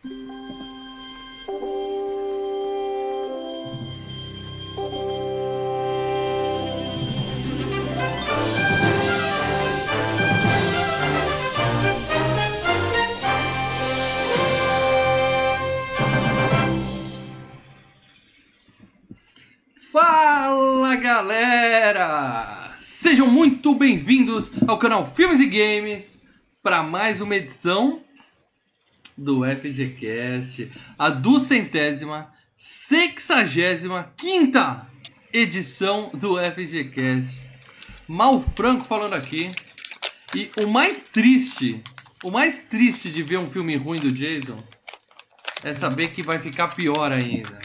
Fala galera! Sejam muito bem-vindos ao canal Filmes e Games para mais uma edição do FGCast, a 265ª edição do FGCast. Mal Franco falando aqui. E o mais triste de ver um filme ruim do Jason é saber que vai ficar pior ainda.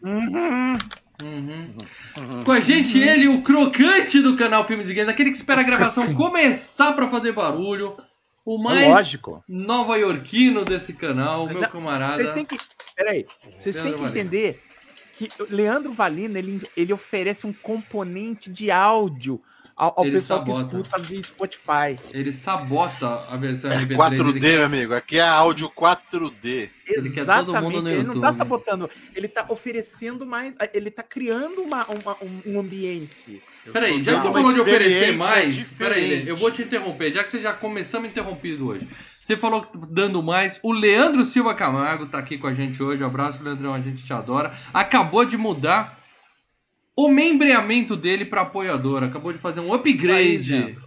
Com a gente ele, o crocante do canal Filmes e Games, aquele que espera a gravação começar pra fazer barulho, o mais nova-iorquino desse canal, meu camarada. Vocês têm que entender que o Leandro Valina, ele oferece um componente de áudio ao pessoal que escuta via Spotify. Ele sabota a versão MP3. 4D, meu amigo. Aqui é áudio 4D. Ele quer todo mundo no ele YouTube. não tá sabotando. Ele tá oferecendo mais... Ele tá criando um ambiente. Peraí, já que você falou de oferecer mais... Peraí, eu vou te interromper. Já que você já começamos interrompido hoje. Você falou dando mais. O Leandro Silva Camargo tá aqui com a gente hoje. Um abraço, Leandrão. A gente te adora. Acabou de mudar o membreamento dele para apoiador. Acabou de fazer um upgrade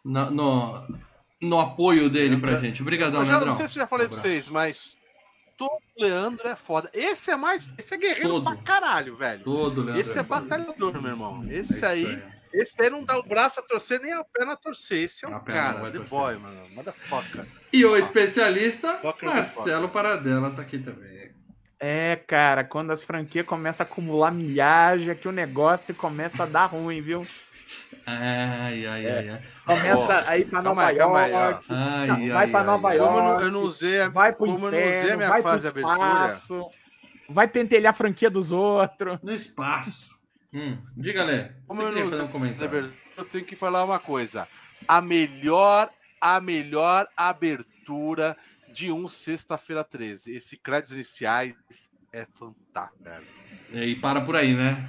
no apoio dele pra gente. Obrigadão, Leandrão. Não sei se eu já falei pra vocês, mas todo Leandro é foda. Esse é guerreiro pra caralho, velho. Todo Leandro. Esse é batalhador, meu irmão. Esse aí não dá o braço a torcer nem a perna a torcer. Esse é um cara, The Boy, mano. Motherfucker. E o especialista, Marcelo Paradela, tá aqui também. É, cara, quando as franquias começam a acumular milhagem, que o negócio começa a dar ruim, viu? Ai. Começa a ir pra Nova York. Vai pra Nova York. Eu não usei vai pro inferno, vai pro espaço. Vai pentelhar a franquia dos outros. No espaço. Diga, Lê. Você queria fazer um comentário? Eu tenho que falar uma coisa. A melhor abertura de Sexta-feira 13. Esse créditos iniciais é fantástico, velho. E para por aí, né?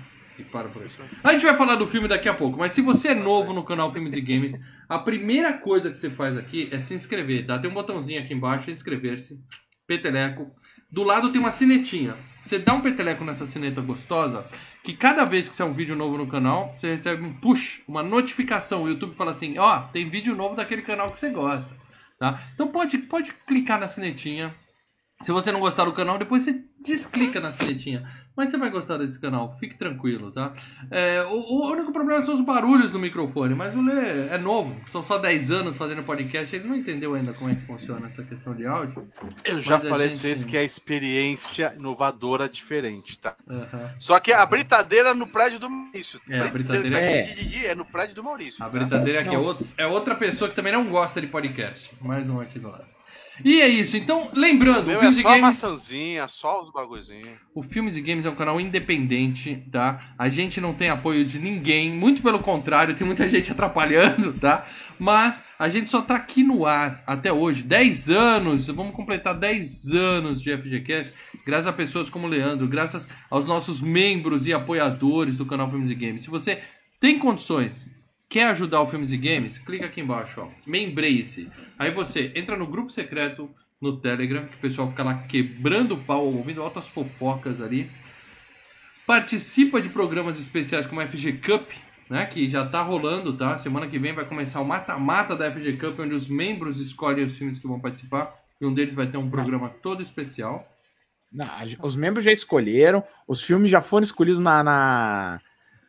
A gente vai falar do filme daqui a pouco, mas se você é novo no canal Filmes e Games, a primeira coisa que você faz aqui é se inscrever, tá? Tem um botãozinho aqui embaixo, inscrever-se, peteleco. Do lado tem uma sinetinha. Você dá um peteleco nessa sineta gostosa, que cada vez que sair um vídeo novo no canal, você recebe um push, uma notificação. O YouTube fala assim, tem vídeo novo daquele canal que você gosta. Tá? Então pode clicar na sinetinha. Se você não gostar do canal, depois você desclica na sinetinha. Mas você vai gostar desse canal, fique tranquilo, tá? O único problema são os barulhos do microfone. Mas o Lê é novo, são só 10 anos fazendo podcast. Ele não entendeu ainda como é que funciona essa questão de áudio. Eu já falei pra vocês que é experiência inovadora diferente, tá? Só que a britadeira no prédio do Maurício. A britadeira é no prédio do Maurício. A britadeira aqui é outra pessoa que também não gosta de podcast. Mais um aqui do lado. E é isso, então, lembrando, o Filmes e Games... só a maçãzinha, só os bagulhozinhos. O Filmes e Games é um canal independente, tá? A gente não tem apoio de ninguém, muito pelo contrário, tem muita gente atrapalhando, tá? Mas a gente só tá aqui no ar até hoje, 10 anos, vamos completar 10 anos de FGCast, graças a pessoas como o Leandro, graças aos nossos membros e apoiadores do canal Filmes e Games. Se você tem condições... Quer ajudar o Filmes e Games? Clica aqui embaixo, Membreie-se. Aí você entra no grupo secreto no Telegram, que o pessoal fica lá quebrando o pau, ouvindo altas fofocas ali. Participa de programas especiais como a FG Cup, né, que já tá rolando, tá? Semana que vem vai começar o mata-mata da FG Cup, onde os membros escolhem os filmes que vão participar. E um deles vai ter um programa todo especial. Não, os membros já escolheram, os filmes já foram escolhidos na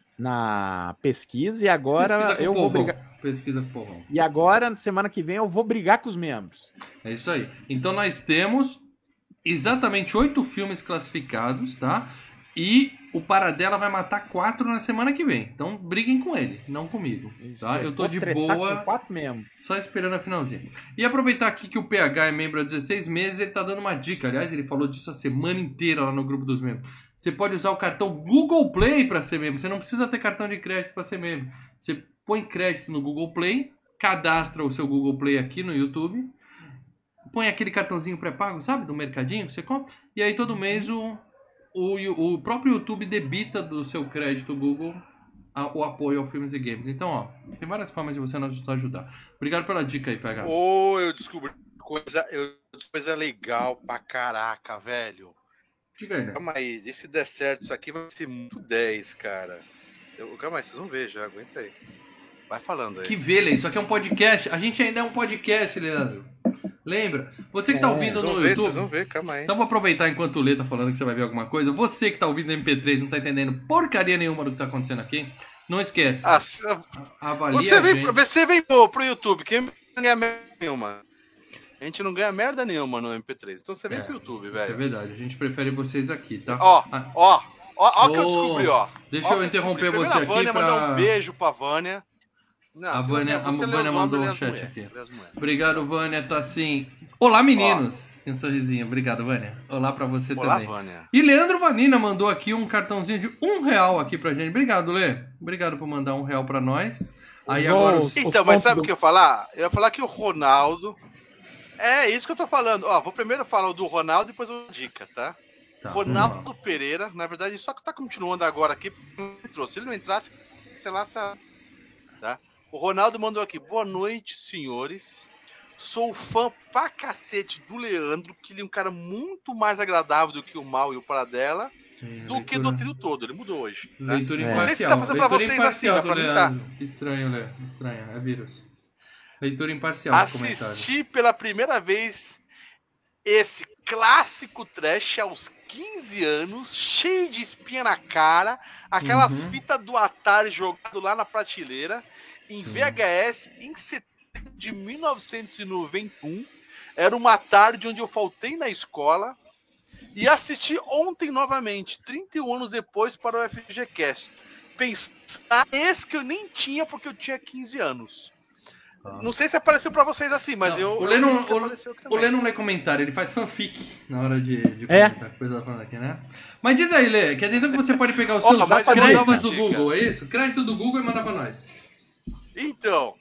pesquisa e agora eu vou brigar. Pesquisa com o povão. E agora, semana que vem, eu vou brigar com os membros. É isso aí. Então nós temos exatamente 8 filmes classificados, tá? E o Paradela vai matar 4 na semana que vem. Então briguem com ele, não comigo. Tá? Eu tô de boa, com 4 mesmo. Só esperando a finalzinha. E aproveitar aqui que o PH é membro há 16 meses, ele tá dando uma dica. Aliás, ele falou disso a semana inteira lá no grupo dos membros. Você pode usar o cartão Google Play para ser membro. Você não precisa ter cartão de crédito para ser membro. Você põe crédito no Google Play, cadastra o seu Google Play aqui no YouTube, põe aquele cartãozinho pré-pago, sabe? Do mercadinho que você compra. E aí todo mês o próprio YouTube debita do seu crédito Google o apoio ao Filmes e Games. Então, ó, tem várias formas de você nos ajudar. Obrigado pela dica aí, PH. Eu descobri coisa legal pra caraca, velho. Diga aí, né? Calma aí, se der certo, isso aqui vai ser muito 10, cara. Calma aí, vocês vão ver já, aguenta aí. Vai falando aí. Que velha, isso aqui é um podcast. A gente ainda é um podcast, Leandro. Lembra? Você que tá ouvindo no YouTube... Vocês vão ver, calma aí. Então vou aproveitar enquanto o Lê tá falando que você vai ver alguma coisa. Você que tá ouvindo no MP3 não tá entendendo porcaria nenhuma do que tá acontecendo aqui, não esquece. Avalia você vem pro YouTube, que não ganha merda nenhuma. A gente não ganha merda nenhuma no MP3. Então você vem pro YouTube, velho. Isso é verdade. A gente prefere vocês aqui, tá? Ó o que eu descobri, ó. Deixa eu interromper você aqui Vânia mandar um beijo pra Vânia. Não, a Vânia mandou um chat aqui. Obrigado, Vânia. Tá assim. Olá, meninos. Tem um sorrisinho. Obrigado, Vânia. Olá pra você também. Vânia. E Leandro Vanina mandou aqui um cartãozinho de R$1 aqui pra gente. Obrigado, Lê. Obrigado por mandar R$1 pra nós. Aí agora Então, mas sabe o que eu ia falar? Eu ia falar que o Ronaldo... É isso que eu tô falando. Ó, vou primeiro falar o do Ronaldo e depois eu dou dica, tá? Ronaldo Pereira, na verdade, só que tá continuando agora aqui. Se ele não entrasse, sei lá, tá? O Ronaldo mandou aqui, boa noite, senhores. Sou fã pra cacete do Leandro, que ele é um cara muito mais agradável do que o Mal e o Paradela, do que do trio todo. Ele mudou hoje. Tá? Leitura imparcial. Não sei se tá passando pra vocês assim, ó, pra mim tá. Estranho, Lê. Estranho, é vírus. Leitura imparcial do comentário. Assisti pela primeira vez esse clássico trash aos 15 anos, cheio de espinha na cara, aquelas fitas do Atari jogado lá na prateleira, em VHS, em setembro de 1991. Era uma tarde onde eu faltei na escola e assisti ontem novamente, 31 anos depois, para o FGCast. Pensar esse que eu nem tinha porque eu tinha 15 anos. Não sei se apareceu pra vocês assim, mas não, o Lê não lê comentário, ele faz fanfic na hora de comentar coisa falando aqui, né? Mas diz aí, Lê, que é dentro que você pode pegar os seus créditos do Google, é isso? Crédito do Google e mandar pra nós. Então,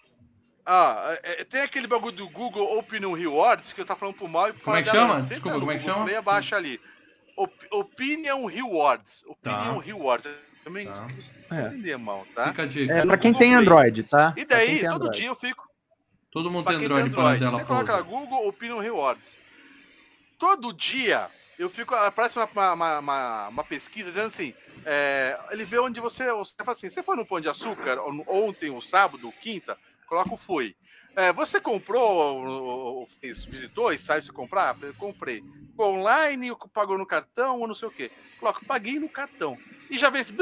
tem aquele bagulho do Google Opinion Rewards que eu tava falando pro Mal e pro Como é que chama? Desculpa, como é que chama? Play abaixo ali. Opinion Rewards. Opinion Rewards. Também entender mal, tá? Fica a dica. É pra quem tem Android, tá? E daí, todo dia eu fico... Todo mundo tem Android para dela. Você coloca lá, Google Opinion Rewards. Todo dia eu fico... Aparece uma pesquisa dizendo assim... ele vê onde você fala assim, você foi no Pão de Açúcar ontem, ou sábado, ou quinta? Coloca o fui. Você comprou, visitou e saiu se comprar? Eu comprei. Online, pagou no cartão ou não sei o quê. Coloca, paguei no cartão. E já vem esse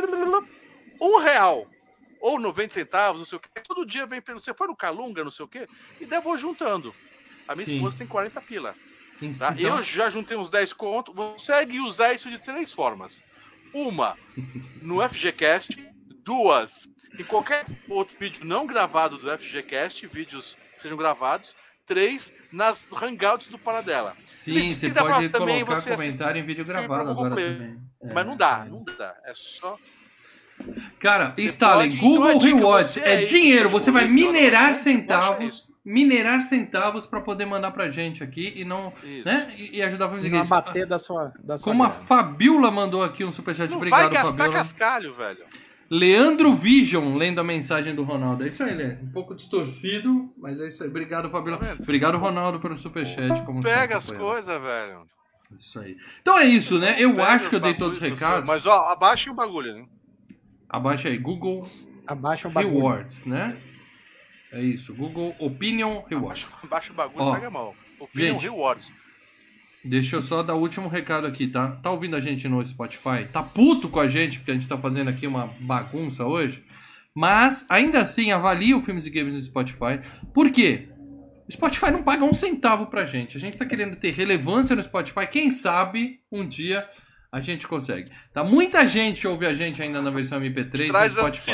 R$1 ou 90 centavos, não sei o quê. Todo dia vem perguntando, você foi no Calunga, não sei o quê? E daí eu vou juntando. A minha esposa tem 40 pila. Tá? Então... Eu já juntei uns 10 contos. Você consegue usar isso de 3 formas. Uma, no FGCast. 2, em qualquer outro vídeo não gravado do FGCast, vídeos que sejam gravados. 3, nas hangouts do Paradela. Sim, você pode colocar comentário em vídeo gravado agora também. Mas não dá. É só... Cara, instalem Google Rewards. É dinheiro, você vai minerar centavos. Minerar centavos para poder mandar pra gente aqui e não, né? E ajudar a fazer isso. Bater da sua como a Fabiola mandou aqui um superchat, obrigado, Fabiola. Vai gastar cascalho, velho. Leandro Vision, lendo a mensagem do Ronaldo. É isso aí, Lê. Um pouco distorcido, mas é isso aí. Obrigado, Fabiola. Obrigado, Ronaldo, pelo superchat. Como pega sempre, as coisas, velho. Isso aí. Então é isso, né? Eu acho que eu dei todos os recados. Mas, ó, abaixa o bagulho, né? Abaixa aí, Google Rewards, né? É isso, Google Opinion Rewards. Abaixa o bagulho, pega a mão. Opinion Rewards. Deixa eu só dar o último recado aqui, tá? Tá ouvindo a gente no Spotify? Tá puto com a gente, porque a gente tá fazendo aqui uma bagunça hoje. Mas, ainda assim, avalie o Filmes e Games no Spotify. Por quê? O Spotify não paga um centavo pra gente. A gente tá querendo ter relevância no Spotify. Quem sabe, um dia... a gente consegue. Tá? Muita gente ouve a gente ainda na versão MP3 no Spotify.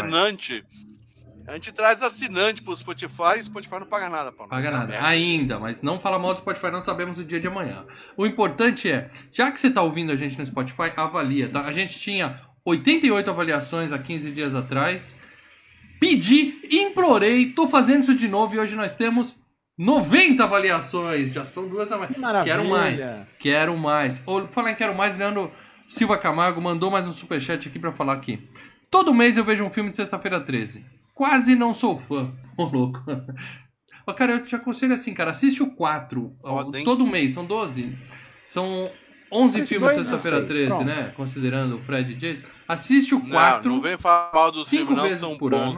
A gente traz assinante pro Spotify e o Spotify não paga nada. Pô. Paga nada. Ainda, mas não fala mal do Spotify, não sabemos o dia de amanhã. O importante é, já que você tá ouvindo a gente no Spotify, avalia, tá? A gente tinha 88 avaliações há 15 dias atrás. Pedi, implorei, tô fazendo isso de novo e hoje nós temos 90 avaliações, já são 2 a mais. Que maravilha. Quero mais. Ou, falar em quero mais, Leandro Silva Camargo mandou mais um superchat aqui pra falar aqui. Todo mês eu vejo um filme de Sexta-feira 13. Quase não sou fã. Ô, louco. Cara, eu te aconselho assim, cara, assiste o 4. Todo mês, são 12. São 11 filmes de Sexta-feira 13, pronto. Né? Considerando o Fred e Jason. Assiste o 4. Não vem falar mal dos 5 filmes, vezes são por bons. ano.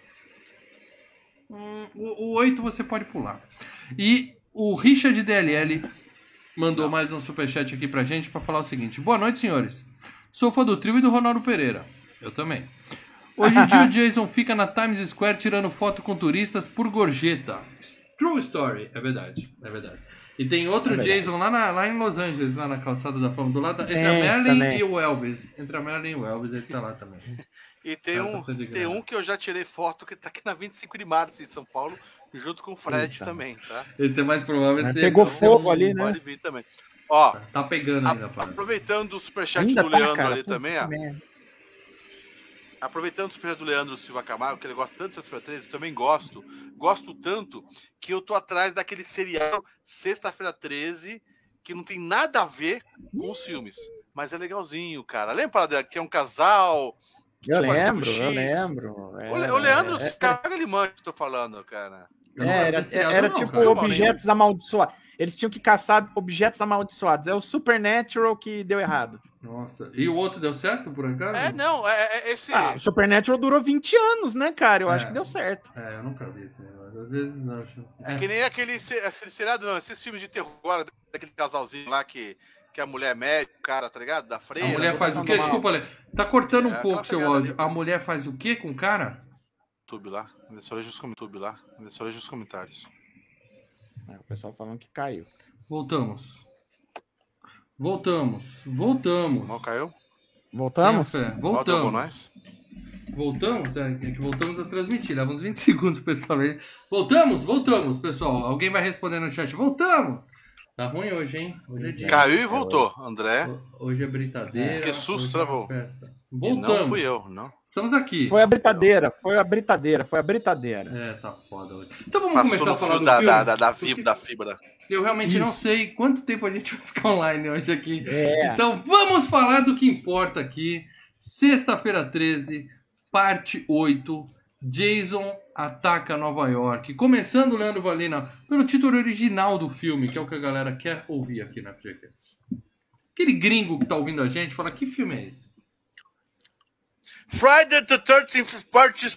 O 8 você pode pular. E o Richard DLL mandou mais um superchat aqui pra gente pra falar o seguinte. Boa noite, senhores. Sou fã do trio e do Ronaldo Pereira. Eu também. Hoje em dia o Jason fica na Times Square tirando foto com turistas por gorjeta. True story. É verdade. E tem outro Jason lá em Los Angeles, lá na calçada da Fama, do lado entre a Marilyn e o Elvis. Entre a Marilyn e o Elvis, ele tá lá também. E tem um que eu já tirei foto que tá aqui na 25 de março em São Paulo, junto com o Fred também, tá? Esse é mais provável ser. Pegou fogo ali, né? Pode vir também. Ó, tá pegando ainda, aproveitando o superchat do Leandro ali também, ó. Aproveitando o superchat do Leandro Silva Camargo, que ele gosta tanto de Sexta-feira 13, eu também gosto. Gosto tanto que eu tô atrás daquele serial Sexta-feira 13, que não tem nada a ver com os filmes. Mas é legalzinho, cara. Lembra dela que tinha um casal... Eu lembro. O Leandro, esse cara, ele manja que eu tô falando, cara. Era tipo objetos amaldiçoados. Eles tinham que caçar objetos amaldiçoados. É o Supernatural que deu errado. Nossa. E o outro deu certo, por acaso? Esse... o Supernatural durou 20 anos, né, cara? Eu acho que deu certo. Eu nunca vi esse negócio. Às vezes não. É que nem aquele seriado, não. Esses filmes de terror agora, daquele casalzinho lá que a mulher médica, o cara, tá ligado? Da freira. A mulher faz o quê? Desculpa, Lê. Tá cortando um pouco seu áudio. A mulher faz o quê com o cara? YouTube lá. Deixa os comentários. O pessoal falando que caiu. Voltamos. Não caiu? Voltamos? Voltamos. Voltamos? É que voltamos a transmitir. Leva uns 20 segundos, pessoal. Voltamos, pessoal. Alguém vai responder no chat. Voltamos! Tá ruim hoje, hein? Hoje é dia. Caiu e voltou, André. Hoje é britadeira. Que susto, travou. Voltamos. Não fui eu, não. Estamos aqui. Foi a britadeira. Tá foda hoje. Então vamos começar a falar do filme. Da fibra. Eu realmente não sei quanto tempo a gente vai ficar online hoje aqui. Então vamos falar do que importa aqui. Sexta-feira 13, parte 8. Jason ataca Nova York. Começando, Leandro Valina, pelo título original do filme, que é o que a galera quer ouvir aqui na FGCast. Aquele gringo que tá ouvindo a gente fala, que filme é esse? Friday the 13th, partes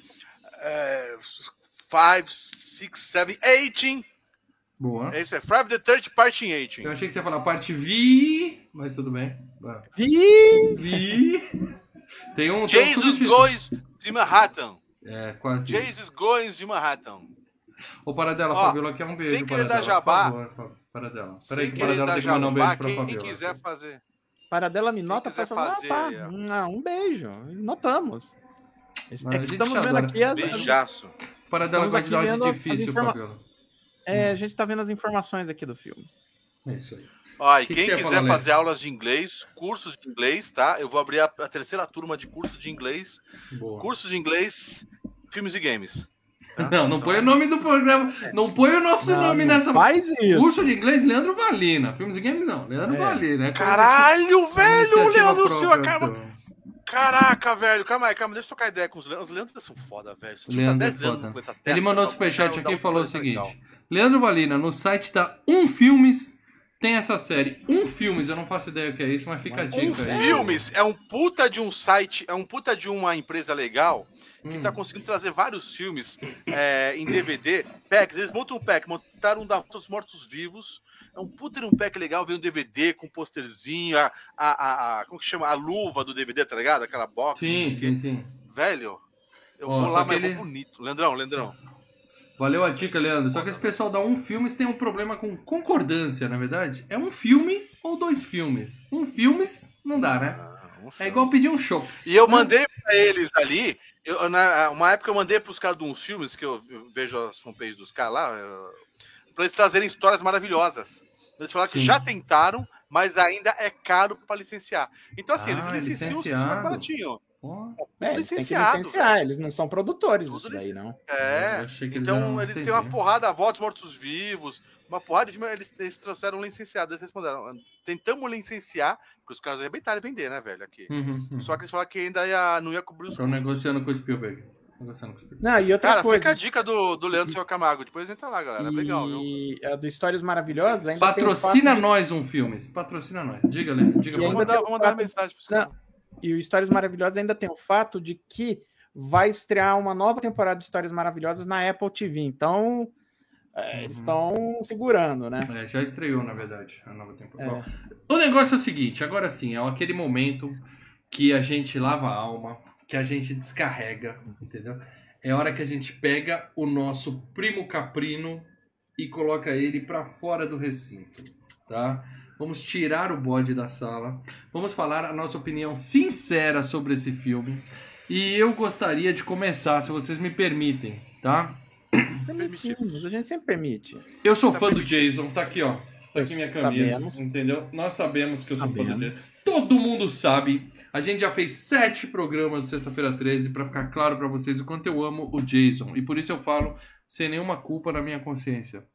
5, 6, 7, 18. Boa. É isso, Friday the 13th, parte 18. Eu achei que você ia falar parte Vi, mas tudo bem. Vi. Tem um Jesus Goes de Manhattan. Quase. Jesus Goes de Manhattan. Ô, Paradela, Fabiola, aqui é um beijo. Sem querer dar jabá. Paradela. Peraí, que Paradela tem que mandar um beijo pra Fabiola. Quem quiser fazer. Paradela me nota, faz um beijo. Notamos. Estamos vendo aqui Beijaço. Paradela vai te dar um difícil, Fabiola. A gente tá vendo as informações aqui do filme. É isso aí. E quem quiser fazer aulas de inglês, cursos de inglês, tá? Eu vou abrir a terceira turma de curso de inglês. Boa. Cursos de inglês, filmes e games. Tá? Não põe o nome do programa. Não põe o nosso nome nessa. Faz isso. Curso de inglês, Leandro Valina. Filmes e games não. Leandro Valina. Caralho, velho! O Leandro Silva, Caraca, velho. Calma aí, deixa eu trocar ideia com os Leandros. Os Leandros são foda, velho. Leandro é foda. Ele mandou um superchat aqui e falou o seguinte. Leandro Valina, no site da Filmes tem essa série. Filmes, eu não faço ideia o que é isso, mas fica a dica aí. Filmes é um puta de um site, é um puta de uma empresa legal que tá conseguindo trazer vários filmes em DVD, packs. Eles montam um pack, montaram um dos Mortos-Vivos. É um puta de um pack legal, vem um DVD com um posterzinho, como que chama? A luva do DVD, tá ligado? Aquela box. Sim. Velho, eu vou lá, mas é bonito. Leandrão. Valeu a dica, Leandro. Só que esse pessoal da Filmes tem um problema com concordância, na verdade. É um filme ou 2 filmes? Filmes não dá, né? É igual pedir um Chops. E eu mandei pra eles ali, uma época eu mandei pros caras de uns filmes, que eu vejo as fanpages dos caras lá, pra eles trazerem histórias maravilhosas. Eles falaram que já tentaram, mas ainda é caro pra licenciar. Então assim, eles licenciam os filmes mais baratinho. Eles têm que licenciar, eles não são produtores disso daí, não. Então ele tem uma porrada, Volta Mortos-Vivos, uma porrada de... Eles trouxeram um licenciado, eles responderam, tentamos licenciar, porque os caras arrebentaram e vender, né, velho, aqui. Só que eles falaram que ainda não ia cobrir os custos. Estão negociando com o Spielberg. Não, e outra coisa. Fica a dica do Leandro Camargo. Depois entra lá, galera. Legal, viu? E a do Histórias Maravilhosas ainda patrocina nós um filme. Patrocina nós. Diga, Leandro. Vamos mandar uma mensagem para você. E o Histórias Maravilhosas ainda tem o fato de que vai estrear uma nova temporada de Histórias Maravilhosas na Apple TV. Então, eles estão segurando, né? Já estreou, na verdade, a nova temporada. O negócio é o seguinte, agora sim, é aquele momento que a gente lava a alma, que a gente descarrega, entendeu? É a hora que a gente pega o nosso primo caprino e coloca ele para fora do recinto, tá? Vamos tirar o bode da sala, vamos falar a nossa opinião sincera sobre esse filme. E eu gostaria de começar, se vocês me permitem, tá? Permitimos, a gente sempre permite. Eu sou fã do Jason, tá aqui, ó. Tá aqui minha camisa, entendeu? Nós sabemos que eu sou fã do Jason. Todo mundo sabe. A gente já fez 7 programas de Sexta-feira 13 pra ficar claro pra vocês o quanto eu amo o Jason. E por isso eu falo sem nenhuma culpa na minha consciência.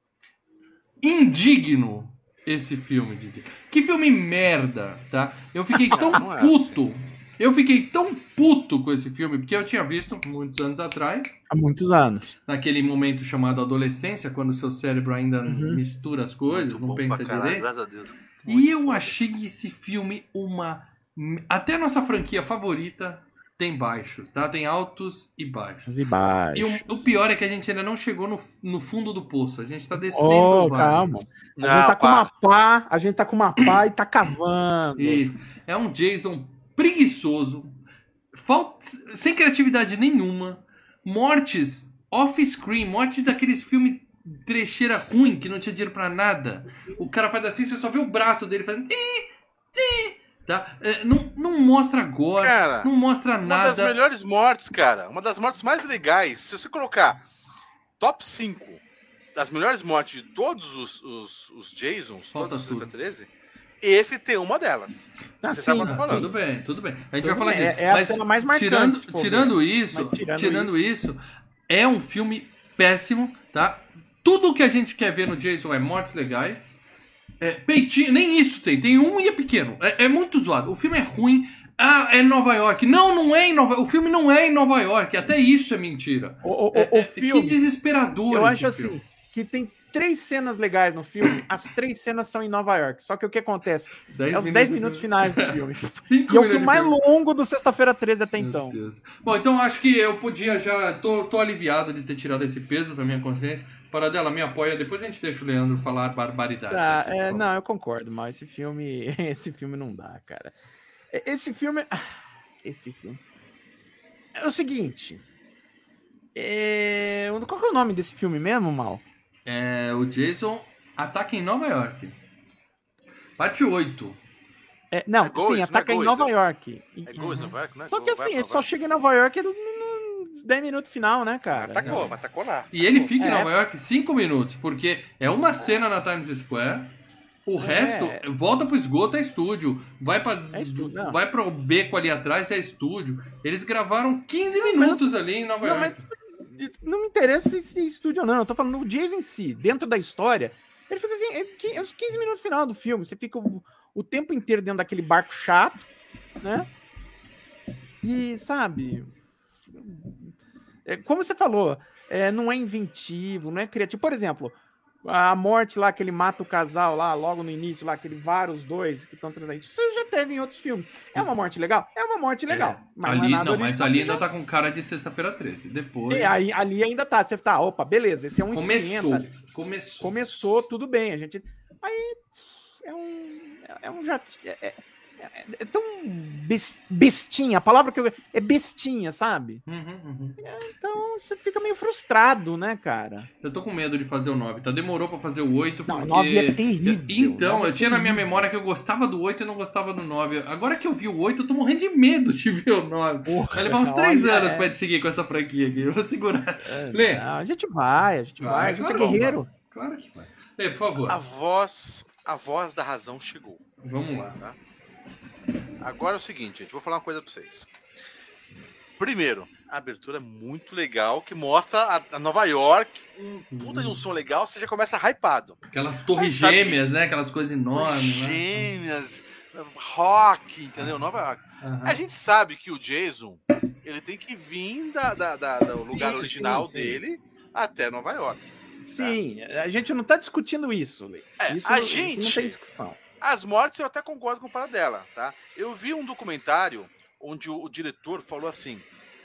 Indigno esse filme, Didi. Que filme merda, tá? Eu fiquei tão puto. Eu fiquei tão puto com esse filme, porque eu tinha visto muitos anos atrás. Há muitos anos. Naquele momento chamado adolescência, quando o seu cérebro ainda mistura as coisas, não pensa direito. Graças a Deus. E eu achei esse filme uma... Até a nossa franquia favorita tem baixos, tá? Tem altos e baixos. E o pior é que a gente ainda não chegou no fundo do poço. A gente tá descendo o vale. Calma. A gente tá com uma pá e tá cavando. E é um Jason preguiçoso, sem criatividade nenhuma, mortes off-screen, mortes daqueles filmes trecheira ruim, que não tinha dinheiro pra nada. O cara faz assim, você só vê o braço dele fazendo... Tá? Não mostra gore, cara, não mostra nada. Uma das melhores mortes, cara, uma das mortes mais legais, se você colocar top 5 das melhores mortes de todos os Jasons, todos os 13, esse tem uma delas. Você sabe o que eu tô falando. Tudo bem. A gente vai falar disso. É a cena mais marcante. Tirando isso, é um filme péssimo, tá? Tudo que a gente quer ver no Jason é mortes legais. Peitinho, nem isso tem um e é pequeno. É muito zoado. O filme é ruim. É Nova York. Não é em Nova York. O filme não é em Nova York. Até isso é mentira. O filme, que desesperador. Eu acho assim, que tem 3 cenas legais no filme. As 3 cenas são em Nova York. Só que o que acontece? Os 10 minutos finais do filme. E é o filme mais longo do Sexta-feira 13 até então. Bom, então acho que eu podia já... Tô aliviado de ter tirado esse peso da minha consciência. Paradela, me apoia. Depois a gente deixa o Leandro falar barbaridades. Não, eu concordo, mas esse filme não dá, cara. Esse filme é o seguinte. Qual que é o nome desse filme mesmo, Mal? O Jason Ataca em Nova York. Parte 8. Ataca em Nova York. Só que assim, ele só chega em Nova York nos 10 minutos final, né, cara? Mas tacou lá. E ele fica em Nova York 5 minutos, porque é uma cena na Times Square, o resto volta pro esgoto, é estúdio. Vai pro beco ali atrás, é estúdio. Eles gravaram 15 minutos ali em Nova York. Não me interessa se é estúdio ou não, eu tô falando do Jason em si, dentro da história. Ele fica os 15 minutos final do filme, você fica o tempo inteiro dentro daquele barco chato, né? E, sabe... Como você falou, não é inventivo, não é criativo. Por exemplo, a morte lá que ele mata o casal lá logo no início, lá que ele vara os dois que estão transando. Isso já teve em outros filmes. É uma morte legal? É uma morte legal. Mas ali ainda tá com cara de Sexta-feira 13. Depois... ali ainda tá. Você tá, opa, beleza, esse é um Começou, tudo bem. A gente... Aí é tão bestinha, a palavra que eu... É bestinha, sabe? Então você fica meio frustrado, né, cara? Eu tô com medo de fazer o 9, tá? Demorou pra fazer o 8, porque... Não, o 9 é terrível. Então, eu tinha na minha memória que eu gostava do 8 e não gostava do 9. Agora que eu vi o 8, eu tô morrendo de medo de ver o 9. Vai levar uns 3 anos pra gente seguir com essa franquia aqui. Eu vou segurar. Lê. A gente vai, a gente é guerreiro. Claro que vai. Lê, por favor. A voz da razão chegou. Vamos lá. Tá? Agora é o seguinte, gente, vou falar uma coisa pra vocês. Primeiro, a abertura é muito legal, que mostra a Nova York, puta de um som legal, você já começa hypado. Aquelas torres gêmeas, né? Aquelas coisas enormes. Gêmeas, rock, entendeu? Nova York. A gente sabe que o Jason, ele tem que vir do lugar original dele até Nova York. Sim, a gente não tá discutindo isso, Lê. Isso não tem discussão. As mortes eu até concordo com o Paradela, tá? Eu vi um documentário onde o diretor falou assim,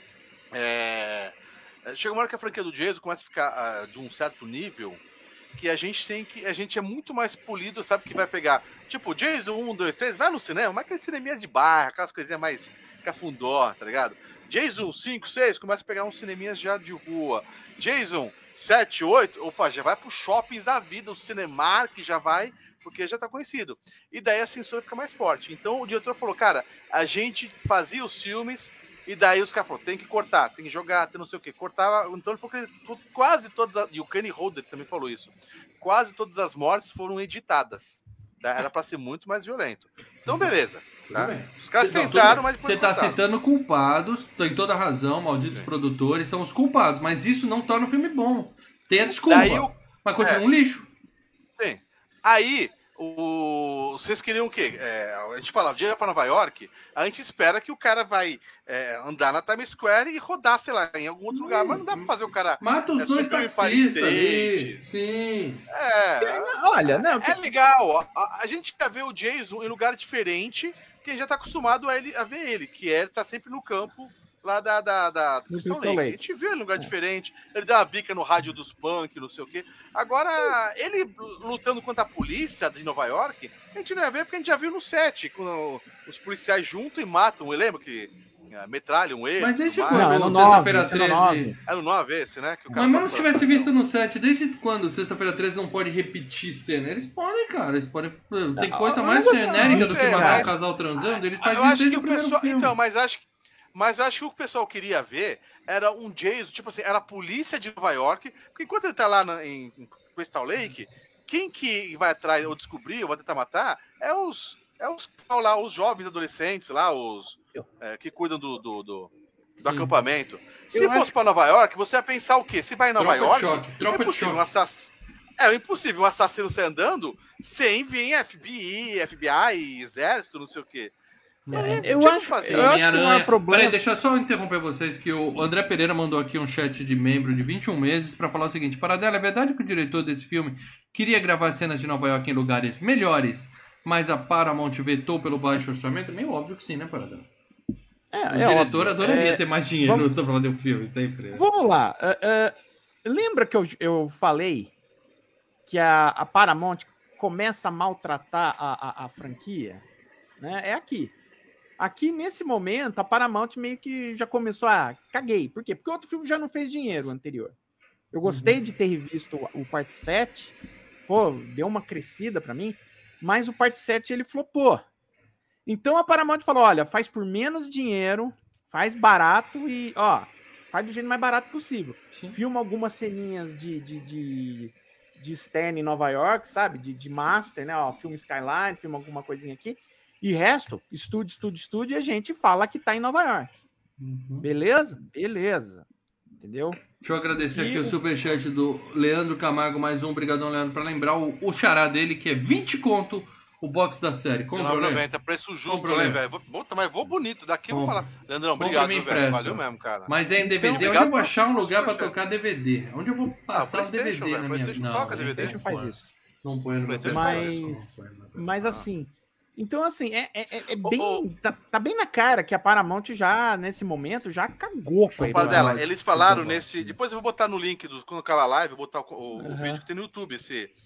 chega uma hora que a franquia do Jason começa a ficar de um certo nível que a gente é muito mais polido, sabe, que vai pegar, tipo, Jason 1, 2, 3, vai no cinema, mas aqueles cineminhas de bairro, aquelas coisinhas mais cafundó, tá ligado? Jason 5, 6, começa a pegar uns cineminhas já de rua. Jason 7, 8, opa, já vai pro shoppings da vida, o Cinemark já vai, porque já tá conhecido. E daí a censura fica mais forte. Então o diretor falou, cara, a gente fazia os filmes e daí os caras falaram, tem que cortar, tem que jogar, tem não sei o que. Cortava, então ele falou que quase todas, e o Kenny Holder também falou isso, quase todas as mortes foram editadas. Tá? Era pra ser muito mais violento. Então beleza. Tá? Os caras tentaram, mas você tá citando culpados, tem toda a razão, malditos produtores, são os culpados, mas isso não torna o filme bom. Tem a desculpa, mas continua um lixo. Sim. Aí, vocês queriam o quê? A gente falava, dia pra Nova York, a gente espera que o cara vai andar na Times Square e rodar, sei lá, em algum outro lugar, mas não dá pra fazer o cara... Mata os dois taxistas ali, sim. Olha, não... É legal, a gente quer ver o Jason em lugar diferente, que a gente já tá acostumado a ver ele, que ele tá sempre no campo lá da Crystal Lake. A gente viu ele em lugar diferente, ele dá uma bica no rádio dos punk, não sei o quê. Agora, ele lutando contra a polícia de Nova York, a gente não ia ver porque a gente já viu no set, com os policiais juntos e matam, eu lembro que metralham ele. Mas desde quando Sexta-feira 13... É no 9 esse, né? Que o mas mesmo se tivesse visto no set, desde quando Sexta-feira 13 não pode repetir cena? Eles podem, cara, eles podem... Tem coisa mais genérica do que matar um casal transando, ele faz isso desde o primeiro filme. Então, mas acho que o pessoal queria ver era um Jason, tipo assim, era a polícia de Nova York, porque enquanto ele tá lá em Crystal Lake, quem que vai atrás ou descobrir ou vai tentar matar é os jovens adolescentes lá, os que cuidam do acampamento. Se fosse pra Nova York, você ia pensar o quê? Se vai em Nova York, tropa de choque. É impossível um assassino sair andando sem vir FBI, exército, não sei o quê. Eu acho que não é problema. Peraí, deixa eu só interromper vocês, que o André Pereira mandou aqui um chat de membro de 21 meses pra falar o seguinte: Paradela, é verdade que o diretor desse filme queria gravar cenas de Nova York em lugares melhores, mas a Paramount vetou pelo baixo orçamento? Meio óbvio que sim, né, Paradela? O diretor adoraria ter mais dinheiro pra fazer um filme, sempre. Vamos lá. Lembra que eu falei que a Paramount começa a maltratar a franquia? Né? É aqui. Aqui, nesse momento, a Paramount meio que já começou a... Caguei. Por quê? Porque o outro filme já não fez dinheiro anterior. Eu gostei de ter revisto o Parte 7. Pô, deu uma crescida pra mim. Mas o Parte 7, ele flopou. Então, a Paramount falou, olha, faz por menos dinheiro, faz barato e, faz do jeito mais barato possível. Sim. Filma algumas ceninhas de externo em Nova York, sabe? De master, né? Filma Skyline, filma alguma coisinha aqui. E resto, estúdio, e a gente fala que tá em Nova York. Beleza? Beleza. Entendeu? Deixa eu agradecer aqui o superchat do Leandro Camargo, mais um. Obrigadão, Leandro, pra lembrar o xará dele, que é 20 conto o box da série. R$19,90, preço justo, né, velho? Mas vou bonito, daqui eu vou falar. Leandrão, obrigado, velho. Valeu mesmo, cara. Mas é em DVD. Então, onde eu vou achar um lugar pra tocar DVD? Onde eu vou passar o DVD na minha... Não, toca DVD. PlayStation faz isso. Não põe no Mas assim... Então, assim, é bem... Tá bem na cara que a Paramount já, nesse momento, já cagou com a dela. Eles falaram nesse... Depois eu vou botar no link, quando acabar a live, eu vou botar o vídeo que tem no YouTube,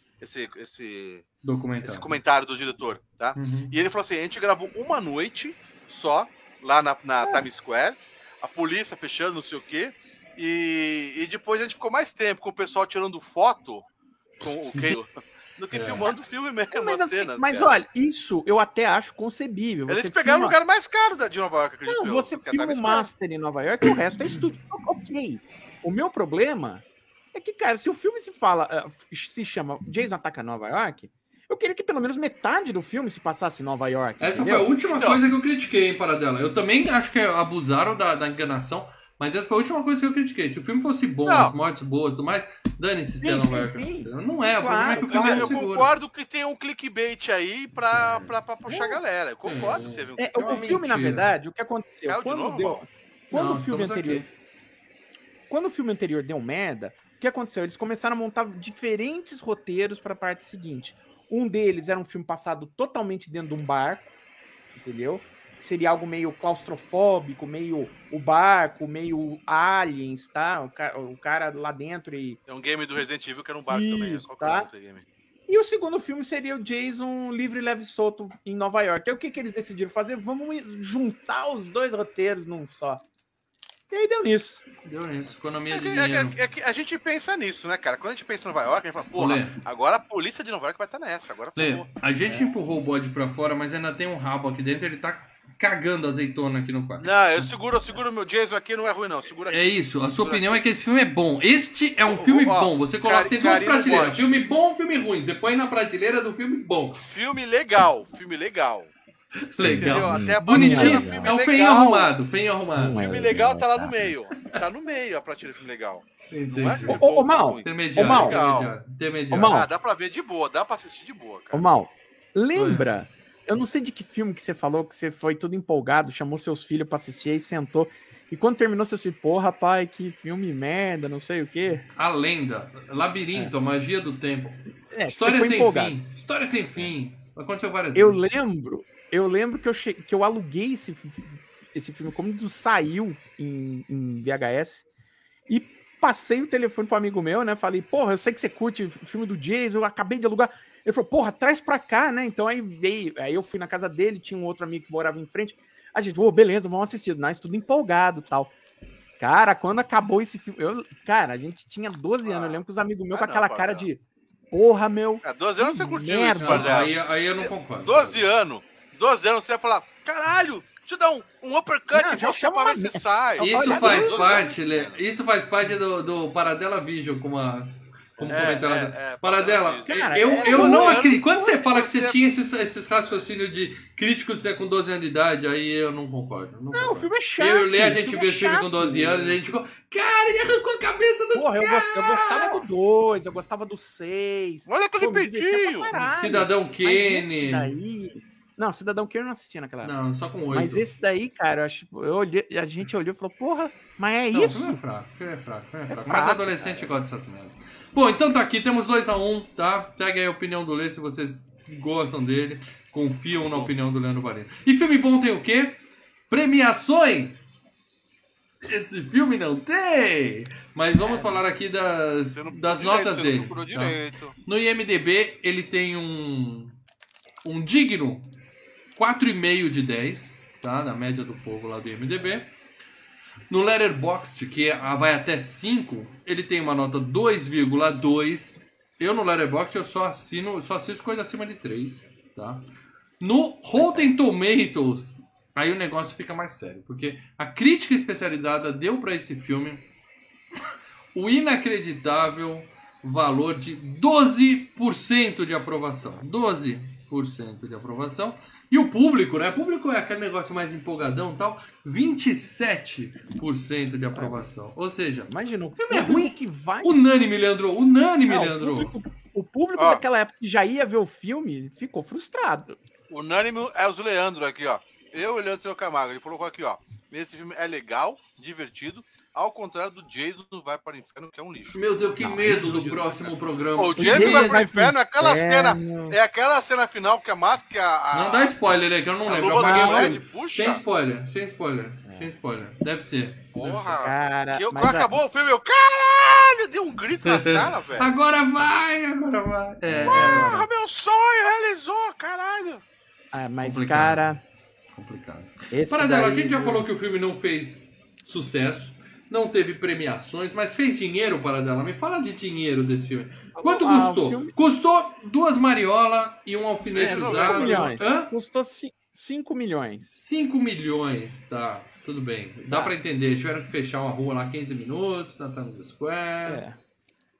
esse comentário do diretor, tá? E ele falou assim, a gente gravou uma noite só, lá na Times Square, a polícia fechando, não sei o quê, e depois a gente ficou mais tempo com o pessoal tirando foto com o Keio... do que filmando o filme mesmo, mas olha, isso eu até acho concebível. Eles pegaram o lugar mais caro de Nova York, acredito. Não, você filma o Master em Nova York e o resto é estúdio. Ok. O meu problema é que, cara, se o filme se chama Jason Ataca Nova York, Eu queria que pelo menos metade do filme se passasse em Nova York. Essa entendeu? foi a última Então. coisa que eu critiquei, hein, Paradela. Eu também acho que abusaram da enganação, mas essa foi a última coisa que eu critiquei. Se o filme fosse bom, Não. as mortes boas e tudo mais, dane-se se Sim, é Nova sim, York. sim. Não é, o problema é que o filme Claro, não Eu segura. concordo que tem um clickbait aí pra puxar a galera. Eu concordo que teve um É, É uma o filme, na mentira. verdade, o que aconteceu? Caiu de novo, Mal? Quando Não, o filme estamos anterior. aqui. Quando o filme anterior deu merda, o que aconteceu? Eles começaram a montar diferentes roteiros para a parte seguinte. Um deles era um filme passado totalmente dentro de um barco, entendeu? Seria algo meio claustrofóbico, meio o barco, meio aliens, tá? O cara lá dentro e... É um game do Resident Evil que era um barco também. Isso, Qual que é o tá? nome desse game? E o segundo filme seria o Jason livre, leve e solto em Nova York. Aí o que eles decidiram fazer? Vamos juntar os dois roteiros num só. E aí deu nisso. Deu nisso, economia de É dinheiro. que a gente pensa nisso, né, cara? Quando a gente pensa em Nova York, a gente fala, porra, Lê. agora a polícia de Nova York vai estar nessa. Agora Lê, ferrou. a gente empurrou o bode pra fora, mas ainda tem um rabo aqui dentro, ele tá cagando azeitona aqui no quarto. Não, eu seguro o meu Jason aqui, não é ruim, não. Segura aqui. É isso, a sua opinião é que esse filme é bom. Este é um filme Ó, bom. Você coloca, tem duas Carinho prateleiras. Bode. Filme bom, filme ruim. Você põe na prateleira do filme bom. Filme legal, filme legal. Legal. Entendeu? Até a Bonitinho. prateleira, É um filme feinho legal. arrumado, feinho arrumado. Não é Filme legal tá lá no cara. meio. Tá no meio a prateleira de filme legal. Não é Entendi. filme Ô, bom, Mal, ruim. Intermediário, Ô, Mal. intermediário, intermediário. Ô, Mal. Ah, dá pra ver de boa, dá pra assistir de boa, Ô, cara. Mal, lembra? Eu não sei de que filme que você falou, que você foi todo empolgado, chamou seus filhos pra assistir e sentou. E quando terminou, você disse, porra, pai, que filme merda, não sei o quê. A Lenda, Labirinto, a Magia do Tempo. É, História você foi sem empolgado. fim. História sem fim. Aconteceu várias Eu vezes. lembro que eu aluguei esse filme quando saiu em VHS e passei o telefone pro amigo meu, né? Falei, porra, eu sei que você curte o filme do Jason, eu acabei de alugar. Ele falou, porra, traz pra cá, né? Então aí veio, aí eu fui na casa dele, tinha um outro amigo que morava em frente. A gente, beleza, vamos assistir. Nós tudo empolgado e tal. Cara, quando acabou esse filme, cara, a gente tinha 12 anos, eu lembro que os amigos meus com não, aquela pô, cara não. de, porra, meu. 12 anos você curtiu merda. isso, Não, Bardella. aí eu não concordo. 12 anos você vai falar, caralho, deixa eu dar um uppercut Não, em já você chama pra ver uma- se sai. Isso Olha, faz 12 parte, Lê, isso faz parte do Paradela Vision, como comentário. Paradela, Cara, eu 12 não anos, acredito. Quando você fala que você você- tinha esses raciocínios de crítico de ser com 12 anos de idade, aí eu não concordo. Não Não, o concordo. filme é chato. Eu e o Lê, a o gente filme vê é esse filme com chato. 12 anos e a gente ficou, cara, ele arrancou a cabeça do Porra, eu gostava do 2, eu gostava do 6. Olha aquele Pô, me divertia pra peitinho. caralho. Cidadão Mas Kenny. esse daí... Não, Cidadão Kane eu não assistia naquela época. Não, só com 8. Mas esse daí, cara, a gente olhou e falou, porra, mas é Não, o isso? filme é fraco, o filme é fraco, o filme é fraco. fraco, Mas adolescente gosta dessas merdas. Bom, então tá aqui, temos 2-1, tá? Pega aí a opinião do Lê se vocês gostam dele, confiam na opinião do Leandro Valente. E filme bom tem o quê? Premiações! Esse filme não tem! Mas vamos falar aqui Você não das procurou notas direito, você não dele. procurou tá? direito. No IMDB, ele tem um digno 4,5 de 10, tá? Na média do povo lá do IMDB. No Letterboxd, que vai até 5, ele tem uma nota 2,2. Eu no Letterboxd eu só assisto coisa acima de 3, tá? No Rotten Tomatoes, aí o negócio fica mais sério, porque a crítica especializada deu pra esse filme o inacreditável valor de 12% de aprovação. 12% de aprovação. E o público, né? O público é aquele negócio mais empolgadão e tal. 27% de aprovação. Ou seja, Imagina, o filme é público ruim. que vai... unânime, Leandro. Unânime, Não, Leandro. o público Ó. daquela época que já ia ver o filme ficou frustrado. Unânime é os Leandro aqui, ó. Eu e o Leandro Seu Camargo. Ele falou aqui, ó. Esse filme é legal, divertido. Ao contrário do Jason Vai para o Inferno, que é um lixo. Meu Deus, que Não, medo do Deus. próximo programa. O Jason Vai para o Inferno, aquela cena. Inferno. É aquela cena final que a máscara. Não dá spoiler aí, que eu não A lembro. luva Eu apaguei do o LED filme. puxa. Sem spoiler, sem spoiler. Sem spoiler. Deve ser. Porra. Cara, Que eu, mas quando acabou o filme, eu. Caralho! Dei um grito na sala, velho. Agora vai, agora vai. Porra, meu sonho realizou, caralho. mas complicado. cara, Complicado. esse Paradela, a daí- gente já falou que o filme não fez sucesso, não teve premiações, mas fez dinheiro, Paradela. Me fala de dinheiro desse filme. Quanto Ah, custou? o filme- Custou 2 mariola e um alfinete 5 usado. milhões. Hã? Custou 5 milhões. 5 milhões, tá. Tudo bem. Dá Tá. pra entender. Tiveram que fechar uma rua lá 15 minutos, na Times Square. É.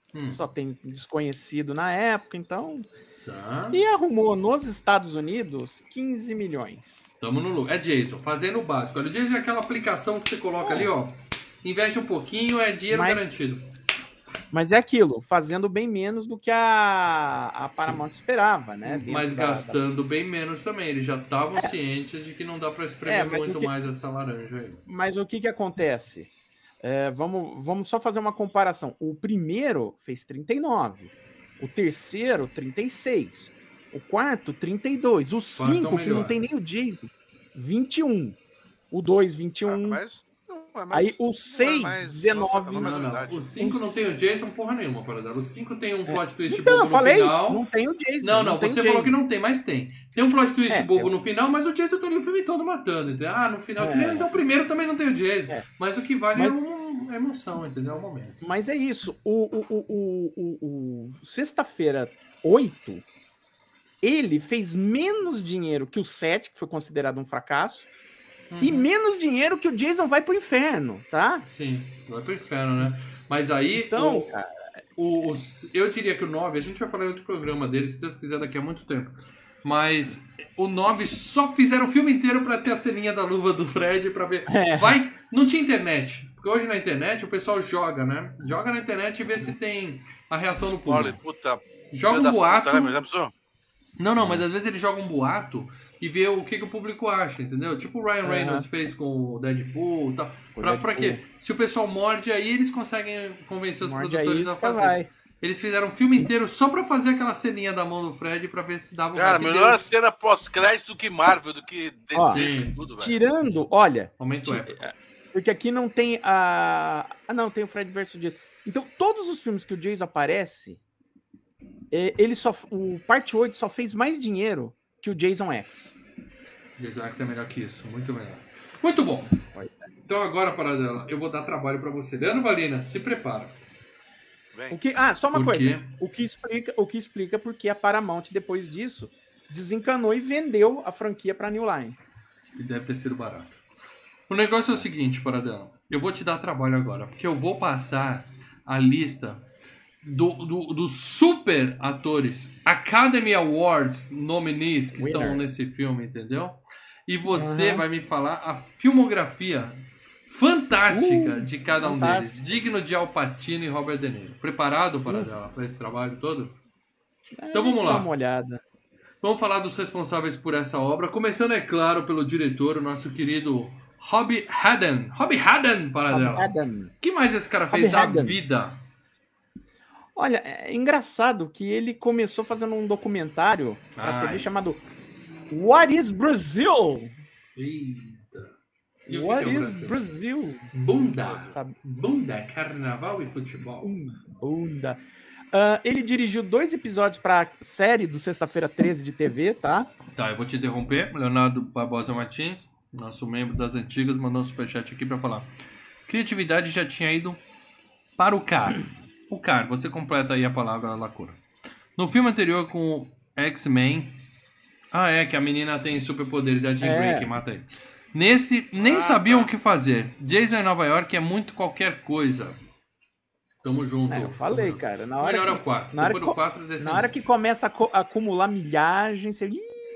Só tem desconhecido na época, então... Tá. E arrumou nos Estados Unidos 15 milhões. Tamo no lucro. É Jason, fazendo o básico. Olha, o Jason é aquela aplicação que você coloca ali, ó. Investe um pouquinho, é dinheiro garantido. Mas é aquilo, fazendo bem menos do que a Paramount esperava, né? Mas gastando bem menos também. Eles já estavam cientes de que não dá pra espremer muito mais essa laranja aí. Mas o que acontece? Vamos só fazer uma comparação. O primeiro fez 39. O terceiro, 36. O quarto, 32. O 5, que não tem nem o Jason, 21. O 2, 21. Aí o 6, 19. Não. O 5 não tem o Jason porra nenhuma, para dar. O 5 tem um plot twist então, bobo eu falei, no final. Não tem o Jason. Não, você falou que não tem, mas tem. Tem um plot twist bobo no final, mas o Jason tá ali o filme todo matando. Entendeu? No final, então o primeiro também não tem o Jason. Mas o que vale é uma emoção, entendeu? É o momento. Mas é isso. O Sexta-feira 8, ele fez menos dinheiro que o 7, que foi considerado um fracasso. E menos dinheiro que o Jason vai pro inferno, tá? Sim, vai pro inferno, né? Mas aí, então, cara... eu diria que o 9, a gente vai falar em outro programa dele, se Deus quiser, daqui a muito tempo. Mas o 9 só fizeram o filme inteiro pra ter a ceninha da luva do Fred, pra ver... Não tinha internet, porque hoje na internet o pessoal joga, né? Joga na internet e vê se tem a reação do público. Olha, puta... Joga um boato... Puta, né? Não, mas às vezes ele joga um boato... E ver o que o público acha, entendeu? Tipo o Ryan Reynolds fez com o Deadpool e tal. Pra quê? Se o pessoal morde aí, eles conseguem convencer os produtores a fazer. Eles fizeram o filme inteiro só pra fazer aquela ceninha da mão do Fred pra ver se dava... Cara, melhor cena pós-crédito do que Marvel, do que DC, tudo, velho. Tirando, olha... Momento épico. Porque aqui não tem a... não, tem o Fred vs. Jason. Então, todos os filmes que o Jason aparece, o Parte 8 só fez mais dinheiro que o Jason X. Jason X é melhor que isso, muito melhor. Muito bom. Então agora, Paradela, eu vou dar trabalho pra você. Leandro Valina, se prepara. Só uma coisa. O que explica porque a Paramount, depois disso, desencanou e vendeu a franquia pra New Line. E deve ter sido barato. O negócio é o seguinte, Paradela. Eu vou te dar trabalho agora, porque eu vou passar a lista... dos super atores Academy Awards nominees que estão nesse filme, entendeu? E você vai me falar a filmografia fantástica de cada um deles, digno de Al Pacino e Robert De Niro. Preparado para esse trabalho todo? Então vamos lá. Dá uma olhada. Vamos falar dos responsáveis por essa obra, começando, é claro, pelo diretor, o nosso querido Robbie Haddon. Robbie Haddon, Paradela. O que mais esse cara fez da vida? Olha, é engraçado que ele começou fazendo um documentário pra TV chamado What is Brazil? Eita. What is Brazil? Bunda. Sabe? Bunda, carnaval e futebol. Bunda. Ele dirigiu 2 episódios pra série do Sexta-feira 13 de TV, tá? Tá, eu vou te interromper. Leonardo Barbosa Martins, nosso membro das antigas, mandou um superchat aqui pra falar. Criatividade já tinha ido para o cara. O cara, você completa aí a palavra lacuna. No filme anterior com X-Men... que a menina tem superpoderes, é a Jean Grey que mata ele. Nesse, nem sabiam o que fazer. Jason em Nova York é muito qualquer coisa. Tamo junto. Eu falei, cara. Na hora melhor é o 4. Depois do 4, na hora que começa a acumular milhagem, você...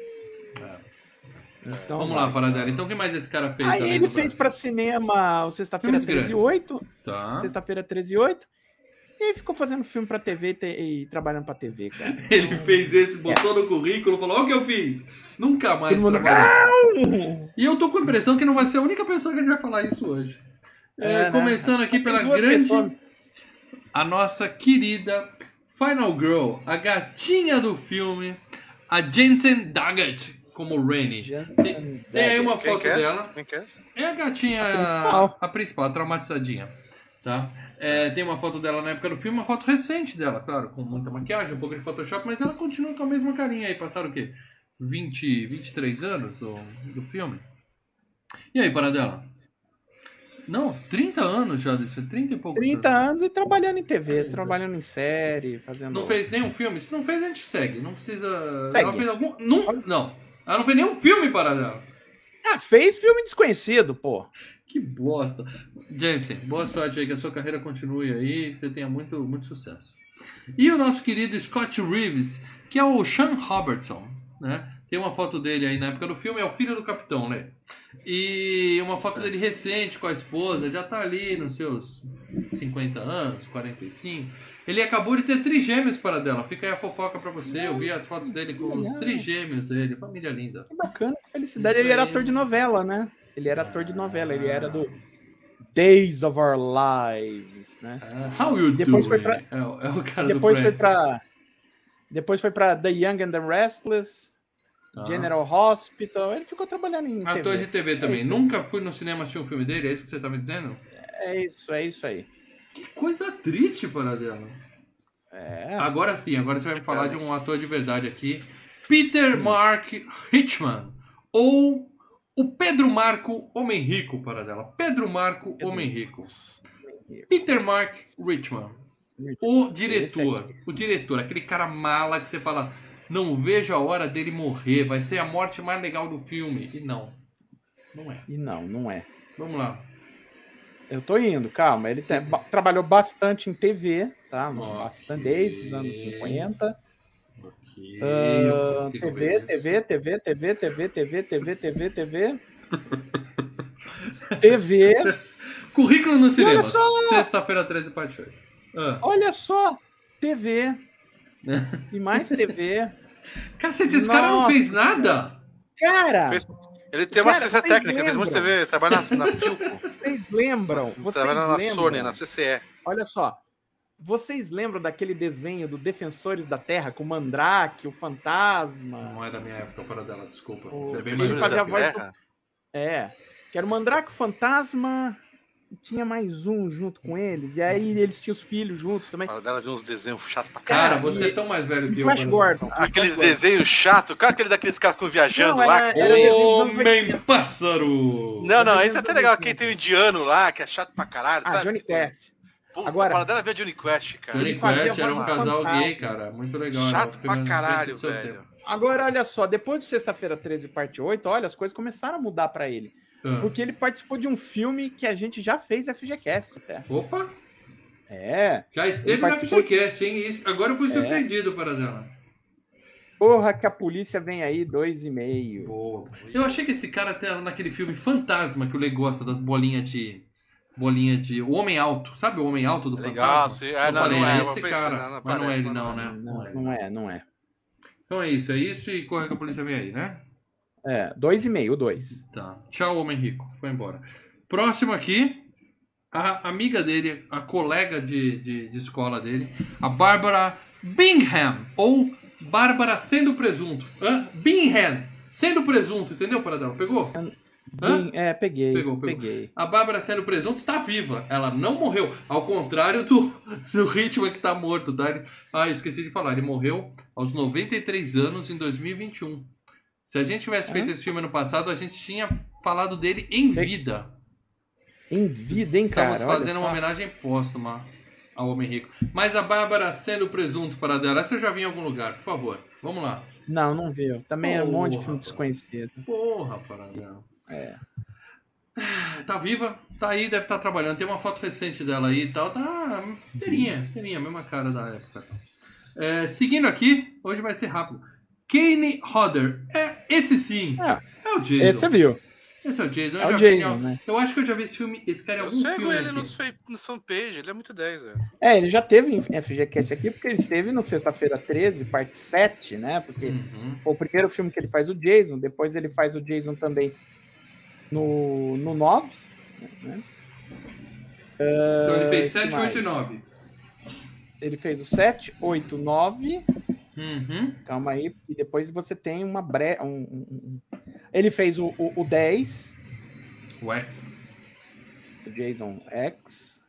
Então, vamos lá, Paradela. Então o que mais esse cara fez? Aí ele fez pra cinema o Sexta-feira 13/8. Tá. Sexta-feira 13/8. E ficou fazendo filme pra TV e trabalhando pra TV, cara. Ele fez esse, botou no currículo, falou, olha o que eu fiz. Nunca mais trabalhou. E eu tô com a impressão que não vai ser a única pessoa que a gente vai falar isso hoje. Começando aqui pela grande... A nossa querida Final Girl, a gatinha do filme, a Jensen Daggett, como Rainey. Tem aí uma foto dela. É a gatinha, a principal, a traumatizadinha. Tá? Tem uma foto dela na época do filme, uma foto recente dela, claro, com muita maquiagem, um pouco de Photoshop, mas ela continua com a mesma carinha aí. Passaram o quê? 23 anos do filme? E aí, Paradela? Não, 30 anos já, 30 e poucos 30 anos e trabalhando em TV, trabalhando em série, fazendo... Não fez nenhum filme? Se não fez, a gente segue. Não precisa... Segue. Ela fez algum... Não. Ela não fez nenhum filme, Paradela. Fez filme desconhecido, pô. Que bosta. Jensen, boa sorte aí, que a sua carreira continue aí, que você tenha muito, muito sucesso. E o nosso querido Scott Reeves, que é o Sean Robertson, né? Tem uma foto dele aí na época do filme, é o filho do capitão, né? E uma foto dele recente com a esposa, já tá ali nos seus 50 anos, 45. Ele acabou de ter trigêmeos para dela. Fica aí a fofoca pra você. Eu vi as fotos dele com os trigêmeos dele. Família linda. Que bacana, que felicidade. Isso Ele era aí. ator de novela, né? Ele era ator de novela, ele era do Days of Our Lives, né? How you Depois doing? foi pra- É o cara Depois do foi Friends. pra. Depois foi pra The Young and the Restless, Tá. General Hospital. Ele ficou trabalhando em Ator de TV. TV também. isso. Nunca fui no cinema assistir um filme dele, é isso que você tá me dizendo? É isso aí. Que coisa triste para dela. É. Agora sim, agora você vai me falar de um ator de verdade aqui. Peter Mark Hitchman. Ou o Pedro Marco Homem Rico para dela. Pedro Marco Homem Rico. Peter Mark Richman. O diretor, aquele cara mala que você fala, não vejo a hora dele morrer, vai ser a morte mais legal do filme. E não é. E não é. Vamos lá. Eu tô indo, calma. Ele trabalhou bastante em TV, tá? Ok. Bastante, desde os anos 50. Ok, eu consigo ver isso. TV. Currículo no cinema, Olha só! sexta-feira 13, parte 8. Olha só, TV. E mais TV. Cacete, esse cara não Nossa. fez nada? Cara, Ele tem uma Cara, assistência vocês técnica, fez muito lembram? TV, trabalha na Filco, vocês lembram? Vocês trabalha na lembram? Sony, na CCE. Olha só. Vocês lembram daquele desenho do Defensores da Terra com o Mandrake, o Fantasma? Não é da minha época, para dela, desculpa. O- Você é bem Ele mais fazia velho. a voz do- Guerra. É. Que era o Mandrake, o Fantasma. E tinha mais um junto com eles. E aí eles tinham os filhos juntos também. Fala dela de uns desenhos chatos pra Cara, caralho. você é tão mais velho que eu. Flash Para- Gordon. Aqueles desenhos chatos, cara, aquele daqueles caras que ficam viajando Não, lá. era- que- era desenho dos anos Homem Pássaro! Não, esse é até legal. Quem tem o indiano lá, que é chato pra caralho, Ah, sabe? Johnny Quest. Puta, Agora- para dela ver Johnny Quest, cara. Johnny Ele fazia Quest era um voz do casal fantasma. gay, cara. Muito legal. Chato era o primeiro pra caralho, frente do seu velho. tempo. Agora, olha só, depois de Sexta-feira 13, parte 8, olha, as coisas começaram a mudar pra ele. Ah. Porque ele participou de um filme que a gente já fez FGCast até. Opa! É. Já esteve Ele na participou- FGCast, hein? Isso, agora eu fui surpreendido, para dela. Porra, que a polícia vem aí, 2,5. Boa. Eu achei que esse cara tá naquele filme Fantasma que o Lê gosta, das bolinhas de. Bolinha de. O Homem Alto. Sabe o Homem Alto do Legal, Fantasma? sim. Eu É, não, falei, não é. é eu esse pensei, cara. não Mas não é parece, ele, mas não, né? Não é. Então é isso e corre que a polícia vem aí, né? É, 2,5, o 2. Tá. Tchau, Homem Rico. Foi embora. Próximo aqui, a amiga dele, a colega de escola dele, a Bárbara Bingham, ou Bárbara Sendo Presunto. Bingham, Sendo Presunto, entendeu, Paradão? Pegou? Hã? Peguei. Pegou. Peguei. A Bárbara Sendo Presunto está viva. Ela não morreu. Ao contrário do Hitchman que está morto, tá? Eu esqueci de falar. Ele morreu aos 93 anos em 2021. Se a gente tivesse feito esse filme ano passado, a gente tinha falado dele em vida. Em vida, hein, Estamos cara? Olha fazendo só. uma homenagem póstuma ao Homem Rico. Mas a Bárbara Sendo Presunto para dela, essa eu já vi em algum lugar, por favor. Vamos lá. Não viu. Também é um monte de filme Porra, desconhecido. Porra, Paradela. É. Tá viva, tá aí, deve estar trabalhando. Tem uma foto recente dela aí e tal. Tá inteirinha, mesma cara da época. Seguindo aqui, hoje vai ser rápido. Kane Hodder. Esse sim. É o Jason. Esse você viu. Esse é o Jason. É o Jason, né? Eu acho que eu já vi esse cara em Eu algum sigo filme ele aqui. no fanpage, ele é muito 10, velho. Ele já teve em FGCast aqui, porque ele esteve no Sexta-feira 13, parte 7, né? Porque Uhum. foi o primeiro filme que ele faz o Jason, depois ele faz o Jason também no 9, né? Então ele fez que 7, mais? 8 e 9. Ele fez o 7, 8, 9. Uhum. Calma aí. E depois você tem uma Ele fez o 10, O X. o Jason X.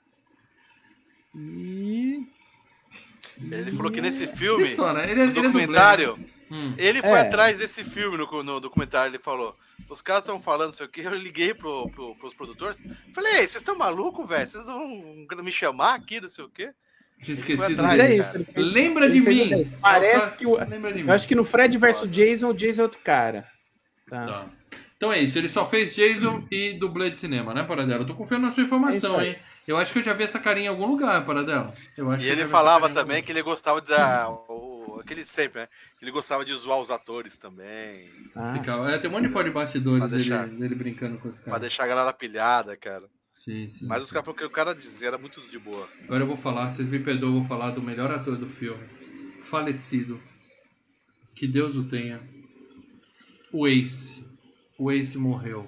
E. Ele falou que nesse filme, Isso, né? no documentário, ele foi É. atrás desse filme no documentário. Ele falou: os caras estão falando, não sei o que. Eu liguei pros produtores. Falei: ei, vocês estão malucos, velho? Vocês vão me chamar aqui, não sei o quê? Tinha Ele foi esquecido atrás, Mas é dele. cara. isso. Ele fez- Lembra ele de fez o mim. 10. Parece que o. Lembra de mim. Eu acho que no Fred vs Jason, o Jason é outro cara. Tá. Tá. Então é isso, ele só fez Jason e dublê de cinema, né, Paradela? Eu tô confiando na sua informação, hein? Eu acho que eu já vi essa carinha em algum lugar, Paradela. E ele falava também que ele gostava aquele sempre, né? Ele gostava de zoar os atores também. Tem um monte de fora de bastidores dele brincando com os caras. Pra deixar a galera pilhada, cara. Sim. Mas os caras, porque o cara era muito de boa. Agora eu vou falar, vocês me perdoam, eu vou falar do melhor ator do filme. Falecido. Que Deus o tenha. O Ace. O Ace morreu.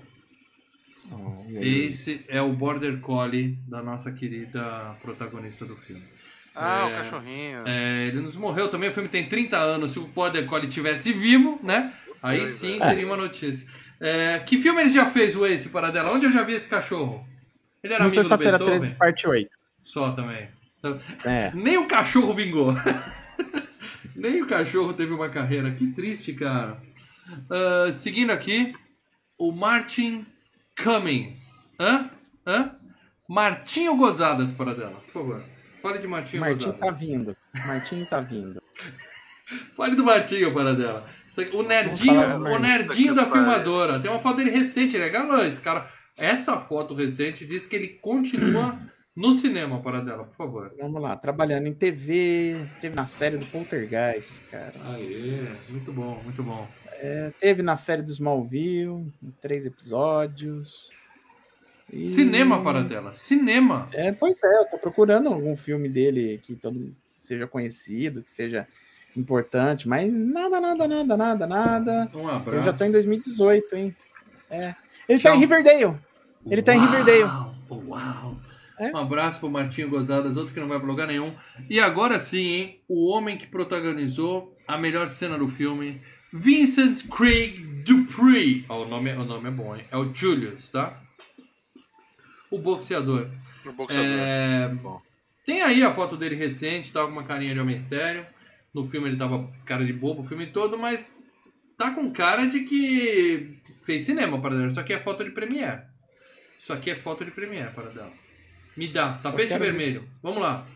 Ace é o Border Collie da nossa querida protagonista do filme. O cachorrinho. Ele nos morreu também, o filme tem 30 anos. Se o Border Collie tivesse vivo, né? Aí sim seria uma notícia. Que filme ele já fez, o Ace, Paradela? Onde eu já vi esse cachorro? Ele era amigo do Sexta-feira Beethoven? 13, parte 8. Só também. Então, nem o cachorro vingou. Nem o cachorro teve uma carreira. Que triste, cara. Seguindo aqui, o Martin Cummings. Martinho Gozadas, Paradela, por favor. Fale de Martinho Gozadas. Martinho tá vindo. Fale do Martinho, Paradela. O nerdinho da filmadora. Tem uma foto dele recente, ele é galã, esse cara. Essa foto recente diz que ele continua no cinema, Paradela, por favor. Vamos lá, trabalhando em TV, teve na série do Poltergeist, cara. Aê, muito bom, muito bom. Teve na série do Smallville, em 3 episódios. Cinema, Paradela, cinema. Pois é, eu tô procurando algum filme dele que seja conhecido, que seja importante, mas nada. Um abraço. Eu já tô em 2018, hein? Ele tá em Riverdale. Ele tá em Riverdale. Uau. Um abraço pro Martinho Gozadas, outro que não vai pra lugar nenhum. E agora sim, hein? O homem que protagonizou a melhor cena do filme, Vincent Craig Dupree. O nome é bom, hein? É o Julius, tá? O boxeador. Bom. Tem aí a foto dele recente, tá com uma carinha de homem sério. No filme ele tava cara de bobo o filme todo, mas tá com cara de que fez cinema, Paradela. Isso aqui é foto de Premiere. Paradela. Me dá, tapete vermelho. Vamos lá.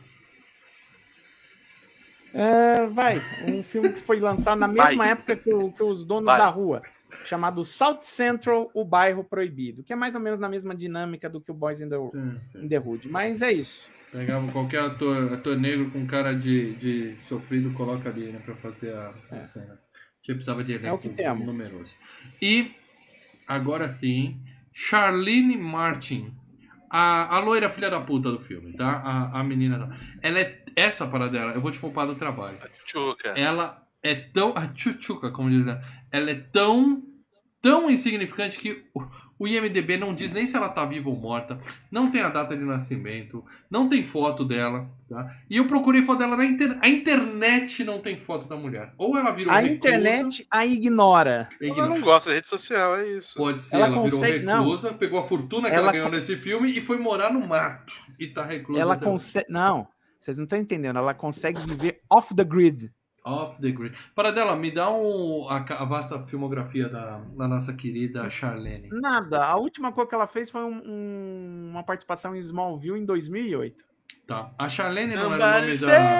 Um filme que foi lançado na mesma época que Os Donos da Rua, chamado South Central, O Bairro Proibido, que é mais ou menos na mesma dinâmica do que o Boys in the Hood, mas é isso. Pegava qualquer ator negro com cara de sofrido, coloca ali, né, pra fazer as cenas. Tinha precisava de elenco numeroso. E, agora sim, Charlene Martin, a loira filha da puta do filme, tá? A menina. Ela é essa Paradela, eu vou te poupar do trabalho. A Tchuca. Ela é tão. A Tchutchuca, como diz ela. Ela é tão insignificante que o IMDB não diz nem se ela tá viva ou morta. Não tem a data de nascimento. Não tem foto dela, tá? E eu procurei foto dela na internet. A internet não tem foto da mulher. Ou ela virou reclusa. A internet a ignora. Ela não gosta da rede social, é isso. Pode ser, ela virou reclusa, pegou a fortuna que ela ganhou nesse filme e foi morar no mato. E tá reclusa. Ela consegue. Não, vocês não estão entendendo. Ela consegue viver off the grid. Off the grid. Paradela, me dá a vasta filmografia da nossa querida Charlene. Nada. A última coisa que ela fez foi uma participação em Smallville em 2008. Tá. A Charlene não era o nome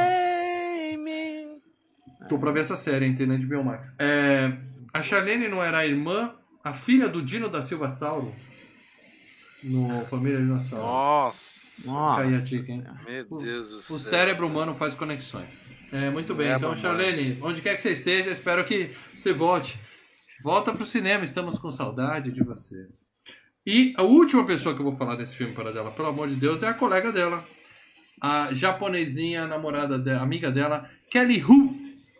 da... Tô pra ver essa série, hein? Tem na HBO Max. A Charlene não era a filha do Dino da Silva Sauro? No Família Dinossauro. Nossa. Cai a tica, hein? Meu Deus do céu. O cérebro humano faz conexões. Muito bem. Então, Charlene, onde quer que você esteja, espero que você volte. Volta pro cinema, estamos com saudade de você. E a última pessoa que eu vou falar desse filme, Paradela, pelo amor de Deus, é a colega dela. A japonesinha, namorada dela, amiga dela, Kelly Hu.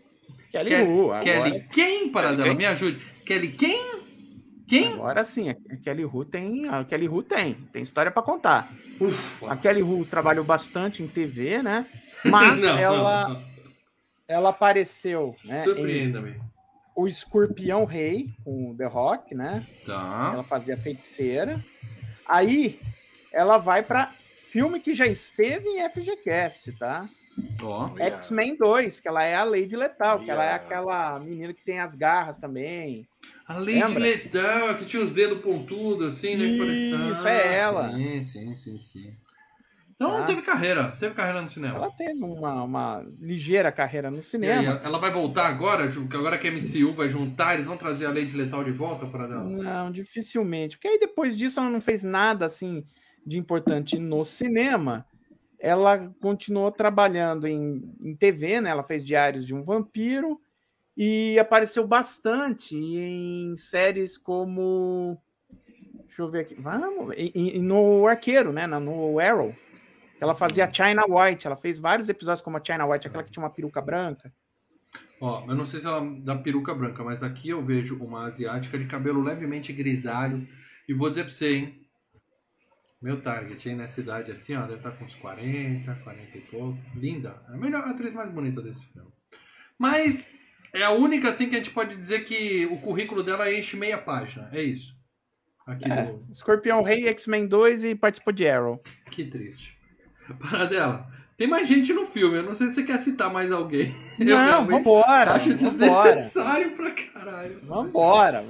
Kelly quem, Paradela? Me ajude. Kelly quem? Agora sim, a Kelly Hu tem história pra contar. Ufa. A Kelly Hu trabalhou bastante em TV, né? Mas ela apareceu, né, surpreenda-me. O Escorpião Rei, com o The Rock, né? Tá. Ela fazia feiticeira. Aí ela vai pra filme que já esteve em FGCast, tá? X-Men 2, que ela é a Lady Letal, que ela é aquela menina que tem as garras também. A Lady Letal, que tinha os dedos pontudos, assim, né? Isso, é ela. Sim. Então Tá. teve carreira no cinema. Ela teve uma ligeira carreira no E aí, cinema. ela vai voltar agora, Ju? Que agora que a MCU vai juntar, eles vão trazer a Lady Lethal de volta para dela? Não, dificilmente. Porque aí depois disso ela não fez nada assim de importante no cinema. Ela continuou trabalhando em TV, né? Ela fez Diários de um Vampiro e apareceu bastante em séries como... Deixa eu ver aqui. Vamos. No Arqueiro, né? No Arrow. Ela fazia a China White. Ela fez vários episódios como a China White, aquela que tinha uma peruca branca. Ó, eu não sei se ela dá peruca branca, mas aqui eu vejo uma asiática de cabelo levemente grisalho. E vou dizer pra você, hein? Meu target, hein? Nessa idade assim, ó, deve estar com uns 40 e pouco. Linda. É a melhor atriz mais bonita desse filme. Mas é a única, assim, que a gente pode dizer que o currículo dela enche meia página. É isso. Aqui do... Escorpião Rei, X-Men 2 e participou de Arrow. Que triste. Paradela. Tem mais gente no filme. Eu não sei se você quer citar mais alguém. Eu Não, realmente vambora. acho desnecessário pra caralho. Vambora.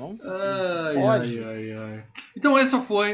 Ai. Então essa foi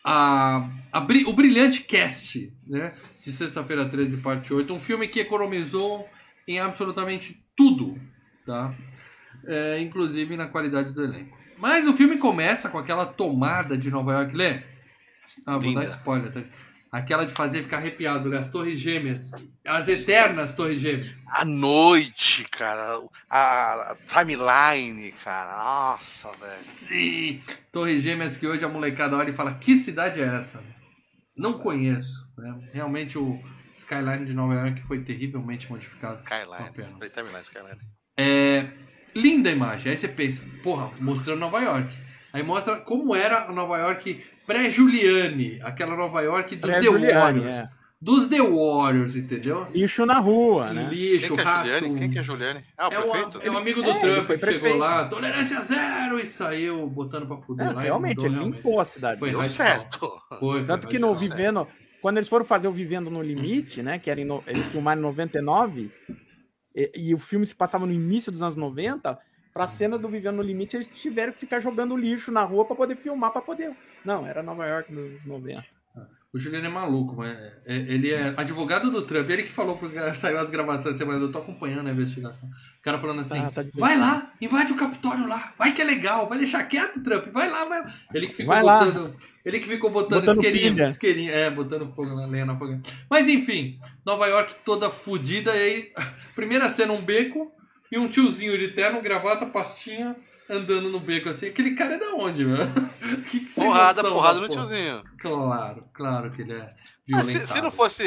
o brilhante cast, né, de Sexta-feira 13, parte 8. Um filme que economizou em absolutamente tudo, tá? Inclusive na qualidade do elenco. Mas o filme começa com aquela tomada de Nova York, Lê? Vou dar spoiler, tá? Aquela de fazer ficar arrepiado, né? As Torres Gêmeas. As eternas Torres Gêmeas. A noite, cara. A timeline, cara. Nossa, velho. Sim! Torres Gêmeas que hoje a molecada olha e fala: que cidade é essa? Não conheço. Né? Realmente o skyline de Nova York foi terrivelmente modificado. Skyline. Timeline, Skyline. Linda a imagem. Aí você pensa, porra, mostrando Nova York. Aí mostra como era a Nova York pré-Giuliani. Aquela Nova York dos The Warriors. Dos The Warriors, entendeu? Lixo na rua, né? Lixo, rato. Quem que é Giuliani? Ah, o prefeito? É um amigo do Trump que prefeito. chegou lá, tolerância zero, e saiu botando pra fuder lá. Realmente, ele limpou a cidade. Foi Deu radical. certo. Tanto que no Vivendo, quando eles foram fazer o Vivendo no Limite, né? Que era eles filmaram em 99, e o filme se passava no início dos anos 90, para cenas do Vivendo no Limite, eles tiveram que ficar jogando lixo na rua para poder filmar, para poder. Não, era Nova York nos 90. O Juliano é maluco, mas ele é advogado do Trump. Ele que falou pro cara, saiu as gravações essa semana, eu tô acompanhando a investigação. O cara falando assim, vai lá, invade o Capitólio lá, vai que é legal, vai deixar quieto, Trump, vai lá. Ele que ficou botando isqueirinho, botando fogo na lenha na fogueira. Mas enfim, Nova York toda fodida, e aí, primeira cena, um beco, e um tiozinho de terno, gravata, pastinha, andando no beco assim. Aquele cara é da onde, velho? Porrada no tiozinho. Claro que ele é violentado. Se não fosse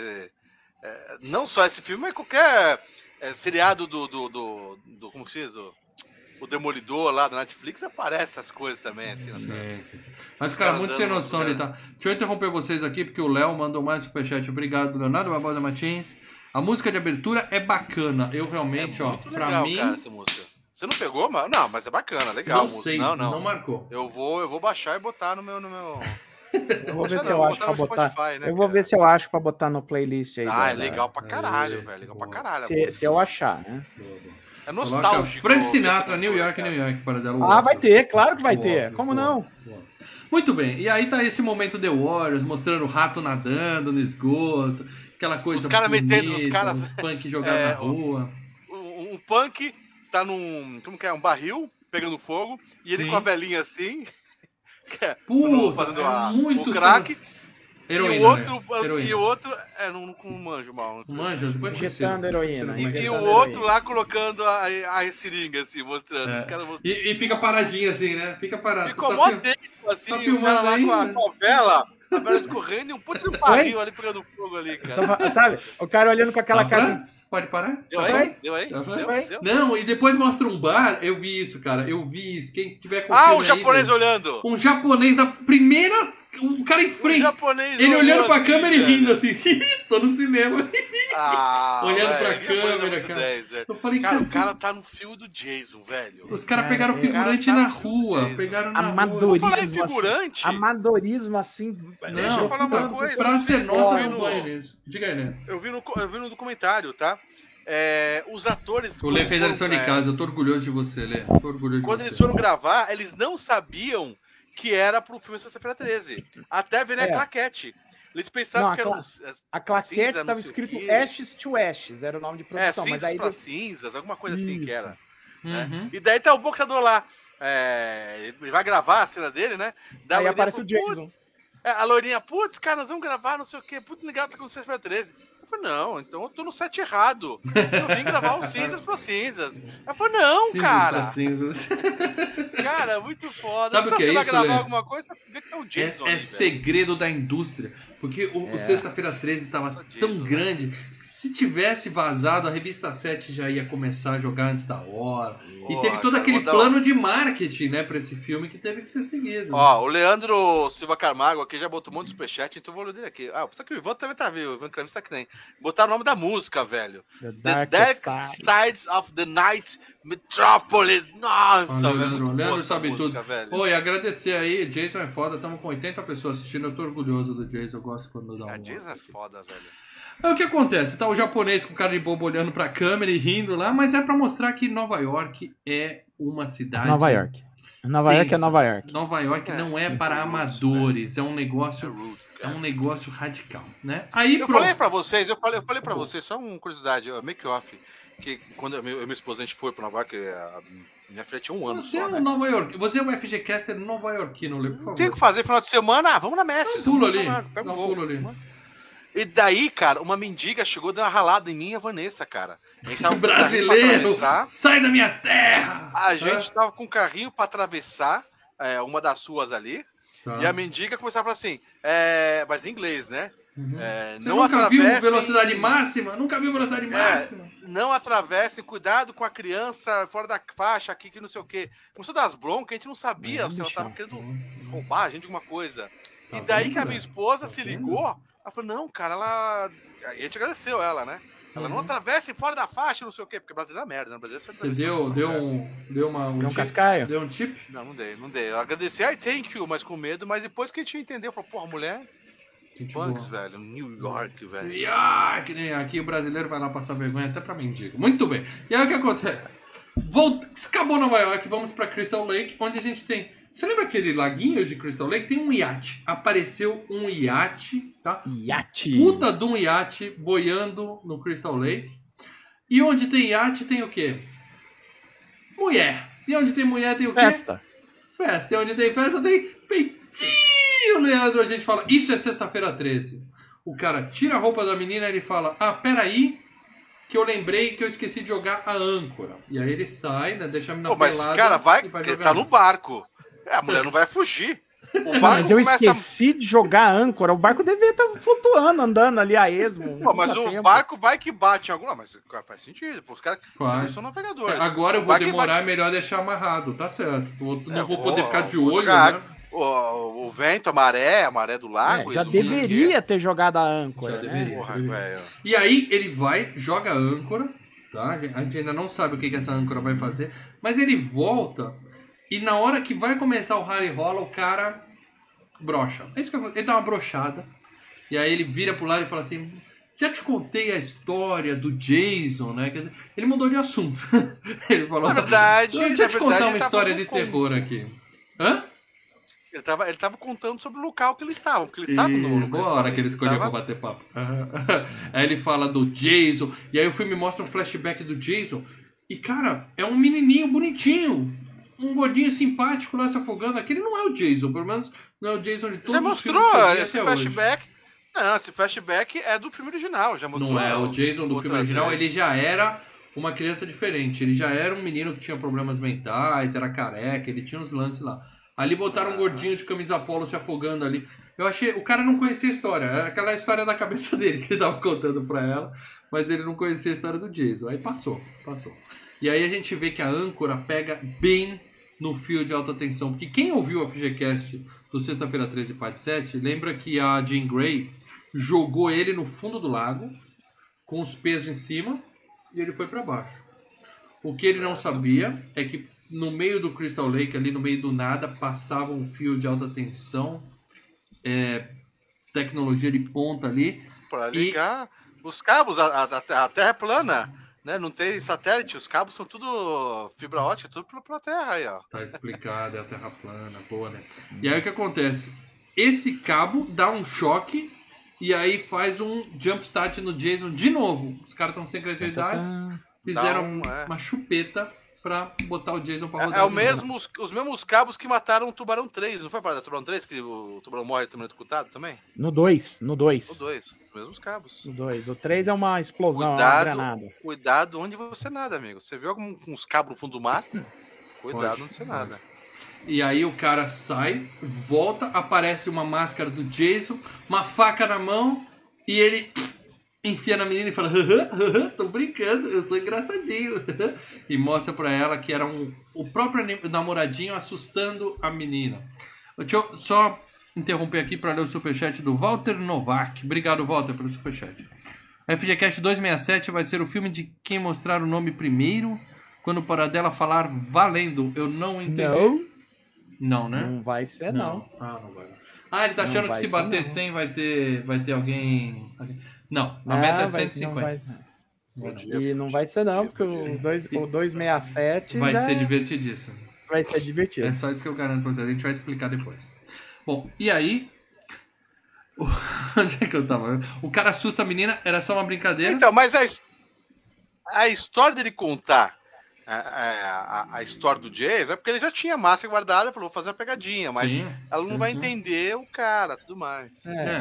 não só esse filme, mas qualquer seriado do como que se diz? O Demolidor lá da Netflix, aparece essas coisas também, assim. Sim. Mas, cara, muito sem noção ele tá. Deixa eu interromper vocês aqui, porque o Léo mandou mais superchat. Obrigado, Leonardo Barbosa Martins. A música de abertura é bacana. Eu realmente, muito pra legal, mim... cara, essa música. Você não pegou? Não, mas é bacana, legal. Não sei, não marcou. Eu vou baixar e botar no meu... Eu vou ver se eu acho pra botar. Spotify, né, eu vou ver se eu acho pra botar no playlist aí. É legal pra caralho, velho. Legal pra caralho. Se eu achar, né? É nostálgico. Frank Sinatra, New York, para dela. Vai ter, claro que vai ter. Como não? Muito bem. E aí tá esse momento The Warriors, mostrando o rato nadando no esgoto, aquela coisa os caras metendo, os punk jogados na rua. Um punk tá num, como que é, um barril pegando fogo, e ele com a velhinha assim, fazendo muito o crack. Heroína, e o outro não manjo mal. Manjo, depois injetando heroína. E o outro lá colocando a seringa, assim, mostrando. Os caras mostrando. E fica paradinho assim, né? Fica parado. Ficou mó tempo, assim, tá o cara lá com a vela. A vela escorrendo e um puto de barril ali pegando fogo ali, cara. Sabe? O cara olhando com aquela cara. Pode parar? Deu aí? Deu. Não, e depois mostra um bar. Eu vi isso, cara. Quem tiver com o japonês aí, olhando. Um japonês na primeira. Um cara em frente. Ele olhando pra câmera e rindo assim. Tô no cinema. Olhando pra câmera, cara. 10, eu falei, cara, o cara tá no filme do Jason, velho. Os caras pegaram figurante na rua. Pegaram na amadorismo, figurante. Assim, amadorismo assim. Deixa eu falar uma coisa. Pra ser nossa, não vai nisso. Diga aí, né? Eu vi no documentário, tá? Os atores... O Lê fez a lição de casa. Eu tô orgulhoso de você, Lê. Quando eles foram gravar, eles não sabiam que era pro filme Sexta-feira 13. Até ver a claquete. Eles pensavam Não, que eram A claquete cinza, não estava sei o escrito quê. Ashes to Ashes, era o nome de produção. Cinzas Mas aí pra cinzas, alguma coisa assim que Isso. era. Uhum. Né? E daí tá o boxeador lá. Ele vai gravar a cena dele, né? aí aparece o Jason. A loirinha, putz, cara, nós vamos gravar, não sei o quê. Putz, legal, tá com 6x13. Eu falei, não, então eu tô no set errado. Eu vim gravar o Cinzas pra Cinzas. Eu falei, não, Cinzas cara. pra cinzas. Cara, muito foda. Sabe o que é você vai isso, gravar Lê? alguma coisa, você vê que tá o Jason É ali, velho. segredo da indústria. Porque o Sexta-feira 13 tava Só Jason, tão grande que se tivesse vazado, a revista 7 já ia começar a jogar antes da hora. E Porra, teve todo cara, aquele vou dar plano de marketing, né, pra esse filme que teve que ser seguido. Ó, o Leandro Silva Camargo aqui já botou um monte de superchat, então eu vou ler dele aqui. Ah, só que o Ivan também tá vivo, o Ivan Kravis tá que nem. Botaram o nome da música, velho. The Dark Sides of the Night Metropolis. Nossa, Ó, velho. Leandro, muito Leandro boa essa sabe música, tudo. velho. Oi, agradecer aí, Jason é foda, estamos com 80 pessoas assistindo, eu tô orgulhoso do Jason, eu gosto quando dá um... A Jason é foda, velho. É o que acontece, tá o japonês com cara de bobo olhando pra câmera e rindo lá, mas é pra mostrar que Nova York é uma cidade... Nova York. Nova York é tensa. Nova York. Nova York não é para roots, amadores, é um É negócio... roots, É cara. um negócio radical, né? Aí, Eu falei pra vocês, só uma curiosidade, make-off, que quando eu e minha esposa a gente foi pra Nova York, minha filha tinha 1 ano Você é só, um né? Nova York, você é um FGCaster nova iorquino, Lê, por Não favor. tem o que fazer final de semana, vamos na Messi. Dá um pulo vamos ali, pra lá, pega dá um voo. pulo ali. E daí, cara, uma mendiga chegou, deu uma ralada em mim e a Vanessa, cara. A gente tava com um carrinho pra Brasileiro, atravessar. sai da minha terra! A gente tava com um carrinho pra atravessar uma das suas ali. Tá. E a mendiga começava a falar assim, mas em inglês, né? Uhum. Você Não nunca viu atravessem- velocidade máxima? Nunca viu velocidade máxima? Não atravessem, cuidado com a criança fora da faixa aqui, que não sei o quê. Começou a dar as broncas, a gente não sabia se ela tava querendo roubar a gente alguma coisa. Tá E daí vendo, que a minha velho? esposa Tá se vendo? ligou, ela falou, não, cara, ela... A gente agradeceu ela, né? Ela não atravessa fora da faixa, não sei o quê, porque brasileiro é merda, né? Brasileiro Você deu um um tip? cascaio? Deu um tip? Não, não dei. Eu agradeci, ai, thank you, mas com medo, mas depois que a gente entendeu, falou, porra, mulher, Gente Bugs, boa. velho, New York, velho. Que nem aqui o brasileiro vai lá passar vergonha até pra mendigo. Muito bem. E aí o que acontece? Acabou Nova York, vamos pra Crystal Lake, onde a gente tem... Você lembra aquele laguinho de Crystal Lake? Tem um iate. Apareceu um iate, tá? Iate. Puta de um iate boiando no Crystal Lake. E onde tem iate tem o quê? Mulher. E onde tem mulher tem o quê? Festa. Festa. E onde tem festa tem peitinho, Leandro. A gente fala, isso é Sexta-feira 13. O cara tira a roupa da menina e ele fala, peraí, que eu lembrei que eu esqueci de jogar a âncora. E aí ele sai, né, deixa a menina Pô, mas, pelada cara, vai, e ele jogar. tá no barco. A mulher não vai fugir. O barco Mas eu começa... esqueci de jogar a âncora. O barco devia estar flutuando, andando ali a esmo. Pô, mas o barco vai que bate em algum... Não, mas cara, faz sentido. Pô, os caras Faz. são navegadores. Agora eu vou Vai que demorar, é melhor deixar amarrado, tá certo. Não vou poder ficar de vou olho, jogar né? O vento, a maré do lago. já e não sei o quê. deveria ter jogado a âncora, Já né? deveria. Porra, velho. E aí ele vai, joga a âncora, tá? A gente ainda não sabe o que essa âncora vai fazer, mas ele volta e na hora que vai começar o rally rola, o cara brocha. É isso que ele dá uma brochada e aí ele vira pro lado e fala assim, já te contei a história do Jason, né? Ele mudou de assunto. Ele falou, Na verdade, deixa eu te contar uma ele tava história de fazendo terror aqui. Hã? Ele tava contando sobre o local que eles estavam. Porque eles estavam no Boa hora que ele escolheu pra bater papo. Aí ele fala do Jason. E aí o filme mostra um flashback do Jason. E, cara, é um menininho bonitinho. Um gordinho simpático lá se afogando. Aquele não é o Jason. Pelo menos não é o Jason de todos Já os filmes que eu mostrou vi esse até hoje. flashback. Não, esse flashback é do filme original. Já mostrou. Não é. O Jason do filme outras original, vezes. ele já era uma criança diferente. Ele já era um menino que tinha problemas mentais, era careca, ele tinha uns lances lá. Ali botaram um gordinho de camisa polo se afogando ali. Eu achei... O cara não conhecia a história. Era aquela história da cabeça dele que ele tava contando pra ela. Mas ele não conhecia a história do Jason. Aí passou. E aí a gente vê que a âncora pega bem no fio de alta tensão. Porque quem ouviu a FGCast do Sexta-feira 13, parte 7, lembra que a Jean Grey jogou ele no fundo do lago, com os pesos em cima, e ele foi pra baixo. O que ele não sabia é que no meio do Crystal Lake, ali no meio do nada, passava um fio de alta tensão, tecnologia de ponta ali. Pra ligar os cabos, a Terra é plana, né? Não tem satélite, os cabos são tudo fibra ótica, tudo pela Terra aí, ó. Tá explicado, é a terra plana, boa, né? E aí o que acontece? Esse cabo dá um choque E aí faz um jumpstart no Jason de novo. Os caras estão sem criatividade. Fizeram uma chupeta pra botar o Jason pra rodar. Os mesmos cabos que mataram o Tubarão 3. Não foi a parada do Tubarão 3 que o Tubarão morre também executado também? No 2. No 2. Os mesmos cabos. No 2. O 3 é uma explosão, uma granada. Cuidado onde você nada, amigo. Você viu uns cabos no fundo do mar? Cuidado onde você nada. E aí o cara sai, volta, aparece uma máscara do Jason, uma faca na mão, e ele enfia na menina e fala: tô brincando, eu sou engraçadinho. E mostra pra ela que era o próprio namoradinho assustando a menina. Deixa eu só interromper aqui pra ler o superchat do Walter Novak. Obrigado, Walter, pelo superchat. FGCast 267 vai ser o filme de quem mostrar o nome primeiro, quando o Paradela falar valendo. Eu não entendi. Não, né? Não vai ser, não. Não vai. Ele tá achando que se bater 100 vai ter alguém... Não, a meta é 150. E não vai ser, não, porque o 267 vai ser divertidíssimo. Vai ser divertido. É só isso que eu garanto pra vocês. A gente vai explicar depois. Bom, e aí... Onde é que eu tava? O cara assusta a menina, era só uma brincadeira. Então, mas a história dele contar a história do Jason é porque ele já tinha máscara guardada, falou, vou fazer a pegadinha, mas ela não vai entender o cara, tudo mais.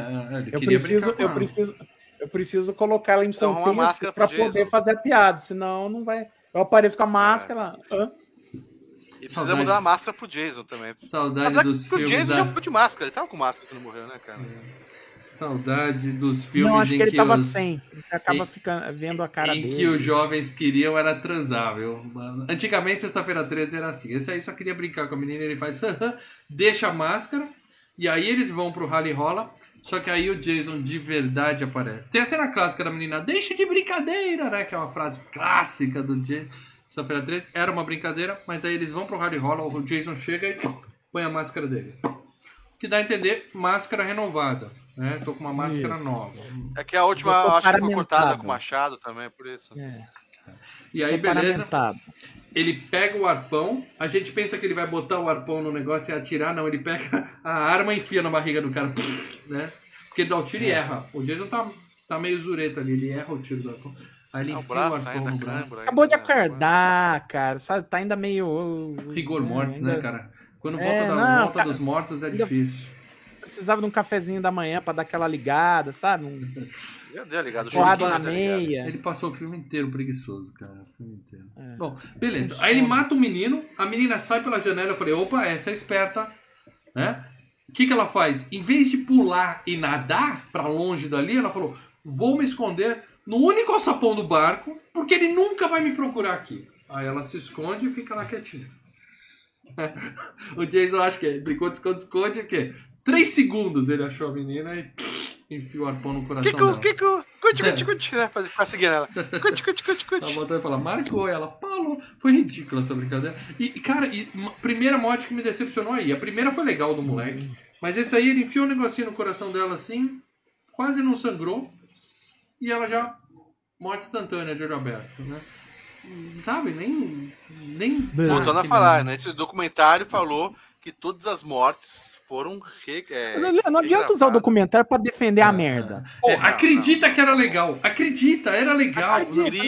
Eu preciso colocar ela em contexto pra poder fazer a piada, senão não vai. Eu apareço com a máscara. E precisa mudar a máscara pro Jason também. Saudade dos filmes. O Jason já foi de máscara, ele tava com máscara quando morreu, né, cara? Saudade dos filmes. Não, acho que ele tava sem. Você acaba vendo a cara dele. Em que os jovens queriam era transar, viu? Antigamente, sexta-feira 13 era assim. Esse aí só queria brincar com a menina, ele faz deixa a máscara, e aí eles vão pro rally rola, só que aí o Jason de verdade aparece. Tem a cena clássica da menina, deixa de brincadeira, né? Que é uma frase clássica do Jason. Sexta-feira 13 era uma brincadeira, mas aí eles vão pro rally rola, o Jason chega e põe a máscara dele. O que dá a entender, máscara renovada. Né? Tô com uma máscara nova. É que a última acho que foi cortada com machado também, por isso. E aí, beleza. Ele pega o arpão. A gente pensa que ele vai botar o arpão no negócio e atirar. Não, ele pega a arma e enfia na barriga do cara. Né? Porque ele dá o tiro e erra. O Jason tá meio zureta ali. Ele erra o tiro do arpão. Aí ele enfia o arpão no braço. Acabou de acordar, cara. Sabe, tá ainda meio... Rigor mortis, né, cara? Quando volta dos mortos é difícil. Precisava de um cafezinho da manhã pra dar aquela ligada, sabe? Eu dei a ligada. Porrada na meia. Ele passou o filme inteiro preguiçoso, cara. O filme inteiro. Bom, beleza. Aí ele mata o menino, a menina sai pela janela. Eu falei, opa, essa é esperta. Né? O que ela faz? Em vez de pular e nadar pra longe dali, ela falou, vou me esconder no único alçapão do barco, porque ele nunca vai me procurar aqui. Aí ela se esconde e fica lá quietinha. O Jason acha que brincou de esconde-esconde, o quê? 3 segundos ele achou a menina e enfiou o arpão no coração dela. Cuti, né? Pra seguir ela. Cuti. Ela voltou e falou, marcou ela. Paulo, foi ridícula essa brincadeira. E cara, primeira morte que me decepcionou aí. A primeira foi legal do moleque. Mas esse aí, ele enfiou um negocinho no coração dela assim, quase não sangrou. E ela já, morte instantânea de olho aberto, né? Sabe, nem voltando a falar, né? Esse documentário falou que todas as mortes foram não adianta usar o documentário pra defender a merda. Acredita que era legal. Acredita, era legal.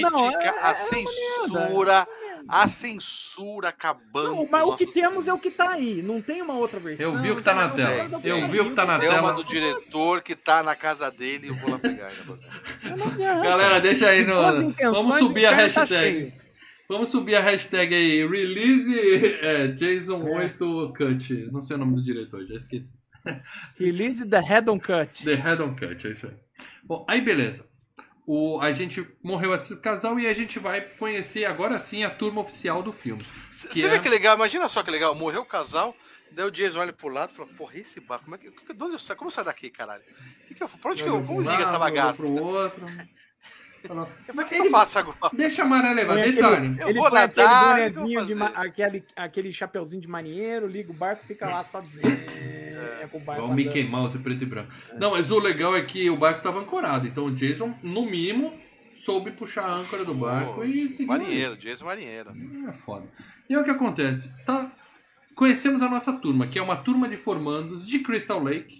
A censura acabando. Não, mas o que temos é o que tá aí. Não tem uma outra versão. Eu vi o que tá na tela. Tem uma do diretor que tá na casa dele e eu vou lá pegar. Galera, deixa aí no... Vamos subir a hashtag. Vamos subir a hashtag aí. Release Jason 8 Cut. Não sei o nome do diretor, já esqueci. Release The Head on Cut. The Head on Cut, é isso aí. Bom, aí beleza. A gente morreu esse casal e a gente vai conhecer agora sim a turma oficial do filme. Você vê que legal? Imagina só que legal. Morreu o casal, daí o Jason olha pro lado e fala, porra, esse bar, como eu saio? Como eu saio daqui, caralho? Pra onde que eu vou? Liga essa bagaça? Pro outro. Mas o que eu faço agora? Deixa a maré levar, detalhe. Ele põe aquele bonezinho, aquele chapeuzinho de marinheiro, liga o barco, fica lá só dizendo. O Mickey Mouse preto e branco. Não, mas o legal é que o barco estava ancorado. Então o Jason, no mínimo, soube puxar a âncora do barco e seguir. Marinheiro, Jason marinheiro. É foda. E é o que acontece. Conhecemos a nossa turma, que é uma turma de formandos de Crystal Lake,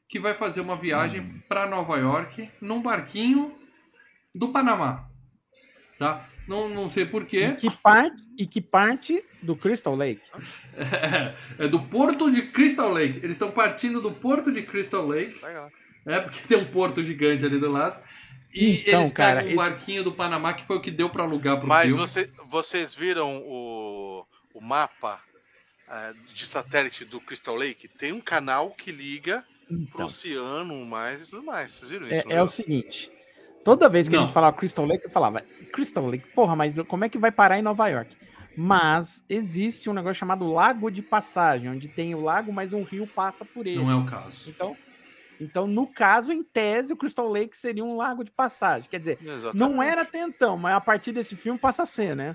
que vai fazer uma viagem para Nova York num barquinho do Panamá. Tá? Não sei porquê. E que parte do Crystal Lake? É do porto de Crystal Lake. Eles estão partindo do porto de Crystal Lake. Porque tem um porto gigante ali do lado. E então, eles pegam um barquinho do Panamá, que foi o que deu para alugar pro filme. Mas vocês viram o mapa de satélite do Crystal Lake? Tem um canal que liga pro oceano mais e tudo mais. Vocês viram isso? É o seguinte. Toda vez que a gente falava Crystal Lake, eu falava, Crystal Lake, porra, mas como é que vai parar em Nova York? Mas existe um negócio chamado Lago de Passagem, onde tem o lago, mas um rio passa por ele. Não é o caso. Então, no caso, em tese, o Crystal Lake seria um lago de passagem. Quer dizer, não era até então, mas a partir desse filme passa a ser, né?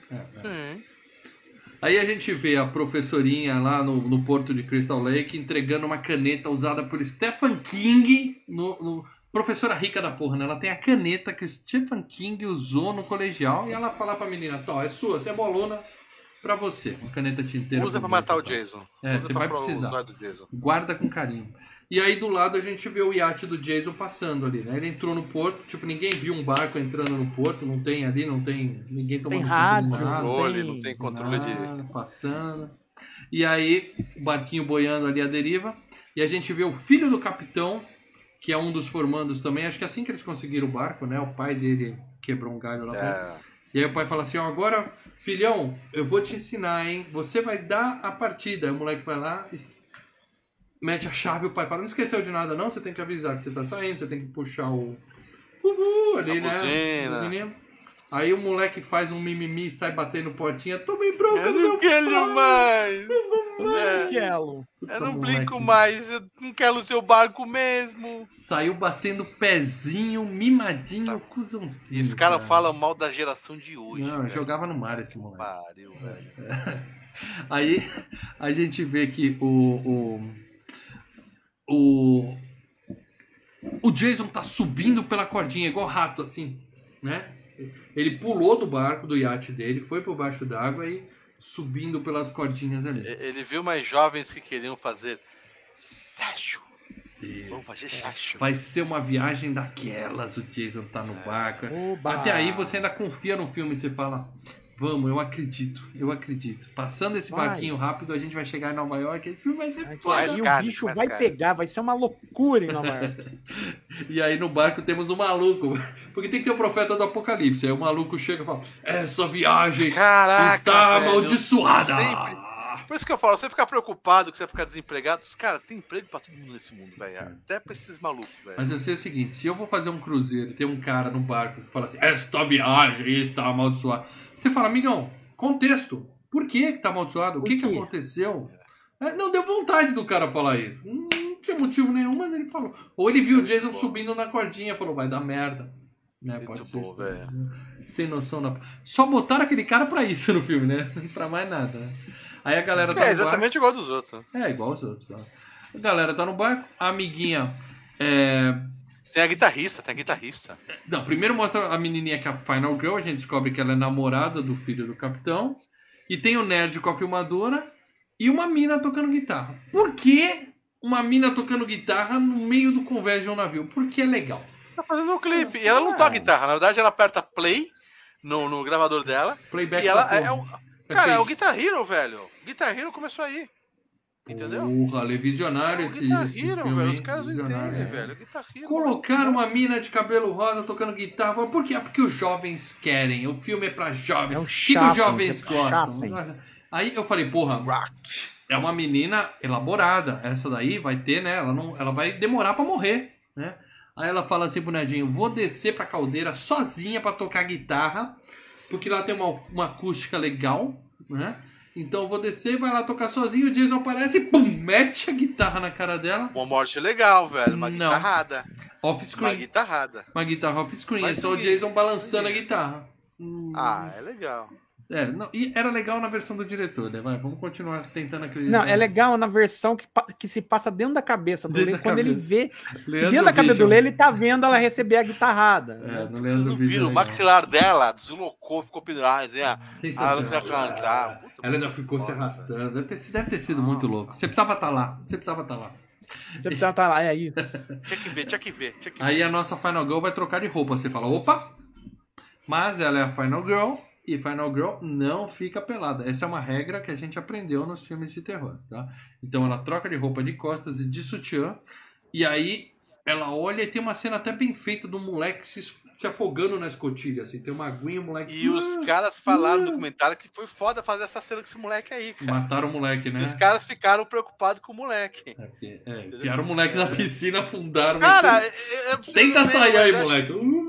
Aí a gente vê a professorinha lá no porto de Crystal Lake entregando uma caneta usada por Stephen King professora rica da porra, né? Ela tem a caneta que o Stephen King usou no colegial e ela fala pra menina, é sua, você é boa aluna, pra você. Uma caneta tinteira. Usa pra matar o Jason. Você vai precisar. Guarda com carinho. E aí do lado a gente vê o iate do Jason passando ali, né? Ele entrou no porto, tipo, ninguém viu um barco entrando no porto, não tem ninguém tomando rádio, não tem controle de... Passando. E aí, o barquinho boiando ali à deriva, e a gente vê o filho do capitão, que é um dos formandos também, acho que assim que eles conseguiram o barco, né? O pai dele quebrou um galho lá. E aí o pai fala assim, agora, filhão, eu vou te ensinar, hein? Você vai dar a partida. Aí o moleque vai lá, mete a chave, o pai fala, não esqueceu de nada não, você tem que avisar que você tá saindo, você tem que puxar o... ali, né? Aí o moleque faz um mimimi e sai batendo portinha. Tô bem bronca, eu não quero mais. Eu não brinco mais. Eu não quero o seu barco mesmo. Saiu batendo pezinho, mimadinho, cuzãozinho. Esse cara fala mal da geração de hoje. Não, jogava no mar esse moleque. Pariu, velho. Aí a gente vê que o Jason tá subindo pela cordinha, igual rato, assim, né? Ele pulou do barco, do iate dele, foi por baixo d'água e subindo pelas cordinhas ali. Ele viu mais jovens que queriam fazer chacho. Vamos fazer chacho. Vai ser uma viagem daquelas, o Jason tá no barco. Até aí você ainda confia no filme e você fala, vamos, eu acredito. Passando esse barquinho rápido, a gente vai chegar em Nova York, esse filme vai ser foda. E o bicho vai pegar, vai ser uma loucura em Nova York. E aí no barco temos um maluco, porque tem que ter o profeta do Apocalipse. Aí o maluco chega e fala, essa viagem está amaldiçoada. Por isso que eu falo, você ficar preocupado que você vai ficar desempregado, cara, tem emprego pra todo mundo nesse mundo, velho. Até pra esses malucos, velho. Mas eu sei o seguinte, se eu vou fazer um cruzeiro e tem um cara no barco que fala assim, esta viagem está amaldiçoada. Você fala, amigão, contexto. Por que tá amaldiçoado? O que aconteceu? Não deu vontade do cara falar isso. Não tinha motivo nenhum, mas ele falou. Ou ele viu o Jason subindo na cordinha e falou, vai dar merda. Né? Pode ser isso, velho. Sem noção da... Só botaram aquele cara pra isso no filme, né? Pra mais nada, né? Aí a galera tá no exatamente barco. igual dos outros. Né? Igual aos outros. Tá? A galera tá no barco, a amiguinha... Tem a guitarrista. Não, primeiro mostra a menininha que é a Final Girl, a gente descobre que ela é namorada do filho do capitão. E tem o nerd com a filmadora e uma mina tocando guitarra. Por que uma mina tocando guitarra no meio do convés de um navio? Porque é legal. Tá fazendo um clipe. E ela não toca guitarra, na verdade ela aperta play no gravador dela. Playback. E ela é o Guitar Hero, velho. Guitar Hero começou aí. Entendeu? Porra, é visionário esse Guitar esse Hero, filme, velho. Os caras não entendem, velho. Guitar Hero. Colocaram uma mina de cabelo rosa tocando guitarra. Por quê? Porque os jovens querem. O filme é pra jovens. O que os jovens gostam? Aí eu falei, porra, é uma menina elaborada. Essa daí vai ter, né? Ela vai demorar pra morrer, né? Aí ela fala assim pro Nedinho, vou descer pra caldeira sozinha pra tocar guitarra, porque lá tem uma acústica legal, né? Então eu vou descer, vai lá tocar sozinho, o Jason aparece e pum, mete a guitarra na cara dela. Uma morte legal, velho, uma guitarrada. Off-screen. Uma guitarra off-screen, é só o Jason balançando a guitarra. É legal. E era legal na versão do diretor, né? Vamos continuar tentando acreditar. Não, é legal na versão que se passa dentro da cabeça do Lê, quando ele vê que Leandro dentro da cabeça do Lê, ele tá vendo ela receber a guitarrada. Vocês não viram, o maxilar dela deslocou, ficou pendurado, assim, ela não precisa cantar. Ela ainda ficou se arrastando. Deve ter sido muito louco. Você precisava estar lá. Você precisa estar lá, é isso. Tinha que ver. Aí a nossa Final Girl vai trocar de roupa. Você fala, opa! Mas ela é a Final Girl e Final Girl não fica pelada. Essa é uma regra que a gente aprendeu nos filmes de terror, tá? Então ela troca de roupa de costas e de sutiã. E aí ela olha e tem uma cena até bem feita do moleque se afogando na escotilha, assim. Tem uma aguinha, o moleque... E os caras falaram no documentário que foi foda fazer essa cena com esse moleque aí, cara. Mataram o moleque, né? E os caras ficaram preocupados com o moleque. Enfiaram o moleque na piscina, afundaram. Cara, tenta sair aí, moleque.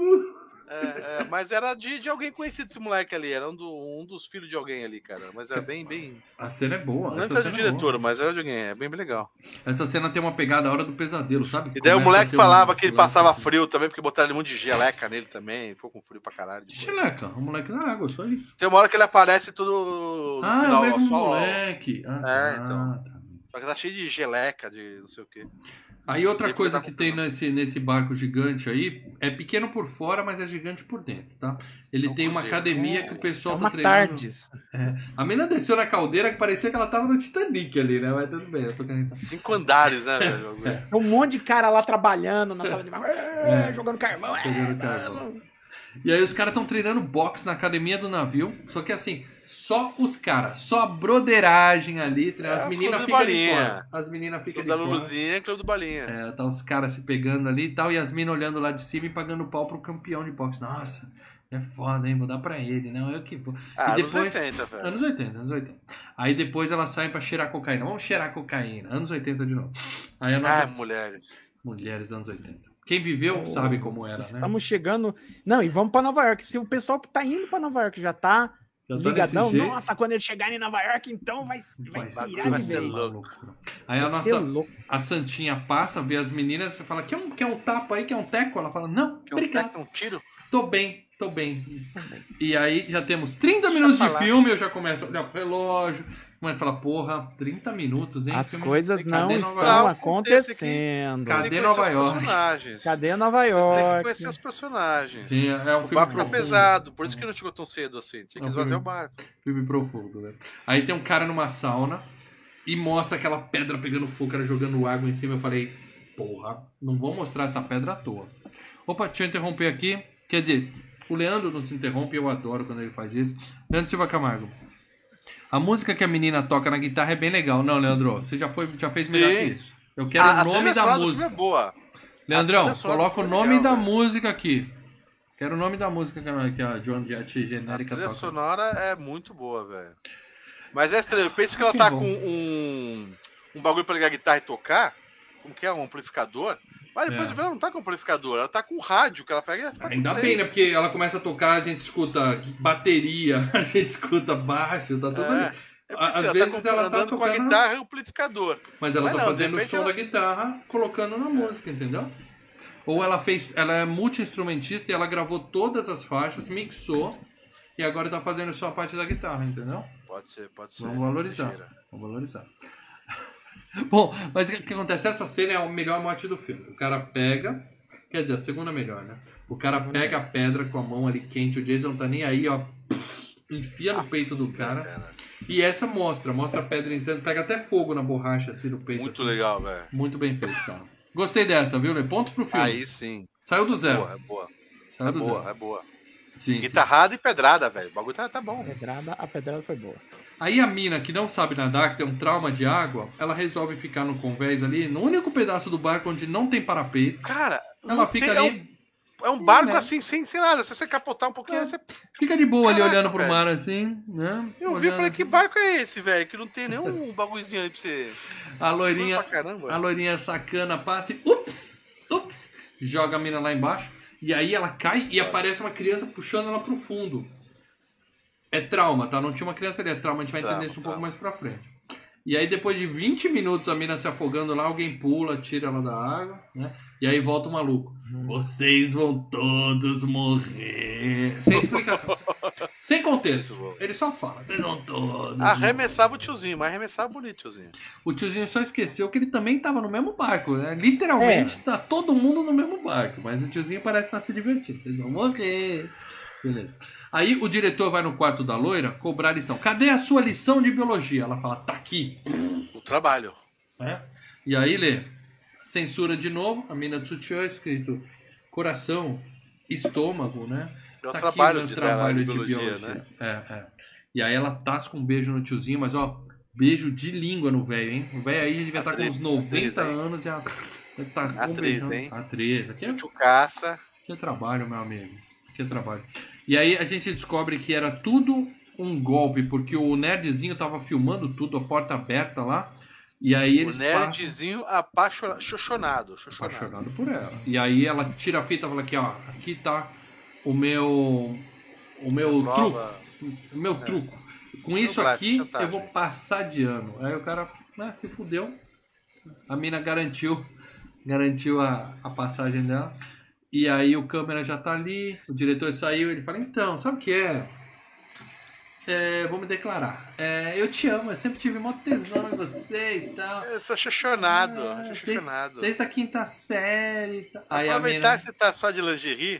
Mas era de alguém conhecido esse moleque ali. Era um dos filhos de alguém ali, cara. Mas é bem... A cena é boa. Não era do diretor, mas era de alguém. É bem legal. Essa cena tem uma pegada a hora do pesadelo, sabe? E daí o moleque falava que ele passava frio também, porque botaram um monte de geleca nele também. Ficou com frio pra caralho. Geleca, o moleque na água, só isso. Tem uma hora que ele aparece tudo... no final, é o mesmo moleque. Então. Só que tá cheio de geleca, de não sei o quê. Aí outra coisa que tem nesse barco gigante aí, é pequeno por fora, mas é gigante por dentro, tá? Ele tem uma academia que o pessoal tá treinando. Tardes. A menina desceu na caldeira que parecia que ela tava no Titanic ali, né? Mas tudo bem. 5 andares, né, velho? Um monte de cara lá trabalhando na sala de jogando carvão. Jogando carvão. E aí os caras estão treinando boxe na academia do navio. Só que assim, só os caras, só a broderagem ali. As meninas ficam ali fora. As meninas ficam ali fora. Da Luluzinha, Clube do Balinha. Tá os caras se pegando ali e tal. E as minas olhando lá de cima e pagando pau pro campeão de boxe. Nossa, é foda, hein? Vou dar pra ele. Não, eu que vou. E depois, anos 80, velho. Anos 80. Aí depois elas saem pra cheirar cocaína. Vamos cheirar cocaína. Anos 80 de novo. Aí a nossa... Mulheres anos 80. Quem viveu sabe como era, né? Estamos chegando... Não, e vamos pra Nova York. Se o pessoal que tá indo pra Nova York já tá ligadão, nossa, quando eles chegarem em Nova York, então vai ser louco. Aí a Santinha passa, vê as meninas, você fala, quer um tapa aí, quer um teco? Ela fala, não, obrigado. Um tiro? Tô bem. E aí já temos 30 minutos de filme, eu já começo a olhar pro relógio, começo a falar, porra, 30 minutos, hein? As coisas não estão acontecendo. Cadê Nova York? Cadê Nova York? Tem que conhecer os personagens. O barco tá pesado, por isso que não chegou tão cedo assim. Tinha que esvaziar o barco. Filme profundo, né? Aí tem um cara numa sauna e mostra aquela pedra pegando fogo, o cara jogando água em cima. Eu falei, porra, não vou mostrar essa pedra à toa. Opa, deixa eu interromper aqui. Quer dizer, o Leandro nos interrompe, eu adoro quando ele faz isso. Leandro Silva Camargo. A música que a menina toca na guitarra é bem legal. Não, Leandro, você já fez melhor que isso. Eu quero o nome da música. É boa. Leandrão, coloca o nome da música aqui. Quero o nome da música que a John Jett genérica toca. A trilha sonora é muito boa, velho. Mas é estranho, eu penso que ela tá com um bagulho pra ligar a guitarra e tocar. Como que é? Um amplificador. Mas depois de ver, ela não tá com amplificador, ela tá com rádio que ela pega e ainda bem, né? Porque ela começa a tocar, a gente escuta bateria, a gente escuta baixo, tá tudo ali. Às vezes ela tá tocando com a guitarra e amplificador. Mas ela tá fazendo o som da guitarra, colocando na música, entendeu? Ou ela é multi-instrumentista e ela gravou todas as faixas, mixou e agora tá fazendo só a parte da guitarra, entendeu? Pode ser. Vamos valorizar. Bom, mas o que acontece? Essa cena é a melhor morte do filme. O cara pega... Quer dizer, a segunda melhor, né? O cara pega a pedra com a mão ali quente, o Jason tá nem aí, ó... Enfia no peito do cara. E essa mostra a pedra entrando, pega até fogo na borracha, assim, no peito. Muito assim. legal, velho. Muito bem feito, cara. Gostei dessa, viu, Lê? Ponto pro filme. Aí sim. Saiu do zero. É boa. Sim, guitarrada e pedrada, velho. O bagulho tá bom. A pedrada foi boa. Aí a mina, que não sabe nadar, que tem um trauma de água, ela resolve ficar no convés ali, no único pedaço do barco onde não tem parapeito. Cara, ela fica ali... É um barco assim, sem nada. Se você capotar um pouquinho, você... Fica de boa ali olhando pro mar assim, né? Eu vi e falei, que barco é esse, velho? Que não tem nenhum bagulhozinho ali pra você... A loirinha sacana passa e... Ups! Joga a mina lá embaixo. E aí ela cai e aparece uma criança puxando ela pro fundo. É trauma, tá? Não tinha uma criança ali, é trauma. A gente vai entender isso um pouco mais pra frente. E aí depois de 20 minutos a mina se afogando lá, alguém pula, tira ela da água, né? E aí volta o maluco. Vocês vão todos morrer. Sem explicação. Sem contexto. Ele só fala, vocês vão todos arremessava o tiozinho, mas arremessava bonito, tiozinho. O tiozinho só esqueceu que ele também tava no mesmo barco, né? Literalmente tá todo mundo no mesmo barco. Mas o tiozinho parece estar se divertindo. Vocês vão morrer. Beleza. Aí o diretor vai no quarto da loira cobrar a lição. Cadê a sua lição de biologia? Ela fala, tá aqui. O trabalho. E aí, Lê, censura de novo, a mina do sutiã, escrito coração, estômago, né? É o Tá trabalho aqui o de trabalho de biologia, biologia. né? E aí ela tasca um beijo no tiozinho, mas ó, beijo de língua no velho, hein? O velho aí já devia estar com uns 90 anos e já tá com um beijão. hein? A3, aqui é Tchucaça. que trabalho, meu amigo. Que trabalho. E aí a gente descobre que era tudo um golpe, porque o nerdzinho tava filmando tudo, a porta aberta lá. E aí eles O nerdzinho apaixonado por ela. E aí ela tira a fita e fala aqui, ó, aqui tá o meu truco. O meu truco. Com isso aqui eu vou passar de ano. Aí o cara se fudeu. A mina garantiu a passagem dela. E aí o câmera já tá ali, o diretor saiu, ele fala, então, sabe o que é? Vou me declarar. Eu te amo, eu sempre tive maior tesão em você e tal. Eu sou xoxonado. Desde a quinta série e tal. Aí aproveitar que você tá só de lingerie.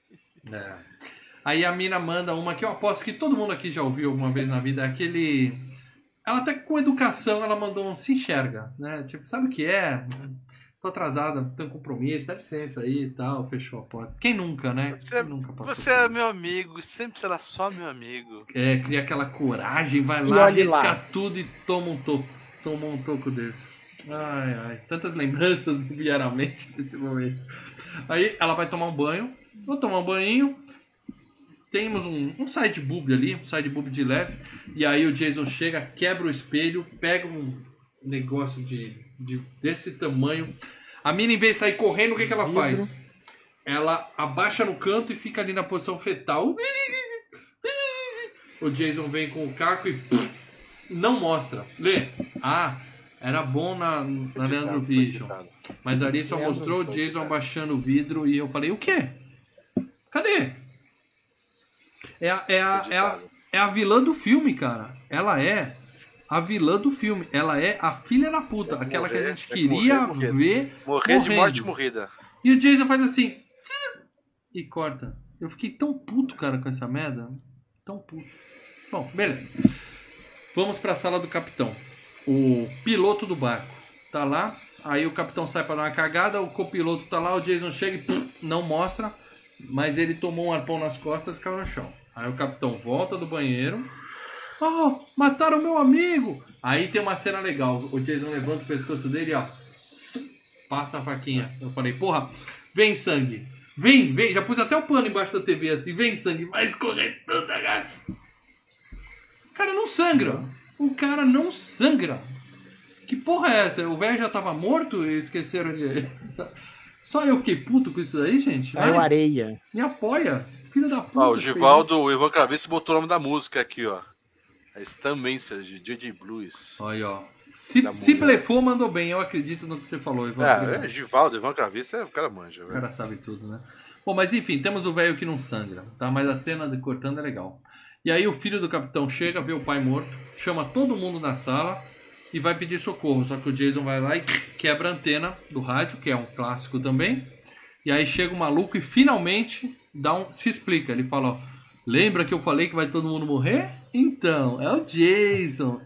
Aí a mina manda uma que eu aposto que todo mundo aqui já ouviu alguma vez na vida, aquele... Ela até com educação, ela mandou um se enxerga, né? Tipo, sabe o que é? Tô atrasada, tenho compromisso, dá licença aí e tal, fechou a porta. Quem nunca, né? Quem nunca passou você é meu amigo, sempre será só meu amigo. Cria aquela coragem, vai lá, arrisca tudo e toma um toco dele. Ai, tantas lembranças me vieram à mente nesse momento. Aí ela vai tomar um banho, vou tomar um banho, temos um side boob ali, um side boob de leve, e aí o Jason chega, quebra o espelho, pega um negócio desse tamanho. A mina, em vez de sair correndo, o que ela faz? Ela abaixa no canto e fica ali na posição fetal. O Jason vem com o caco e não mostra. Lê. Era bom na Leandro Vision. Mas ali só mostrou o Jason abaixando o vidro e eu falei, o quê? Cadê? É a vilã do filme, cara. Ela é a vilã do filme. Ela é a filha da puta. Aquela que a gente queria ver morrer de morte morrida. E o Jason faz assim e corta. Eu fiquei tão puto, cara, com essa merda. Tão puto. Bom, beleza. Vamos pra sala do capitão. O piloto do barco tá lá. Aí o capitão sai pra dar uma cagada. O copiloto tá lá. O Jason chega e não mostra. Mas ele tomou um arpão nas costas e caiu no chão. Aí o capitão volta do banheiro. Mataram meu amigo! Aí tem uma cena legal. O Jason levanta o pescoço dele e passa a faquinha. Eu falei, porra, vem sangue. Vem. Já pus até o pano embaixo da TV assim. Vem sangue, vai escorrer tudo, cara. O cara não sangra. Que porra é essa? O velho já tava morto e esqueceram de... Só eu fiquei puto com isso daí, gente? Saiu areia. Me apoia. Filho da puta. O Givaldo, o Ivan Cravice botou o nome da música aqui, ó. É Stan Manser, de J.J. Blues. Olha, ó. Se blefou, mandou bem. Eu acredito no que você falou, Ivan. Givaldo, Ivan Cravice, o cara manja, velho. O cara sabe tudo, né? Bom, mas enfim, temos o velho que não sangra, tá? Mas a cena de cortando é legal. E aí o filho do capitão chega, vê o pai morto, chama todo mundo na sala e vai pedir socorro. Só que o Jason vai lá e quebra a antena do rádio, que é um clássico também. E aí chega o maluco e finalmente se explica. Ele fala, ó, lembra que eu falei que vai todo mundo morrer? Então, é o Jason.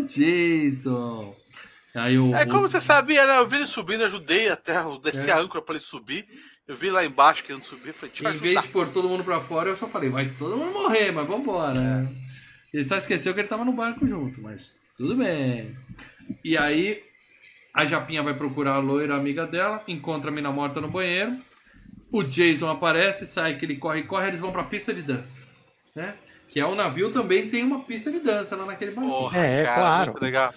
Aí como você sabia, né? Eu vi ele subindo, ajudei até, eu desci a âncora pra ele subir. Eu vi lá embaixo querendo subir, falei, em vez de pôr todo mundo pra fora, eu só falei, vai todo mundo morrer, mas vambora. Ele só esqueceu que ele tava no barco junto, mas tudo bem. E aí, a Japinha vai procurar a loira amiga dela, encontra a mina morta no banheiro. O Jason aparece, sai que ele corre, eles vão pra pista de dança, né? Que é o navio também tem uma pista de dança lá naquele barco. Claro. Muito legal.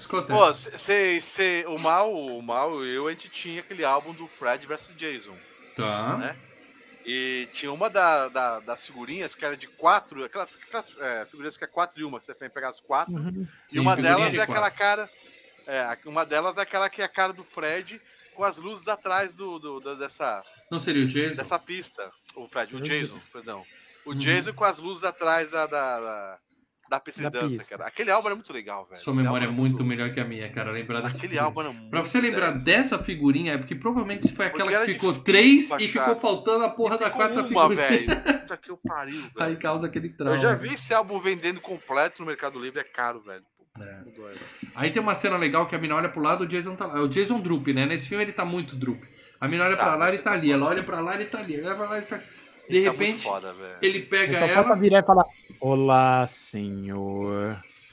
O Mal e eu, a gente tinha aquele álbum do Fred vs Jason. Tá. Né? E tinha uma das figurinhas que era de 4, aquelas figurinhas que é 4 e uma, você tem que pegar as 4. E Sim, uma delas é 4. aquela cara. Uma delas é aquela que é a cara do Fred com as luzes atrás dessa. Não seria o Jason? Dessa pista. O Jason, perdão. O Jason com as luzes atrás da pista de dança, cara. Aquele álbum era muito legal, velho. Sua memória é muito melhor que a minha, cara. Lembrar dessa Aquele álbum era muito. Pra você lembrar dessa figurinha, é porque provavelmente foi aquela que ficou 3 e ficou faltando a porra da quarta figurinha. Velho. Puta que eu pariu, velho. Aí causa aquele trauma. Eu já vi esse álbum vendendo completo no Mercado Livre, é caro, velho. Aí tem uma cena legal que a mina olha pro lado, o Jason tá lá. É o Jason Droop, né? Nesse filme ele tá muito Droop. A mina olha pra lá, ele tá ali. Ela olha pra lá, ele tá ali. Ela olha pra lá, ele tá ali. De repente, foda, ele pega Só ela... falta virar e falar: Olá, senhor.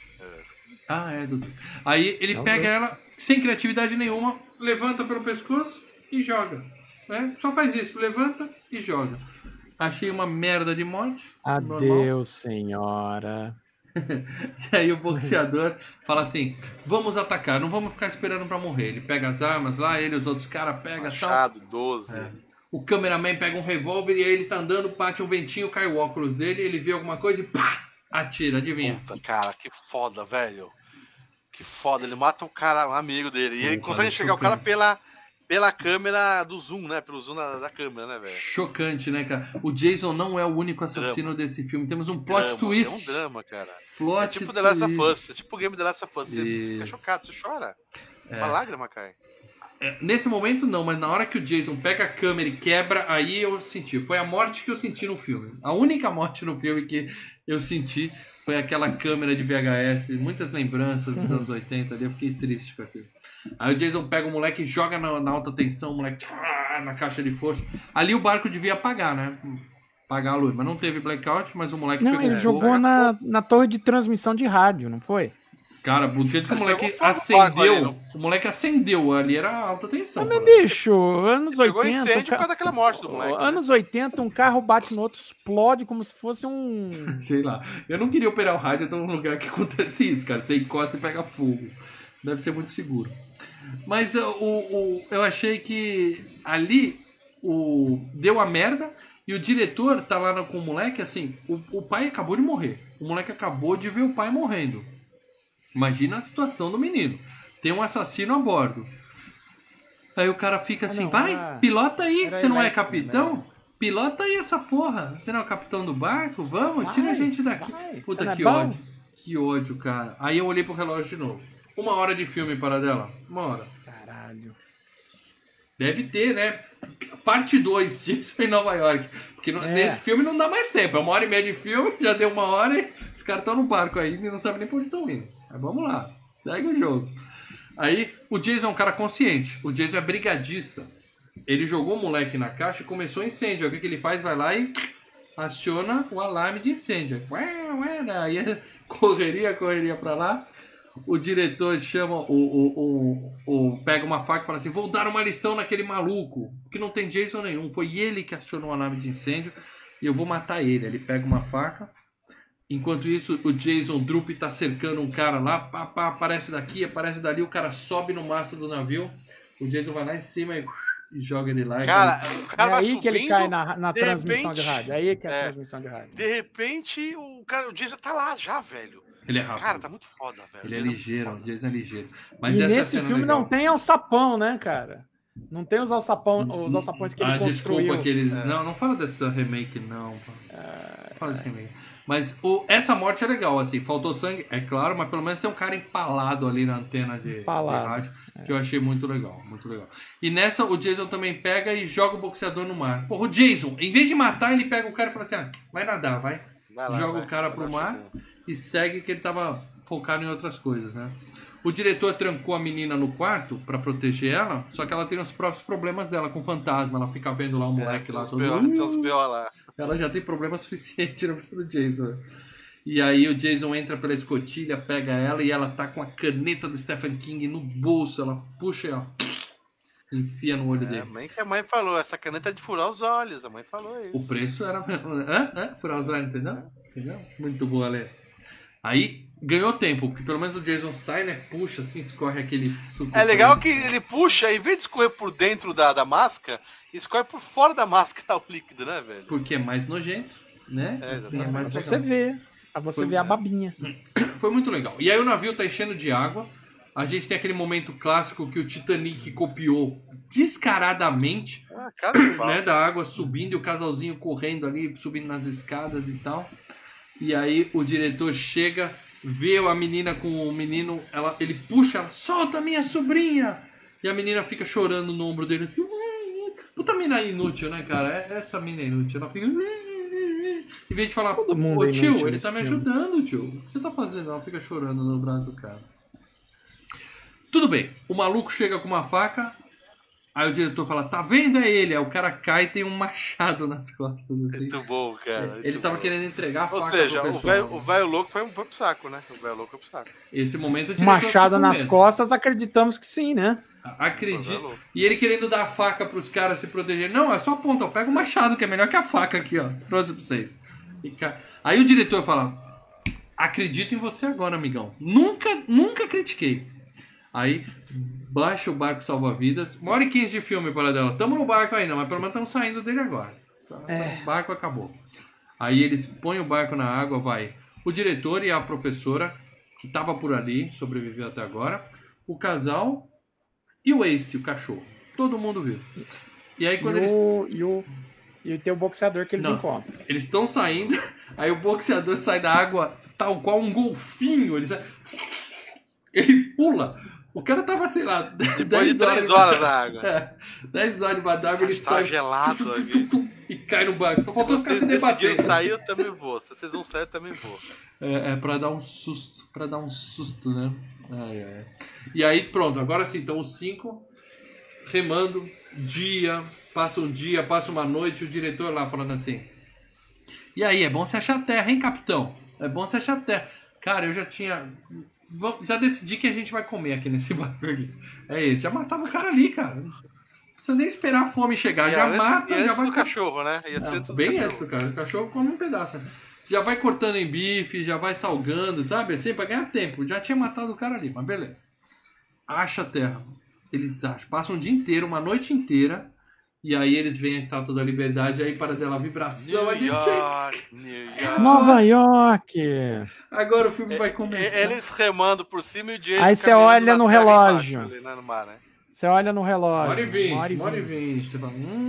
Ah, é, Dudu. Aí ele pega ela, sem criatividade nenhuma, levanta pelo pescoço e joga. Né? Só faz isso, levanta e joga. Achei uma merda de morte. Normal. Adeus, senhora. E aí o boxeador fala assim: vamos atacar, não vamos ficar esperando pra morrer. Ele pega as armas lá, ele e os outros caras pegam e tal. Machado, 12. O cameraman pega um revólver e aí ele tá andando, bate um ventinho, cai o óculos dele, ele vê alguma coisa e pá! Atira, adivinha? Puta, cara, que foda, velho. Que foda, ele mata o cara, um amigo dele. E ele consegue enxergar o cara pela câmera do zoom, né? Pelo zoom da câmera, né, velho? Chocante, né, cara? O Jason não é o único assassino desse filme. Temos um plot twist. É um drama, cara. Plot é tipo The Last of twist. Us. É tipo o game The Last of Us. Você fica chocado, você chora. Uma lágrima cai. Nesse momento não, mas na hora que o Jason pega a câmera e quebra, aí eu senti. Foi a morte que eu senti no filme. A única morte no filme que eu senti foi aquela câmera de VHS. Muitas lembranças dos anos 80 ali. Eu fiquei triste com aquilo. Aí o Jason pega o moleque e joga na alta tensão, o moleque na caixa de força. Ali o barco devia apagar, né? Apagar a luz. Mas não teve blackout, mas o moleque pegou ele fogo. jogou na torre de transmissão de rádio, não foi? Cara, do jeito que o moleque pegou fogo acendeu, o moleque acendeu ali, era alta tensão. Mas, bicho, anos Pegou 80. incêndio por causa daquela morte do moleque. Anos 80, um carro bate no outro, explode como se fosse um. Sei lá. Eu não queria operar o rádio em um lugar que acontece isso, cara. Você encosta e pega fogo. Deve ser muito seguro. Mas eu achei que ali deu a merda e o diretor tá lá com o moleque, assim, o pai acabou de morrer. O moleque acabou de ver o pai morrendo. Imagina a situação do menino. Tem um assassino a bordo. Aí o cara fica assim, pilota aí, você não é capitão? Pilota aí essa porra. Você não é o capitão do barco? Vamos, tira a gente daqui. Puta, que ódio. Que ódio, cara. Aí eu olhei pro relógio de novo. 1 hora de filme para dela. 1 hora. Caralho. Deve ter, né? Parte 2 disso em Nova York. Porque nesse filme não dá mais tempo. É 1h30 de filme, já deu 1 hora e os caras estão no barco aí e não sabem nem pra onde estão indo. Mas vamos lá. Segue o jogo. Aí, o Jason é um cara consciente. O Jason é brigadista. Ele jogou o moleque na caixa e começou o incêndio. O que ele faz? Vai lá e aciona o alarme de incêndio. Aí correria pra lá. O diretor chama, pega uma faca e fala assim: vou dar uma lição naquele maluco, que não tem Jason nenhum. Foi ele que acionou o alarme de incêndio e eu vou matar ele. Ele pega uma faca. Enquanto isso, o Jason Droop tá cercando um cara lá, aparece daqui, aparece dali, o cara sobe no mastro do navio, o Jason vai lá em cima e joga ele lá. Cara, o cara vai aí subindo, que ele cai na transmissão repente, de rádio. Aí que é a transmissão de rádio. De repente, o Jason tá lá já, velho. Ele é rápido. Cara, tá muito foda, velho. Ele é ligeiro, o Jason é ligeiro. Mas e essa nesse cena filme legal. não tem alçapão, né, cara? Não tem os alçapões que ele construiu. Desculpa que eles... Não fala dessa remake, não. Não fala desse remake. Mas essa morte é legal, assim. Faltou sangue, é claro, mas pelo menos tem um cara empalado ali na antena de rádio, que eu achei muito legal, muito legal. E nessa, o Jason também pega e joga o boxeador no mar. Porra, o Jason, em vez de matar, ele pega o cara e fala assim: vai nadar, vai lá, joga o cara pro mar e segue, que ele tava focado em outras coisas, né? O diretor trancou a menina no quarto pra proteger ela, só que ela tem os próprios problemas dela com fantasma. Ela fica vendo lá o moleque lá todo. Ela já tem problema suficiente, não precisa do Jason. E aí o Jason entra pela escotilha, pega ela e ela tá com a caneta do Stephen King no bolso. Ela puxa e ela enfia no olho dele. A mãe falou, essa caneta é de furar os olhos. A mãe falou isso. O preço era... furar os olhos, entendeu? Muito boa, Lê. Aí ganhou tempo, porque pelo menos o Jason sai, né? Puxa, assim, escorre aquele suco. É legal que ele puxa, em vez de escorrer por dentro da máscara, escorre por fora da máscara o líquido, né, velho? Porque é mais nojento, né? Assim, é mais pra você ver. Pra você ver a babinha. Foi muito legal. E aí o navio tá enchendo de água. A gente tem aquele momento clássico que o Titanic copiou descaradamente, né? Da água subindo e o casalzinho correndo ali, subindo nas escadas e tal. E aí o diretor chega, vê a menina com o menino, ele puxa, ela solta minha sobrinha! E a menina fica chorando no ombro dele. Assim, puta mina inútil, né, cara? Essa mina é inútil. Ela fica... Em vez de falar, Todo mundo ô é tio, inútil ele tá me nesse filme. ajudando, tio. O que você tá fazendo? Ela fica chorando no braço do cara. Tudo bem, o maluco chega com uma faca, aí o diretor fala, tá vendo, é ele. Aí o cara cai e tem um machado nas costas, assim. Muito bom, cara. Ele tava querendo entregar a Ou faca seja, pro o pessoal. velho louco foi pro saco, né? O velho louco foi pro saco. Esse momento o diretor Machado ficou com nas medo. costas, acreditamos que sim, né? Acredito. E ele querendo dar a faca pros caras se proteger. Não, é só a ponta. Pega o machado, que é melhor que a faca aqui, ó. Trouxe pra vocês. Aí o diretor fala, acredito em você agora, amigão. Nunca critiquei. Aí baixa o barco salva-vidas. 1h15 de filme para dela. Tamo no barco ainda, mas pelo menos estamos saindo dele agora. O barco acabou. Aí eles põem o barco na água, vai o diretor e a professora, que tava por ali, sobreviveu até agora. O casal e o Ace, o cachorro. Todo mundo viu. E aí quando E tem o boxeador que eles encontram. Eles estão saindo, aí o boxeador sai da água tal qual um golfinho. Ele pula. O cara tava, sei lá, 10 horas na água. 10 horas debaixo d'água, ele sai gelado aqui. E cai no barco. Só faltou ficar se debatendo. Se sair, eu também vou. Se vocês não saírem, eu também vou. É pra dar um susto. Né? E aí, pronto. Agora sim, então os 5 remando. Passa um dia, passa uma noite. O diretor lá falando assim. E aí, é bom você achar terra, hein, capitão? É bom você achar terra. Cara, eu já decidi que a gente vai comer aqui nesse barco aqui. É isso, já matava o cara ali, cara. Não precisa nem esperar a fome chegar. Já mata, já vai. Do cachorro, né? Bem antes do cara. O cachorro come um pedaço. Já vai cortando em bife, já vai salgando, sabe? Assim, pra ganhar tempo. Já tinha matado o cara ali, mas beleza. Acha a terra. Eles acham. Passam um dia inteiro, uma noite inteira. E aí eles veem a Estátua da Liberdade, aí para dela a vibração. New York. Nova York. Agora o filme vai começar. Eles remando por cima e o Jason. Aí você olha no relógio. Embaixo, no mar, né? Você olha no relógio. 1h20. Você fala,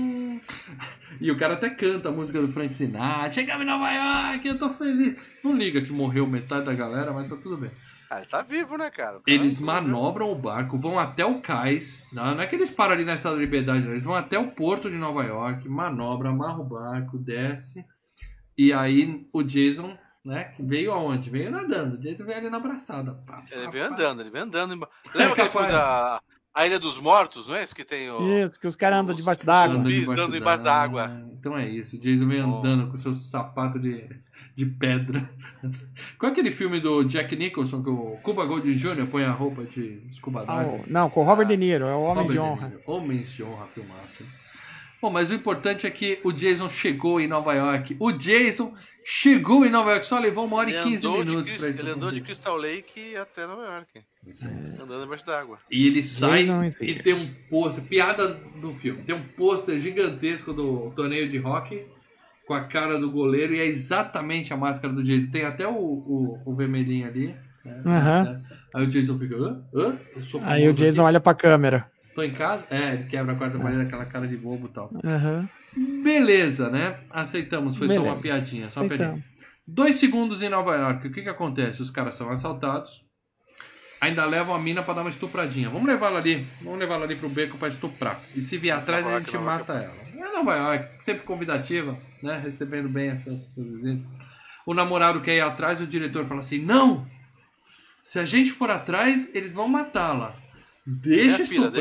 E o cara até canta a música do Frank Sinatra. Chegamos em Nova York, eu tô feliz. Não liga que morreu metade da galera, mas tá tudo bem. Ele tá vivo, né, cara? Eles manobram o barco, vão até o cais. Não é que eles param ali na Estátua da Liberdade, não. Eles vão até o porto de Nova York, manobram, amarra o barco, desce. E aí o Jason, né, que veio aonde? Veio nadando. O Jason veio ali na abraçada. Ele veio andando. Lembra aquele filme da A Ilha dos Mortos, não é? Isso que tem o... Isso, que os caras andam debaixo d'água. Andando debaixo d'água. Então é isso, o Jason veio andando com seus sapatos de pedra. Qual é aquele filme do Jack Nicholson que o Cuba Gooding Jr. põe a roupa de escuba d'água? Não, com o Robert De Niro, é o Homem de Honra. Homens de Honra, filmaço. Bom, mas o importante é que o Jason chegou em Nova York. O Jason chegou em Nova York, só levou 1h15 minutos pra isso. Ele andou de Crystal Lake até Nova York. Andando debaixo d'água. E ele sai e tem um pôster, piada do filme, tem um pôster gigantesco do torneio de hockey com a cara do goleiro e é exatamente a máscara do Jason. Tem até o vermelhinho ali. Né? Aí o Jason fica, hã? Eu sou famoso aí o Jason olha pra câmera. Tô em casa? Ele quebra a quarta parede, aquela cara de bobo e tal. Beleza, né? Aceitamos, foi só uma piadinha. Só uma piadinha. 2 segundos em Nova York, o que acontece? Os caras são assaltados, ainda levam a mina pra dar uma estupradinha. Vamos levar ela ali pro beco pra estuprar. E se vier atrás, a gente mata ela. É Nova York, sempre convidativa, né? Recebendo bem essas visitas. O namorado quer ir atrás, o diretor fala assim, não! Se a gente for atrás, eles vão matá-la. Deixa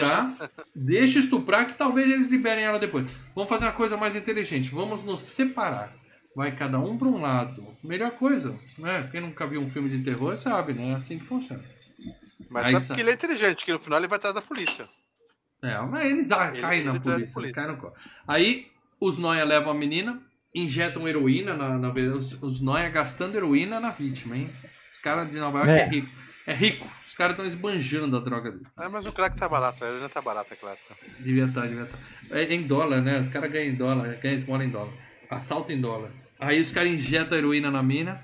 estuprar que talvez eles liberem ela depois. Vamos fazer uma coisa mais inteligente. Vamos nos separar. Vai cada um para um lado. Melhor coisa, né? Quem nunca viu um filme de terror sabe, né? É assim que funciona. Mas sabe que ele é inteligente, que no final ele vai atrás da polícia. Mas eles caem na polícia. Caem no... Aí os Noia levam a menina, injetam heroína os Noia gastando heroína na vítima, hein? Os caras de Nova York é rico. Os caras estão esbanjando a droga dele. Mas o crack tá barato, a heroína tá barata, é claro. Devia estar. É em dólar, né? Os caras ganham em dólar, esmola em dólar. Assalto em dólar. Aí os caras injetam a heroína na mina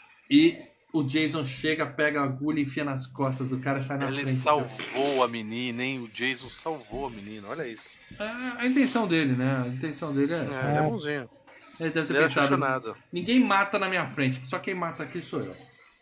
e o Jason chega, pega a agulha, enfia nas costas do cara e sai na frente. Ele salvou a menina, hein? O Jason salvou a menina, olha isso. A intenção dele, né? A intenção dele é essa. Ele é bonzinho. Ele deve ter pensado, ninguém mata na minha frente, só quem mata aqui sou eu.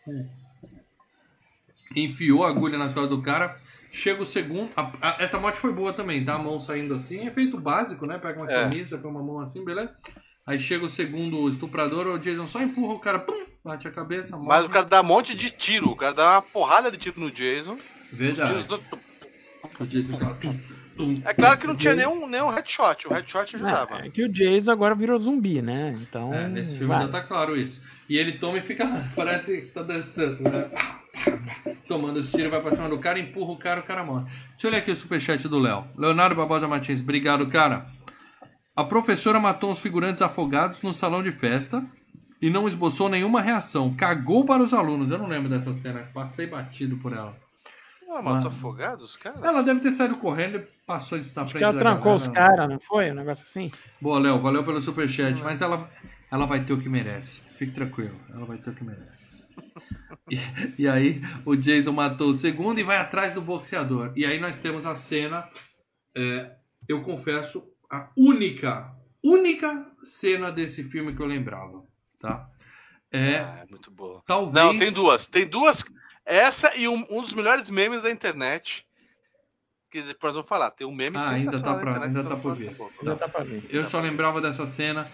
Enfiou a agulha nas costas do cara. Chega o segundo. Essa morte foi boa também, tá? A mão saindo assim. Efeito básico, né? Pega uma camisa, põe uma mão assim, beleza? Aí chega o segundo estuprador, o Jason só empurra o cara, pum, bate a cabeça, morre. Mas o cara dá um monte de tiro. O cara dá uma porrada de tiro no Jason. Verdade. O Jason fala, tum. É claro que não tinha nenhum headshot. O headshot ajudava. É que o Jason agora virou zumbi, né? Então. Nesse filme já tá claro isso. E ele toma e fica lá, parece que tá dançando, né? Tomando os tiros, vai pra cima do cara, empurra o cara morre. Deixa eu ler aqui o superchat do Léo. Leonardo Barbosa Martins, obrigado, cara. A professora matou os figurantes afogados no salão de festa e não esboçou nenhuma reação. Cagou para os alunos. Eu não lembro dessa cena, passei batido por ela. Ela matou afogados, cara? Ela deve ter saído correndo e passou de na frente Ela da trancou galera. os caras, não foi? Um negócio assim? Boa, Léo, valeu pelo superchat, mas ela vai ter o que merece. Fique tranquilo, ela vai ter o que merece. E aí o Jason matou o segundo e vai atrás do boxeador. E aí nós temos a cena, eu confesso, a única cena desse filme que eu lembrava, tá? É muito boa. Talvez... Não, tem duas. Essa e um dos melhores memes da internet. Que depois vamos falar. Tem um meme sensacional da internet. Ainda tá por vir. Não dá pra ver. Eu só lembrava dessa cena.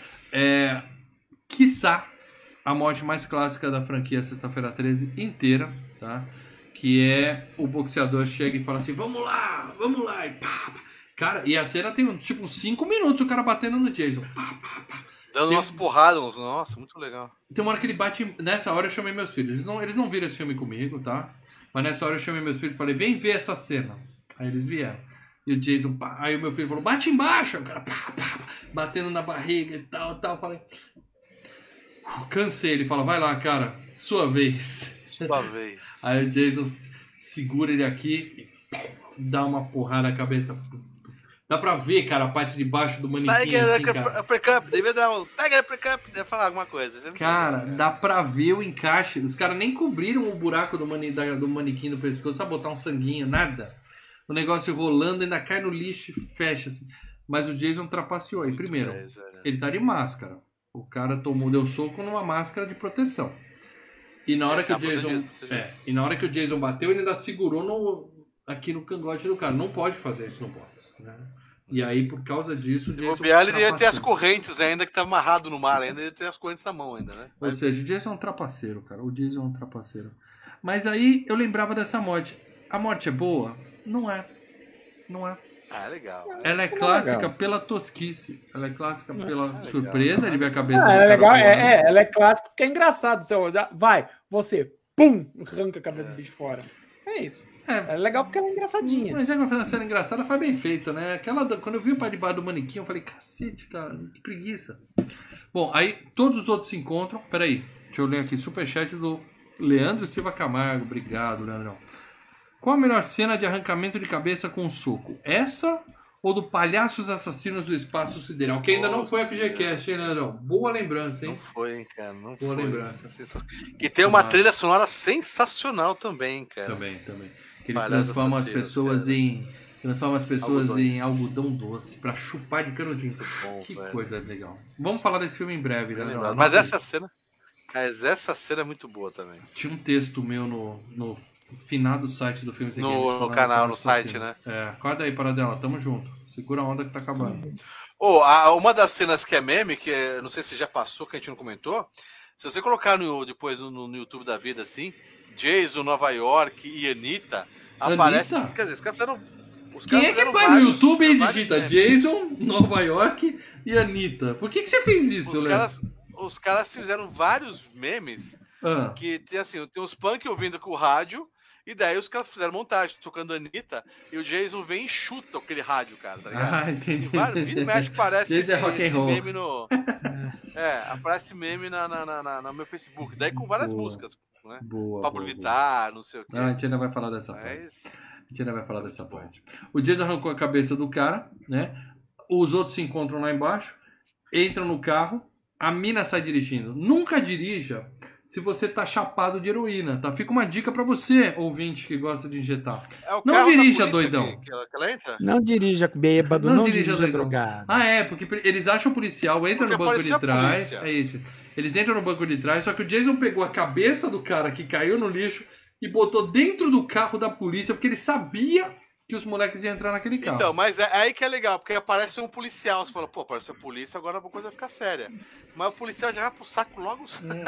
Quiçá a morte mais clássica da franquia Sexta-feira 13 inteira, tá? Que é o boxeador chega e fala assim, vamos lá, e pá. Cara, e a cena tem tipo 5 minutos o cara batendo no Jason. Pá. Dando umas porradas, nossa, muito legal. Tem uma hora que ele bate, nessa hora eu chamei meus filhos, eles não viram esse filme comigo, tá? Mas nessa hora eu chamei meus filhos e falei, vem ver essa cena. Aí eles vieram. E o Jason, pá. Aí o meu filho falou, bate embaixo. Aí o cara, pá, batendo na barriga e tal. Falei, cansei. Ele fala, vai lá, cara, sua vez. Sua vez. Aí o Jason segura ele aqui e dá uma porrada na cabeça. Dá pra ver, cara, a parte de baixo do manequim. Assim, cara. Uppercut, devia dar um Tiger Uppercut, deve falar alguma coisa. Cara, dá pra ver o encaixe. Os caras nem cobriram o buraco do manequim no pescoço, só botar um sanguinho, nada. O negócio rolando, ainda cai no lixo e fecha, assim. Mas o Jason trapaceou aí. Primeiro, ele tá de máscara. O cara deu soco numa máscara de proteção. E na hora que o Jason... E na hora que o Jason bateu, ele ainda segurou aqui no cangote do cara. Não pode fazer isso no box, né? E aí, por causa disso, o Jason... ele devia ter as correntes ainda, que tá amarrado no mar ainda, ele devia ter as correntes na mão ainda, né? Ou seja, o Jason é um trapaceiro, cara. O Jason é um trapaceiro. Mas aí, eu lembrava dessa morte. A morte é boa? Não é. Ah, é legal. Ela é clássica pela tosquice. Ela é clássica pela surpresa. Ele vê a cabeça do é cara legal. voando. Ela é clássica porque é engraçado. Você, pum, arranca a cabeça do bicho fora. É isso. É legal porque ela é engraçadinha. Mas já que vai fazer uma cena engraçada, foi bem feita, né? Quando eu vi o pai de baixo do manequim, eu falei, cacete, cara, que preguiça. Bom, aí todos os outros se encontram. Peraí, deixa eu ler aqui. Superchat do Leandro Silva Camargo. Obrigado, Leandrão. Qual a melhor cena de arrancamento de cabeça com soco? Essa ou do Palhaços Assassinos do Espaço Sideral? Que ainda não foi a FGCast, hein, Leandrão? Boa lembrança, hein? Não foi, hein, cara. Não Boa foi. lembrança. Que tem uma trilha sonora sensacional também, cara. Também. Que eles transformam as pessoas em algodão doce pra chupar de canudinho. Bom, que velho. Coisa legal. Vamos falar desse filme em breve, né? Mas essa cena é muito boa também. Tinha um texto meu no finado site do filme. No canal, no site, né? Acorda aí, Paradela. Tamo junto. Segura a onda que tá acabando. Uma das cenas que é meme, que não sei se já passou, que a gente não comentou. Se você colocar depois no YouTube da vida, assim, Jason, Nova York e Anitta, aparece. Quer dizer, os caras fizeram. Quem é que vai no YouTube e digita Jason, Nova York e Anitta? Por que você fez isso, Léo? Os caras fizeram vários memes que tem assim, tem uns punk ouvindo com o rádio, e daí os caras fizeram montagem, tocando Anitta, e o Jason vem e chuta aquele rádio, cara, tá ligado? Entendi. Vira e mexe, parece Jason é rock and roll. Meme no. Aparece meme no meu Facebook, daí com várias músicas, né? Pablo Vittar, não sei o quê. A gente ainda vai falar dessa parte. O Jason arrancou a cabeça do cara, né? Os outros se encontram lá embaixo, entram no carro, a mina sai dirigindo. Nunca dirija se você tá chapado de heroína, tá? Fica uma dica pra você, ouvinte que gosta de injetar. Não dirija, doidão. Que ela entra? Não dirija bêbado, não dirija drogado. Porque eles acham o policial, entra no banco de trás. É isso. Eles entram no banco de trás, só que o Jason pegou a cabeça do cara que caiu no lixo e botou dentro do carro da polícia, porque ele sabia que os moleques iam entrar naquele carro. Então, mas é aí que é legal, porque aparece um policial. Você fala, pô, aparece a polícia, agora a coisa vai ficar séria. Mas o policial já vai pro saco logo.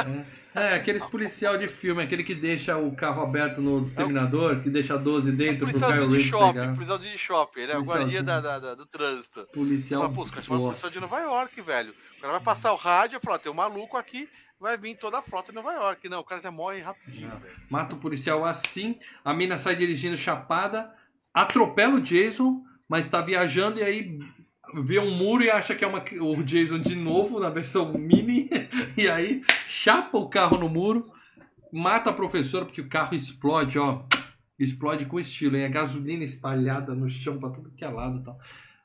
Aqueles policial de filme, aquele que deixa o carro aberto no Exterminador, que deixa 12 dentro pro Kyle Reese pegar. Policialzinho de shopping, ele é o guardia do trânsito. Policial. Fala, pô, os caras falam policial de Nova York, velho. O cara vai passar o rádio e falar, tem um maluco aqui, vai vir toda a frota de Nova York. Não, o cara já morre rapidinho, velho. Mata o policial assim, a mina sai dirigindo chapada, atropela o Jason, mas tá viajando e aí vê um muro e acha que é o Jason de novo, na versão mini, e aí chapa o carro no muro, mata a professora, porque o carro explode, ó. Explode com estilo, hein? A gasolina espalhada no chão pra tudo que é lado e tal.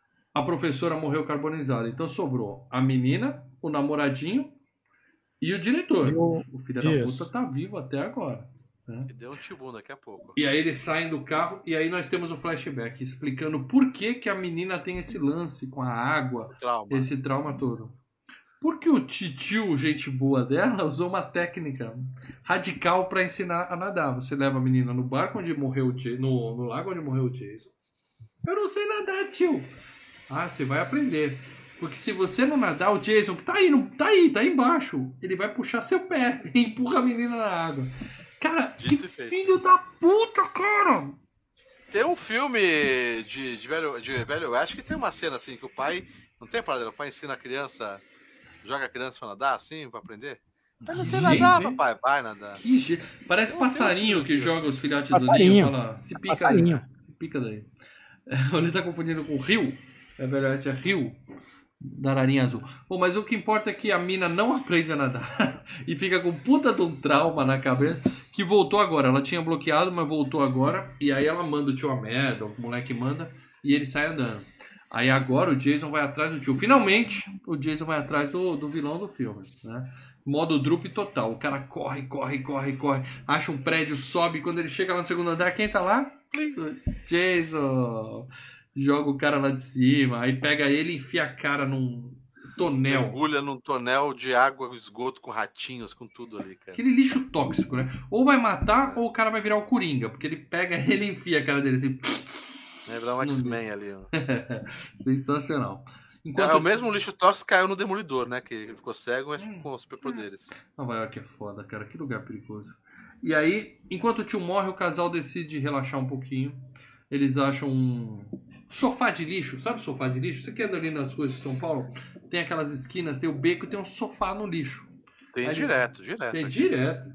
A professora morreu carbonizada. Então sobrou a menina, o namoradinho e o diretor. O filho da puta tá vivo até agora. Né? E deu um tibum daqui a pouco. E aí eles saem do carro e aí nós temos um flashback explicando por que a menina tem esse lance com a água, esse trauma todo. Porque o titio, gente boa dela, usou uma técnica radical para ensinar a nadar. Você leva a menina no barco onde morreu no lago onde morreu o Jason. Eu não sei nadar, tio. Ah, você vai aprender. Porque se você não nadar, o Jason tá aí embaixo. Ele vai puxar seu pé e empurra a menina na água. Cara, que filho da puta, cara! Tem um filme de velho oeste que tem uma cena assim, que o pai... Não tem parada, o pai ensina a criança... Joga a criança pra nadar assim, pra aprender? Eu não sei nadar, papai. Vai nadar. Parece passarinho que joga os filhotes do ninho e fala, se pica daí. Se pica daí. Ele tá confundindo com rio. É verdade, é rio da ararinha azul. Bom, mas o que importa é que a mina não aprende a nadar e fica com puta de um trauma na cabeça que voltou agora. Ela tinha bloqueado, mas voltou agora. E aí ela manda o tio a merda, o moleque manda e ele sai andando. Aí agora o Jason vai atrás do tio. Finalmente, o Jason vai atrás do vilão do filme, né? Modo droop total. O cara corre. Acha um prédio, sobe. Quando ele chega lá no segundo andar, quem tá lá? Jason. Joga o cara lá de cima. Aí pega ele e enfia a cara num tonel. Mergulha num tonel de água, esgoto com ratinhos, com tudo ali, cara. Aquele lixo tóxico, né? Ou vai matar ou o cara vai virar o Coringa. Porque ele pega ele e enfia a cara dele assim... Lembra um X-Men ali, ó. Sensacional. É o mesmo lixo tóxico que caiu no Demolidor, né? Que ele ficou cego, mas com superpoderes. Nova York é foda, cara. Que lugar perigoso. E aí, enquanto o tio morre, o casal decide relaxar um pouquinho. Eles acham um sofá de lixo. Sabe o sofá de lixo? Você que anda ali nas ruas de São Paulo, tem aquelas esquinas, tem o beco e tem um sofá no lixo. Tem aí direto. Tem direto.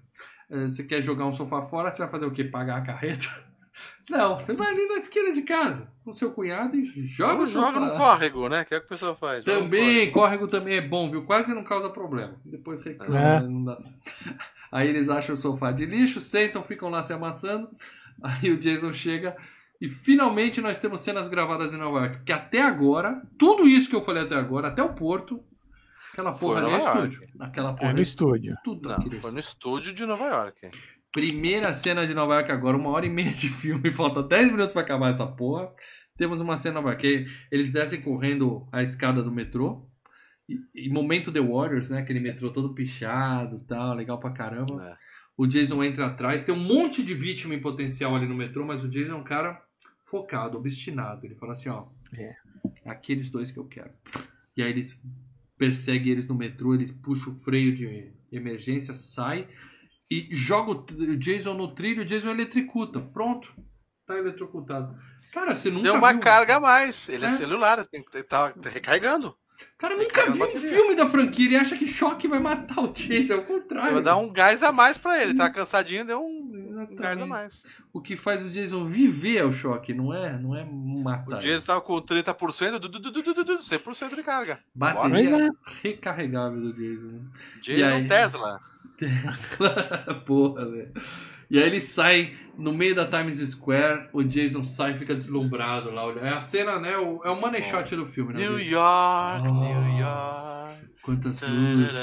Você quer jogar um sofá fora, você vai fazer o quê? Pagar a carreta? Não, você vai ali na esquina de casa com seu cunhado e joga no córrego, né? Que é o que o pessoal faz. Também, córrego também é bom, viu? Quase não causa problema. Depois reclama, não dá certo. Aí eles acham o sofá de lixo, sentam, ficam lá se amassando. Aí o Jason chega e finalmente nós temos cenas gravadas em Nova York. Que até agora, tudo isso que eu falei até agora, até o Porto, aquela porra ali é estúdio. Aquela porra no estúdio. Tudo foi no estúdio de Nova York. Primeira cena de Nova York agora, 1h30 de filme, falta 10 minutos pra acabar essa porra. Temos uma cena em Nova York, eles descem correndo a escada do metrô. E momento The Warriors, né? Aquele metrô todo pichado e tal, legal pra caramba. O Jason entra atrás, tem um monte de vítima em potencial ali no metrô, mas o Jason é um cara focado, obstinado. Ele fala assim, ó, aqueles dois que eu quero. E aí eles perseguem eles no metrô, eles puxam o freio de emergência, sai... E joga o Jason no trilho, o Jason eletricuta. Pronto. Tá eletrocutado. Cara, você nunca deu uma carga a mais. Ele é celular, tá recarregando. Cara, nunca viu um filme da franquia. Ele acha que choque vai matar o Jason. É o contrário. Vai dar um gás a mais pra ele. Tá cansadinho, deu um gás a mais. O que faz o Jason viver é o choque, não é matar. O Jason tava com 30%, 100% de carga. Bateria recarregável do Jason. Jason Tesla. Porra, velho. E aí eles saem no meio da Times Square, o Jason sai e fica deslumbrado lá. É a cena, né? É o money shot do filme, né? New York, New York. Quantas luzes.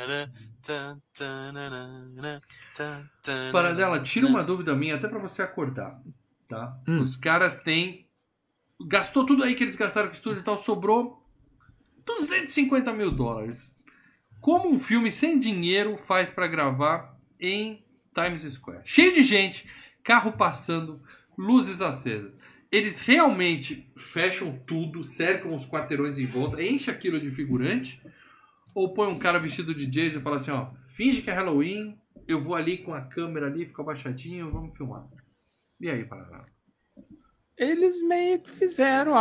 Paradela, tira uma dúvida minha, até pra você acordar, tá? Os caras têm... Gastou tudo aí que eles gastaram com o estúdio e tal, sobrou $250 mil. Como um filme sem dinheiro faz pra gravar em Times Square? Cheio de gente, carro passando, luzes acesas. eles realmente fecham tudo, cercam os quarteirões em volta, enche aquilo de figurante, ou põe um cara vestido de Jason e fala assim, ó, finge que é Halloween, eu vou ali com a câmera ali, fica abaixadinho, vamos filmar. E aí, Paraná? Eles meio que fizeram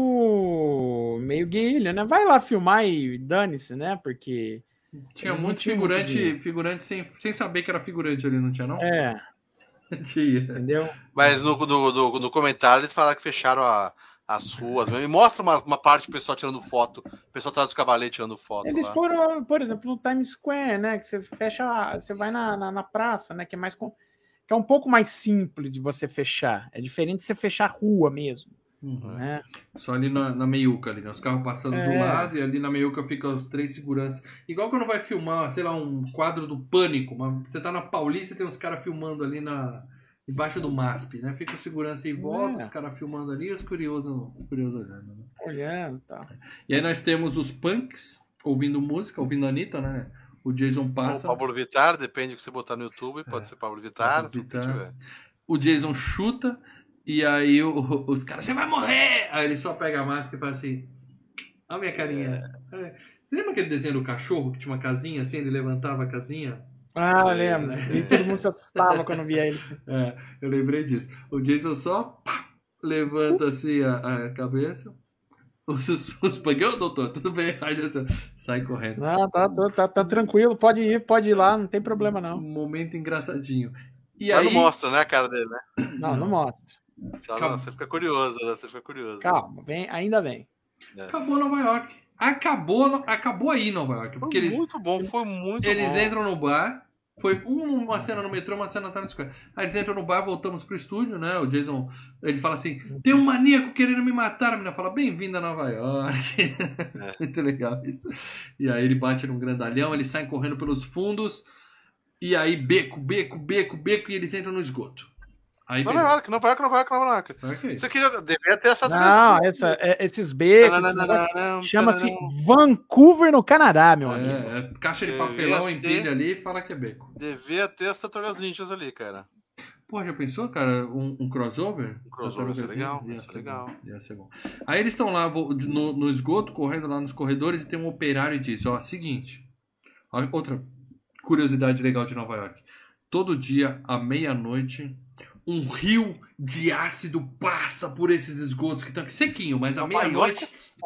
algo meio guerrilha, né? Vai lá filmar e dane-se, né? Porque... Tinha muito figurante sem saber que era figurante ali, não tinha, não? É. Tinha. Entendeu? Mas no comentário eles falaram que fecharam as ruas. E mostra uma parte do pessoal tirando foto. O pessoal atrás dos cavaletes tirando foto. Eles lá. foram, por exemplo, no Times Square, né? Que você fecha, você vai na praça, né? Que é um pouco mais simples de você fechar. É diferente de você fechar a rua mesmo. Né? Só ali na meiuca, ali, né? Os carros passando do lado e ali na meiuca ficam os 3 seguranças. Igual quando vai filmar, sei lá, um quadro do Pânico. Você tá na Paulista e tem uns caras filmando ali embaixo do MASP, né? Fica o segurança em volta, os caras filmando ali e os curiosos olhando. Né? Olhando e tal. E aí nós temos os punks ouvindo música, ouvindo a Anitta, né? O Jason passa. O Pablo Vittar, depende do que você botar no YouTube, pode ser Pablo Vittar. O Jason chuta. E aí os caras, você vai morrer! Aí ele só pega a máscara e fala assim, olha a minha carinha. Você lembra aquele desenho do cachorro que tinha uma casinha assim, ele levantava a casinha? Ah, eu lembro. E todo mundo se assustava quando via ele. Eu lembrei disso. O Jason só levanta assim a cabeça. Os pagão, doutor? Tudo bem? Aí assim, sai correndo. Não, tá tranquilo, pode ir lá, não tem problema não. Um momento engraçadinho. E mas aí... não mostra, né, a cara dele, né? Não mostra. Você fica curioso, né? Você fica curioso. Calma, ainda vem. Acabou Nova York. Acabou aí Nova York. Porque foi muito bom. Eles entram no bar. Foi uma cena no metrô, uma cena na Times Square. Aí eles entram no bar, voltamos pro estúdio, né? O Jason, ele fala assim, tem um maníaco querendo me matar. A menina fala, bem-vinda a Nova York. Muito legal isso. E aí ele bate num grandalhão, eles saem correndo pelos fundos. E aí beco, e eles entram no esgoto. Aí, Nova York. Isso aqui devia ter essa... Não, esses becos chama-se Vancouver, no Canadá, meu amigo. Caixa de papelão, empilha ali e fala que é beco. Devia ter as tartarugas ninjas ali, cara. Pô, já pensou, cara, um crossover? Um crossover ia ser legal. Ia ser bom. Aí eles estão lá no esgoto, correndo lá nos corredores, e tem um operário e diz, ó, seguinte, outra curiosidade legal de Nova York. Todo dia, à meia-noite, um rio de ácido passa por esses esgotos que estão aqui sequinho, mas à meia-noite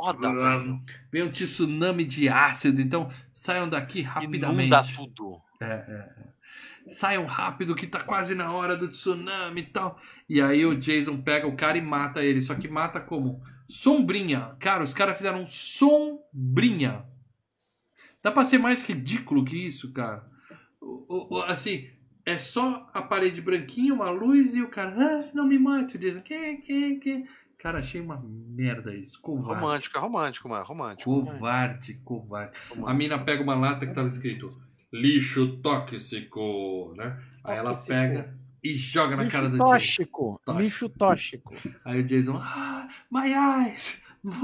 vem um tsunami de ácido, então saiam daqui rapidamente. Inunda tudo. Saiam rápido que tá quase na hora do tsunami e tal. E aí o Jason pega o cara e mata ele, só que mata como? Sombrinha. Cara, os caras fizeram sombrinha. Dá pra ser mais ridículo que isso, cara? Assim... É só a parede branquinha, uma luz e o cara, não me mate. Diz, que? Cara, achei uma merda isso. Covarde. Romântico, mano. Covarde. A mina pega uma lata que tava escrito lixo tóxico, né? Aí ela pega e joga na cara do Jason. Lixo tóxico. Aí o Jason, my eyes.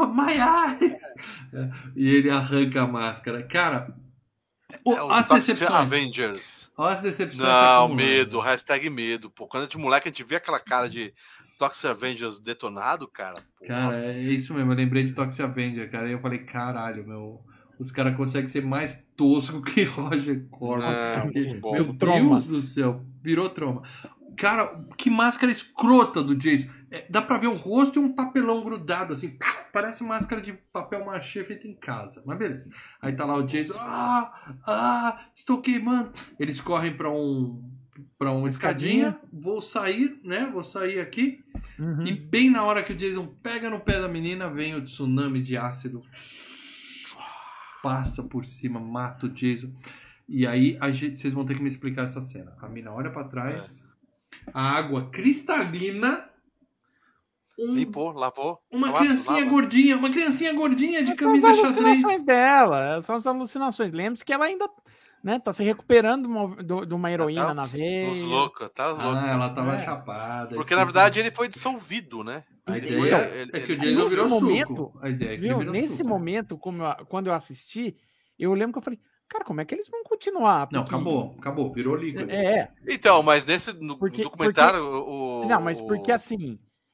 E ele arranca a máscara. Cara, as decepções. Avengers. Olha as decepções. Não, medo, hashtag medo. Pô, quando de moleque a gente vê aquela cara de Toxic Avengers detonado, cara. Pô, cara, é isso mesmo. Eu lembrei de Toxic Avenger, cara. E eu falei, caralho, os caras conseguem ser mais tosco que Roger Corman. Meu Deus do céu, virou troma. Cara, que máscara escrota do Jason. Dá pra ver um rosto e um papelão grudado, assim. Parece máscara de papel machê feita em casa. Mas beleza. Aí tá lá o Jason. Estou queimando. Eles correm pra uma escadinha. Vou sair, né? Vou sair aqui. E bem na hora que o Jason pega no pé da menina, vem o tsunami de ácido. Passa por cima, mata o Jason. E aí vocês vão ter que me explicar essa cena. A mina olha pra trás. A água cristalina. Limpou, lavou. Uma criancinha gordinha de camisa xadrez. São as alucinações dela, são as alucinações. Lembre-se que ela ainda, né, tá se recuperando de uma heroína na veia. Ela tava chapada. Porque na verdade ele foi dissolvido, né? A ideia é que o Jason virou suco. Nesse momento, quando eu assisti, eu lembro que eu falei, cara, como é que eles vão continuar? Porque... Não, acabou, virou líquido. Então, mas no documentário... Não, mas porque assim,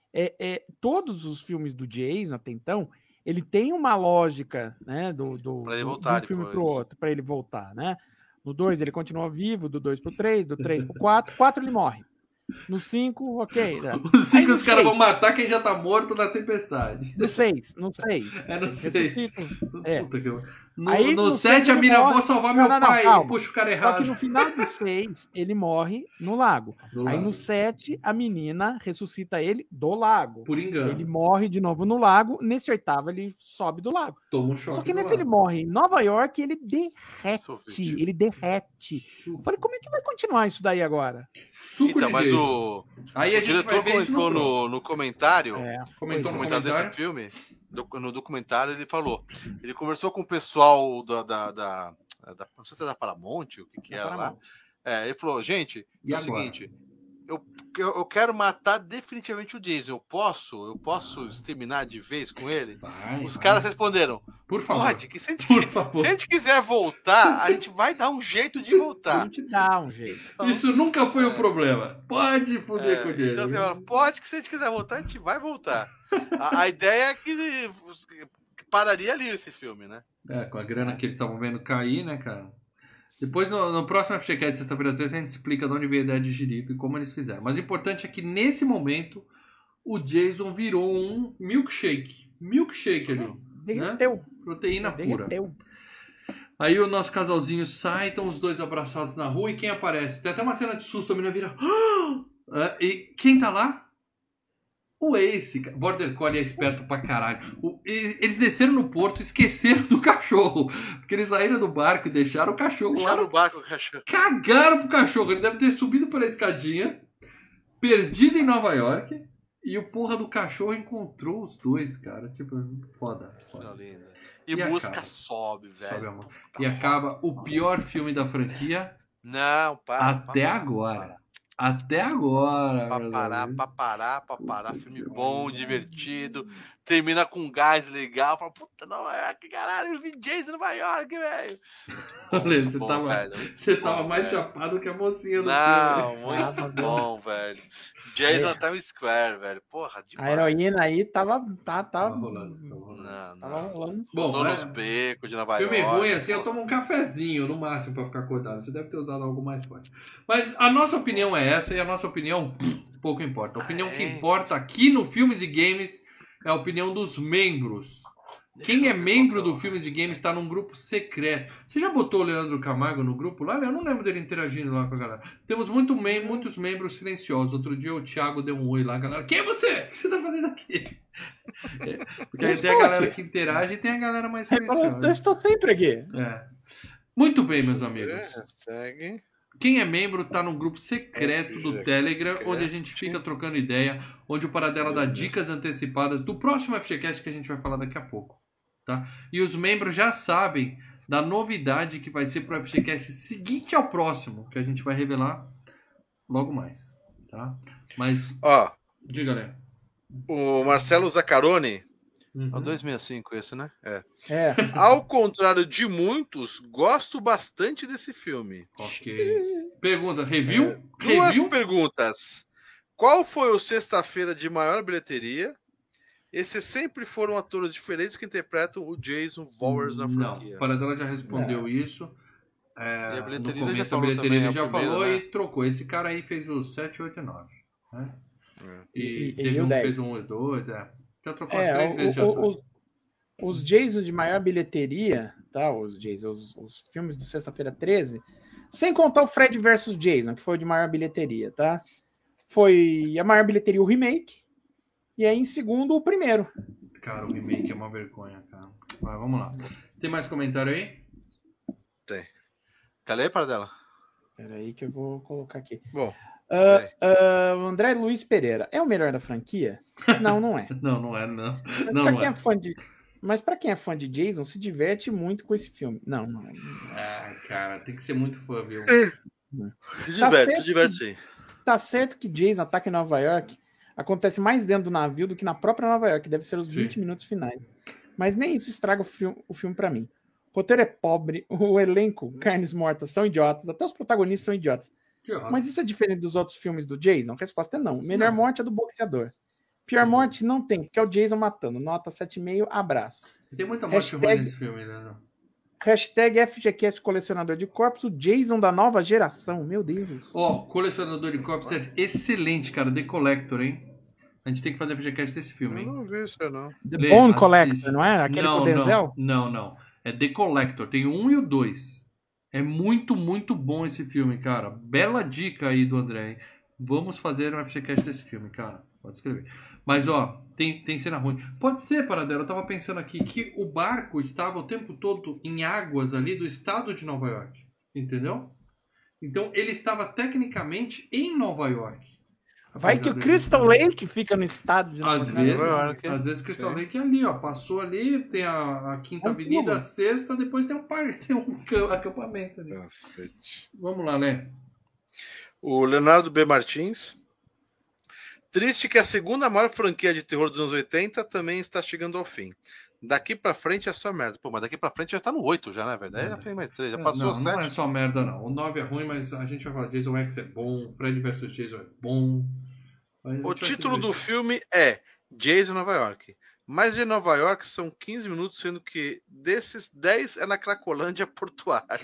todos os filmes do Jason até então, ele tem uma lógica, né, Pra ele voltar de um filme depois. pro outro, para ele voltar, né? No 2 ele continua vivo, do 2 pro 3, do 3 pro 4, 4 ele morre. No 5, ok. Né? Os 5 Aí no os caras vão 6, matar quem já tá morto na tempestade. No 6. É no 6. Ressuscitam. É. Puta que... Aí, No no 7 6 a ele mina, morre. vou salvar Não, meu não, não, pai. calma. Puxa o cara Só errado. que no final do 6, ele morre no lago. Do Aí lago. no 7, a menina ressuscita ele do lago. Por engano. Ele morre de novo no lago. Nesse 8º, ele sobe do lago. Toma um choque. Só que do nesse lago. ele morre em Nova York e ele derrete. Sofrido. Ele derrete. Eu falei, como é que vai continuar isso daí agora? Suco Então, de mas Jason. Aí a o gente vai diretor ver isso no comentou próximo. no comentário, Comentou no no comentário comentário. desse filme, no documentário, ele falou. Ele conversou com o pessoal não sei se é da Paramount, o que era lá. Ele falou, gente, E é o agora? seguinte, eu quero matar definitivamente o Jason. Eu posso exterminar de vez com ele? Os caras responderam, Por favor. pode, que se Por favor. a gente quiser voltar, a gente vai dar um jeito de A voltar. gente dá um jeito. Isso nunca foi um problema. Pode foder com o Jason. Então, você fala, pode que se a gente quiser voltar, a gente vai voltar. A ideia é que pararia ali esse filme, né? Com a grana que eles estavam vendo cair, né, cara? Depois, no próximo FGCast, sexta-feira 3, a gente explica de onde veio a ideia de Jerico e como eles fizeram. Mas o importante é que, nesse momento, o Jason virou um milkshake. Milkshake ali. Derreteu. Proteína pura. Derreteu. Aí o nosso casalzinho sai, estão os dois abraçados na rua e quem aparece? Tem até uma cena de susto, a menina vira... E quem tá lá? O Ace, cara. Border Collie é esperto pra caralho. Eles desceram no porto e esqueceram do cachorro. Porque eles saíram do barco e deixaram o cachorro lá. Deixaram o barco, cachorro. Cagaram pro cachorro. Ele deve ter subido pela escadinha, perdido em Nova York, e o porra do cachorro encontrou os dois, cara. Tipo, foda. Linda. E E música acaba. sobe, velho. Sobe a mão. E acaba o pior filme da franquia Não, para. até agora. Até agora. Pra parar. Filme bom, divertido. Termina com um gás legal. Fala, puta, não é que caralho, eu vi Jason em Nova York, velho. Olha, Muito bom, você bom, tava mais velho. chapado que a mocinha do Não, filme. muito bom, velho. Jason Times Square, velho. Porra, A demais. heroína aí tava rolando. Não. Tava rolando. Bom, Tô né? nos becos de Nova Filme York. ruim assim, eu tomo um cafezinho no máximo pra ficar acordado. Você deve ter usado algo mais forte. Mas a nossa opinião é essa e a nossa opinião pouco importa. A opinião que importa aqui no Filmes e Games é a opinião dos membros. Quem é membro do Filmes e Games está num grupo secreto. Você já botou o Leandro Camargo no grupo lá? Eu não lembro dele interagindo lá com a galera. Temos muitos membros silenciosos. Outro dia o Thiago deu um oi lá, galera. Quem é você? O que você tá fazendo aqui? Porque aí tem a galera que interage e tem a galera mais Eu silenciosa. estou sempre aqui. Muito bem, meus amigos. Segue. Quem é membro tá num grupo secreto do Telegram, onde a gente fica trocando ideia, onde o Paradela dá dicas antecipadas do próximo FGCast que a gente vai falar daqui a pouco. Tá? E os membros já sabem da novidade que vai ser pro FGCast seguinte ao próximo, que a gente vai revelar logo mais. Tá? Mas, Ó, diga, Léo. o Marcelo Zaccaroni. É o Uhum. 265 esse, né? É. É. Ao contrário de muitos, gosto bastante desse filme. Ok. Pergunta, review? Duas Review? perguntas. Qual foi o sexta-feira de maior bilheteria? Esses sempre foram atores diferentes que interpretam o Jason Voorhees na franquia. Não, o Paradela já respondeu isso. E a bilheteria No ele já começo a falou bilheteria também, ele a já primeira, falou né? e trocou. Esse cara aí fez o 7, 8 e 9. Né? E E teve o um que 10. fez o 1 e 2. Já trocou as 3 vezes. Já os Jason de maior bilheteria, tá? Os filmes do Sexta-feira 13, sem contar o Fred vs Jason, que foi o de maior bilheteria, tá? Foi a maior bilheteria o remake, e aí em segundo o primeiro. Cara, o remake é uma vergonha, cara. Mas vamos lá. Tem mais comentário aí? Tem. Calei para dela. Peraí que eu vou colocar aqui. Bom. André Luiz Pereira, é o melhor da franquia? Não, não é. Não é, não. Mas pra quem é fã de Jason, se diverte muito com esse filme. Não é. Ah, cara, tem que ser muito fã, viu? Se diverte sim. Tá certo que Jason Ataca em Nova York acontece mais dentro do navio do que na própria Nova York, deve ser os 20 minutos finais. Mas nem isso estraga o filme pra mim. O roteiro é pobre, o elenco, carnes mortas, são idiotas, até os protagonistas são idiotas. Mas isso é diferente dos outros filmes do Jason? A resposta é não. A melhor morte é do boxeador. Pior morte não tem, porque é o Jason matando. Nota 7,5, abraços. Tem muita morte ruim nesse filme, né? Hashtag FGCast colecionador de corpos, o Jason da nova geração. Meu Deus. Ó, colecionador de corpos é excelente, cara. The Collector, hein? A gente tem que fazer FGCast desse filme, Eu hein? não vi isso, não. The Lê, Bone assiste. Collector, não é? Aquele com o Denzel? Não. É The Collector. Tem o 1 e o 2. É muito, muito bom esse filme, cara. Bela dica aí do André, hein? Vamos fazer um FGCast desse filme, cara. Pode escrever. Mas, ó, tem cena ruim. Pode ser, Paradela. Eu tava pensando aqui que o barco estava o tempo todo em águas ali do estado de Nova York. Entendeu? Então, ele estava tecnicamente em Nova York. Vai que o Crystal Lake fica no estado de Nova York. Às vezes Crystal Lake é ali, ó. Passou ali, tem a Quinta Avenida, a Sexta, depois tem um parque, tem um acampamento ali. Cacete. Vamos lá, né? O Leonardo B. Martins. Triste que a segunda maior franquia de terror dos anos 80 também está chegando ao fim. Daqui pra frente é só merda. Pô, mas daqui pra frente já tá no 8 já, na verdade. Já fez mais 3, já passou 7. Não é só merda, não. O 9 é ruim, mas a gente vai falar Jason X é bom, Freddy vs Jason é bom. O título do filme é Jason Nova York. Mas de Nova York são 15 minutos, sendo que desses 10 é na Cracolândia portuária.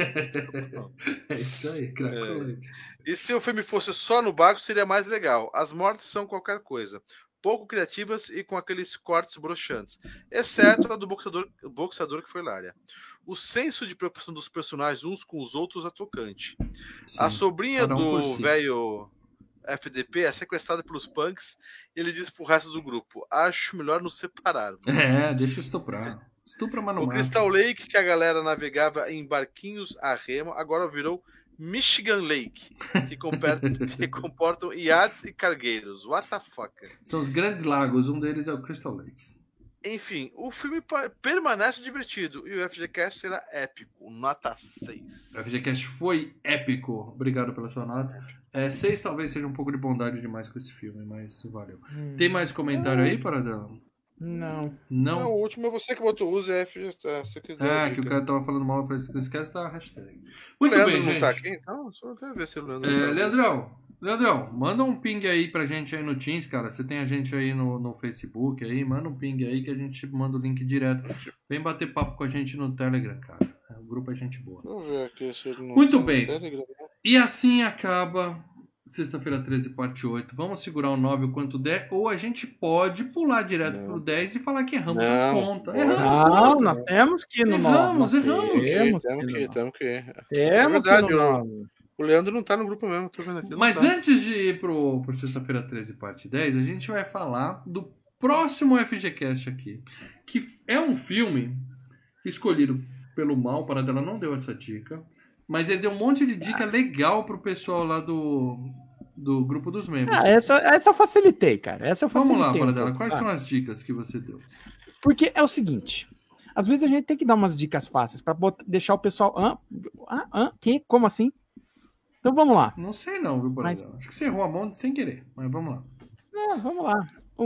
É isso aí, Cracolândia. E se o filme fosse só no barco, seria mais legal. As mortes são qualquer coisa. Pouco criativas e com aqueles cortes broxantes. Exceto a do boxeador que foi hilária. O senso de preocupação dos personagens uns com os outros é tocante. Sim, a sobrinha do si. velho FDP é sequestrada pelos punks e ele diz pro resto do grupo: acho melhor nos separarmos. Deixa eu estuprar. Estupra, mas não O mata. Crystal Lake, que a galera navegava em barquinhos a remo, agora virou Michigan Lake, que comportam iates e cargueiros. What the fuck? São os grandes lagos, um deles é o Crystal Lake. Enfim, o filme permanece divertido e o FGCast será épico. Nota 6. O FGCast foi épico. Obrigado pela sua nota. 6 talvez seja um pouco de bondade demais com esse filme, mas valeu. Tem mais comentário aí, Paradela? Não. Não, o último é você que botou use FGCast. Que o cara tava falando mal, eu falei, não esquece da hashtag. Muito Leandro bem, não gente. tá aqui, então só até ver se o Leandro tá. Leandrão, manda um ping aí pra gente aí no Teams, cara. Você tem a gente aí no Facebook aí, manda um ping aí que a gente manda o link direto. Vem bater papo com a gente no Telegram, cara. O grupo é gente boa. Vamos ver aqui se ele não Muito tá bem. no Telegram. E assim acaba Sexta-feira 13, parte 8. Vamos segurar o 9 o quanto der, ou a gente pode pular direto pro 10 e falar que erramos a conta. Não, nós temos que ir no 9. Erramos. Temos que ir. É verdade, o Leandro não tá no grupo mesmo, tô vendo aqui. Mas antes de ir pro Sexta-feira 13, parte 10, a gente vai falar do próximo FGCast aqui, que é um filme escolhido pelo Mal. Paradela não deu essa dica, mas ele deu um monte de dica legal pro pessoal lá do grupo dos membros. Essa eu facilitei, cara. Vamos lá, Paradela, quais são as dicas que você deu? Porque é o seguinte, às vezes a gente tem que dar umas dicas fáceis pra deixar o pessoal... Que? Como assim? Então vamos lá. Não sei não, viu, Paradela? Acho que você errou a mão sem querer, mas vamos lá. Vamos lá.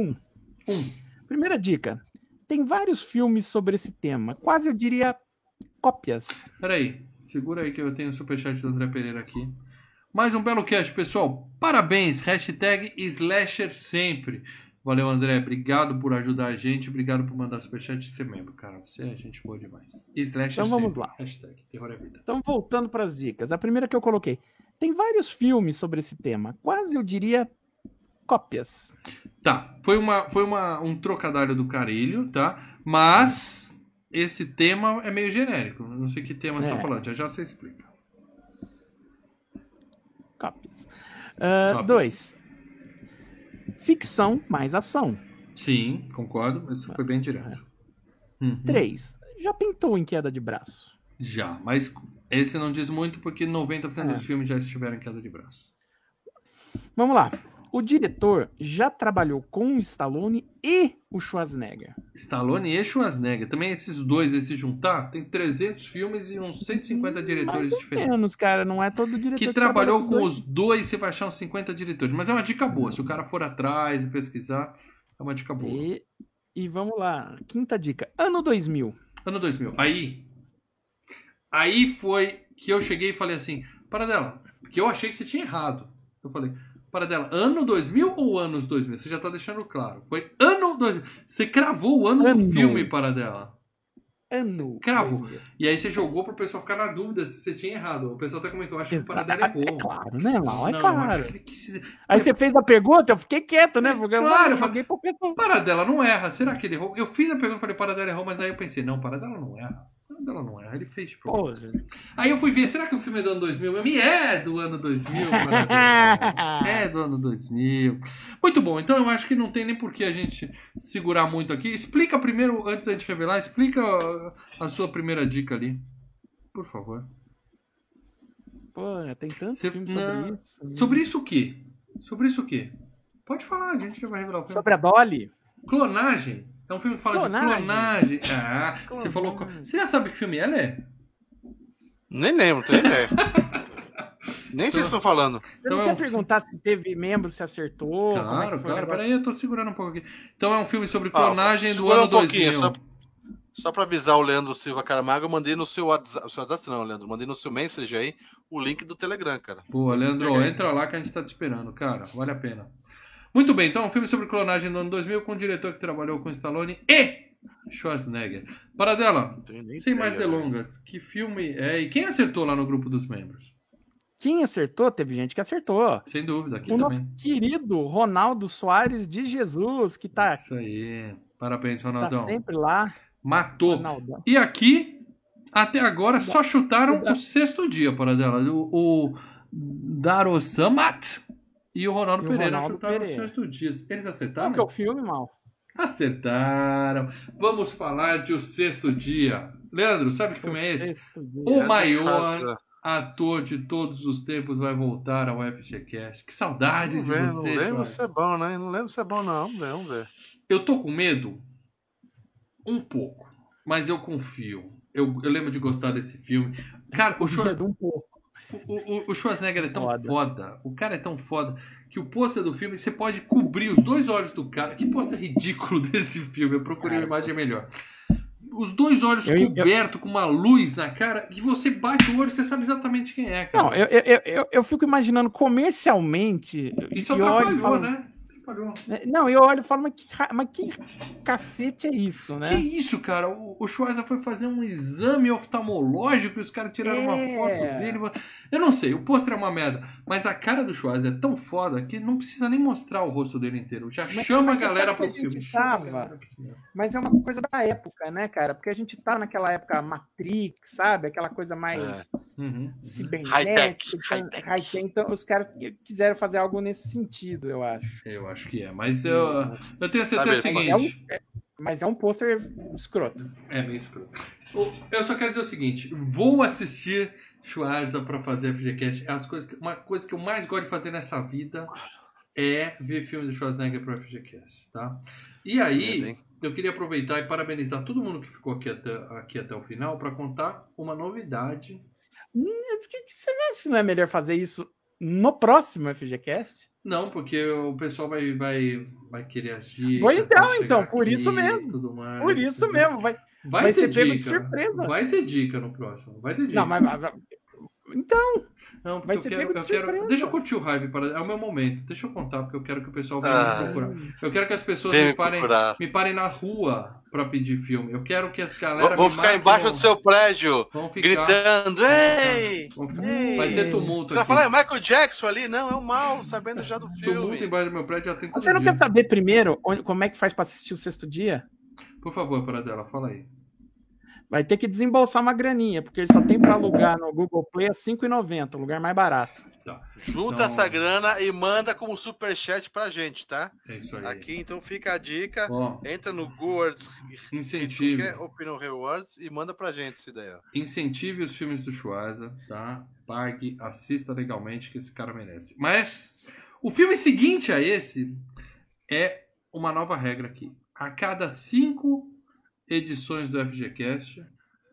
Primeira dica. Tem vários filmes sobre esse tema. Quase eu diria cópias. Peraí, segura aí que eu tenho o superchat do André Pereira aqui. Mais um belo cast, pessoal. Parabéns. Hashtag Slasher sempre. Valeu, André. Obrigado por ajudar a gente. Obrigado por mandar superchat e ser membro, cara. Você é gente boa demais. Slasher então vamos sempre. lá. Hashtag Terror é Vida. Então, voltando para as dicas. A primeira que eu coloquei. Tem vários filmes sobre esse tema. Quase eu diria cópias. Tá. Foi um trocadilho do Carilho, tá? Mas esse tema é meio genérico. Eu não sei que tema você tá falando. Já você explica. Cópias. 2. Ficção mais ação. Sim, concordo. Isso foi bem direto. 3. Já pintou em queda de braço? Já, mas esse não diz muito porque 90% dos filmes já estiveram em queda de braço. Vamos lá. O diretor já trabalhou com o Stallone e o Schwarzenegger. Stallone e Schwarzenegger. Também esses dois, se juntar, tem 300 filmes e uns 150 diretores diferentes. Menos, cara. Não é todo diretor que trabalhou com os dois, você vai achar uns 50 diretores. Mas é uma dica boa. Se o cara for atrás e pesquisar, é uma dica boa. E vamos lá. Quinta dica. Ano 2000. Ano 2000. Aí foi que eu cheguei e falei assim, Paradela, porque eu achei que você tinha errado. Eu falei, Paradela, ano 2000 ou anos 2000? Você já tá deixando claro. Foi ano 2000. Você cravou o ano do filme, Paradela. Ano. Cravo. 2000. E aí você jogou pro pessoal ficar na dúvida se você tinha errado. O pessoal até comentou, acho que o Paradela errou. É claro, né, mal? É Não, claro. acho que ele quis dizer... Aí você fez a pergunta, eu fiquei quieto, né? Porque Claro, eu joguei pro pessoal. Paradela não erra. Será que ele errou? Eu fiz a pergunta e falei, Paradela errou, mas aí eu pensei, não, Paradela não erra. Paradela não erra. Ele fez de propósito. Aí eu fui ver, será que o filme é do ano 2000 mesmo? E é do ano 2000, Paradela. É do ano 2000. Muito bom, então eu acho que não tem nem por que a gente segurar muito aqui. Explica primeiro, antes da gente revelar, explica a sua primeira dica ali. Por favor. Pô, tem tanto Você- filme na- sobre isso. né? Sobre isso o quê? Sobre isso o quê? Pode falar, a gente já vai revelar o filme. Sobre a Dolly? Clonagem. É um filme que fala Clonagem. de clonagem. Ah, você falou... Você já sabe que filme é, Lê? Nem lembro, não tenho ideia. Nem sei o que vocês estão falando. Você Então não é quer um perguntar se teve membro, se acertou? como é que Claro, foi o claro. negócio? Peraí, eu tô segurando um pouco aqui. Então é um filme sobre Ó, clonagem do segura ano um pouquinho, 2000. Só pra avisar o Leandro Silva Caramago, eu mandei no seu WhatsApp. Seu WhatsApp não, Leandro. Mandei no seu message aí o link do Telegram, cara. Pô, Você Leandro, pega aí. entra lá que a gente tá te esperando, cara. Vale a pena. Muito bem, então é um filme sobre clonagem do ano 2000 com um diretor que trabalhou com Stallone e Schwarzenegger. Paradela, Não tenho nem sem ideia, mais delongas, que filme é e quem acertou lá no grupo dos membros? Quem acertou? Teve gente que acertou. Sem dúvida, aqui O também. nosso querido Ronaldo Soares de Jesus, que tá Isso aí. Parabéns, tá Ronaldão. sempre lá. Matou. Ronaldão. E aqui, até agora, só chutaram o sexto dia, Paradela. O Darosamat e o Ronaldo E o Pereira Ronaldo chutaram Pereira. os sexto dias. Eles acertaram? Qual que é o filme, mal? Acertaram. Vamos falar de O Sexto Dia. Leandro, sabe que filme é esse? Sexto dia. O É, maior nossa. ator de todos os tempos vai voltar ao FGCast. Que saudade Não de lembro, você, não lembro Jorge. se é bom, né? Não lembro se é bom, não. Vamos ver. Eu tô com medo um pouco, mas eu confio. Eu lembro de gostar desse filme. Cara, Um pouco. o Schwarzenegger é tão Foda. foda. O cara é tão foda que o pôster do filme você pode cobrir os dois olhos do cara. Que pôster ridículo desse filme. Eu procurei uma imagem melhor. Os dois olhos cobertos com uma luz na cara que você bate o olho e você sabe exatamente quem é, cara. Não, eu fico imaginando comercialmente. Isso e olho e atrapalhou, falo- né? Atrapalhou. Não, eu olho e falo, mas que cacete é isso, né? Que isso, cara? O Schwarza foi fazer um exame oftalmológico e os caras tiraram uma foto dele. Eu não sei, o pôster é uma merda. Mas a cara do Schwarza é tão foda que não precisa nem mostrar o rosto dele inteiro. Já chama a você galera sabe que pro a gente filme. Chama a tava- galera pro cinema. Mas é uma coisa da época, né, cara? Porque a gente tá naquela época Matrix, sabe? Aquela coisa mais Uhum. cibernética, High-tech, então, high-tech. high-tech. Então, os caras quiseram fazer algo nesse sentido, eu acho. Eu acho que é. Mas eu tenho certeza Sabe, seguinte. Mas é um pôster escroto. É meio escuro. Eu só quero dizer o seguinte: vou assistir Schwarza pra fazer FGCast. Uma coisa que eu mais gosto de fazer nessa vida é ver filme do Schwarzenegger pro FGCast, tá? E aí, eu queria aproveitar e parabenizar todo mundo que ficou aqui até o final pra contar uma novidade. O que você acha que não é melhor fazer isso no próximo FGCast? Não, porque o pessoal vai querer assistir. Vou então, por isso mesmo. Tudo mais, Por isso entendeu? mesmo, vai Vai ser ter pego de dica. surpresa. Vai ter dica no próximo. Vai ter dica. Não, mas então, Não, porque vai ser pego de surpresa. Deixa eu curtir o hype, é o meu momento. Deixa eu contar, porque eu quero que o pessoal venha Ah. me procurar. Eu quero que as pessoas Vem me procurar. parem na rua pra pedir filme. Eu quero que as galera Vão me ficar marquem embaixo no- do seu prédio, Vão ficar. gritando, ei! Vão ficar. Ei! Vai ter tumulto Você vai aqui. falar, é Michael Jackson ali? Não, é o mal, sabendo já do filme. Tumulto embaixo do meu prédio já tem todo Você não dia. quer saber primeiro como é que faz pra assistir o Sexto Dia? Por favor, Paradela, fala aí. Vai ter que desembolsar uma graninha, porque ele só tem pra alugar no Google Play a R$5,90, o lugar mais barato. Tá. Junta Então- essa grana e manda como superchat pra gente, tá? É isso aí. Aqui, então fica a dica. Ó, Entra no Gowards, incentive. Opinion Rewards e manda pra gente essa ideia. Incentive os filmes do Schwarza, tá? Pague, assista legalmente que esse cara merece. Mas o filme seguinte a esse é uma nova regra aqui. A cada 5 edições do FGCast,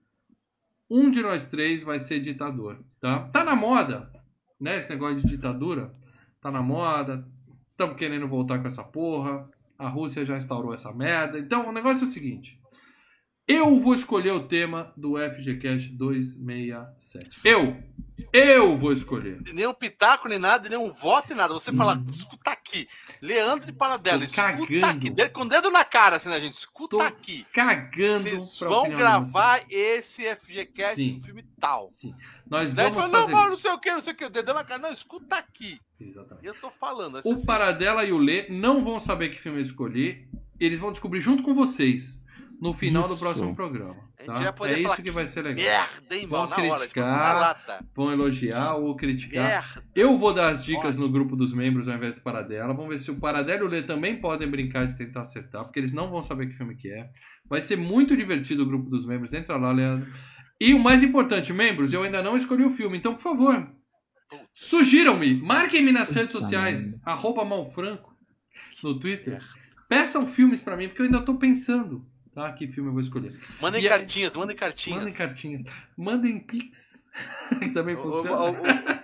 um de nós três vai ser ditador, tá? Tá na moda, né? Esse negócio de ditadura. Tá na moda. Estamos querendo voltar com essa porra. A Rússia já instaurou essa merda. Então, o negócio é o seguinte. Eu vou escolher o tema do FGCast 267. Eu vou escolher. Nem um pitaco, nem nada, nem um voto, nem nada. Você fala, escuta aqui. Leandro de Paradela, escuta cagando. aqui. Com o dedo na cara, assim, né, gente? Escuta aqui. Cagando. Vocês vão gravar esse FGCast Sim. no filme tal. Sim. Nós Daí vamos fala, fazer não, isso. não sei o que. O dedo na cara. Não, escuta aqui. Exatamente. Eu tô falando. O assim. Paradela e o Lê não vão saber que filme eu escolhi. Eles vão descobrir junto com vocês no final do próximo programa. A gente Tá? vai poder É falar isso que vai ser legal. Merda, hein, Vão mano? Na hora, criticar, na lata. vão elogiar ou criticar. Merda. Eu vou dar as dicas no grupo dos membros ao invés do Paradela. Vamos ver se o Paradela e o Lê também podem brincar de tentar acertar, porque eles não vão saber que filme que é. Vai ser muito divertido o grupo dos membros. Entra lá, Leandro. E o mais importante, membros, eu ainda não escolhi o filme, então, por favor, sugiram-me, marquem-me nas redes sociais, @malfranco no Twitter. Peçam filmes pra mim, porque eu ainda tô pensando, tá? Que filme eu vou escolher. Mandem cartinhas. Mandem cartinhas. Mandem pix, que também funciona.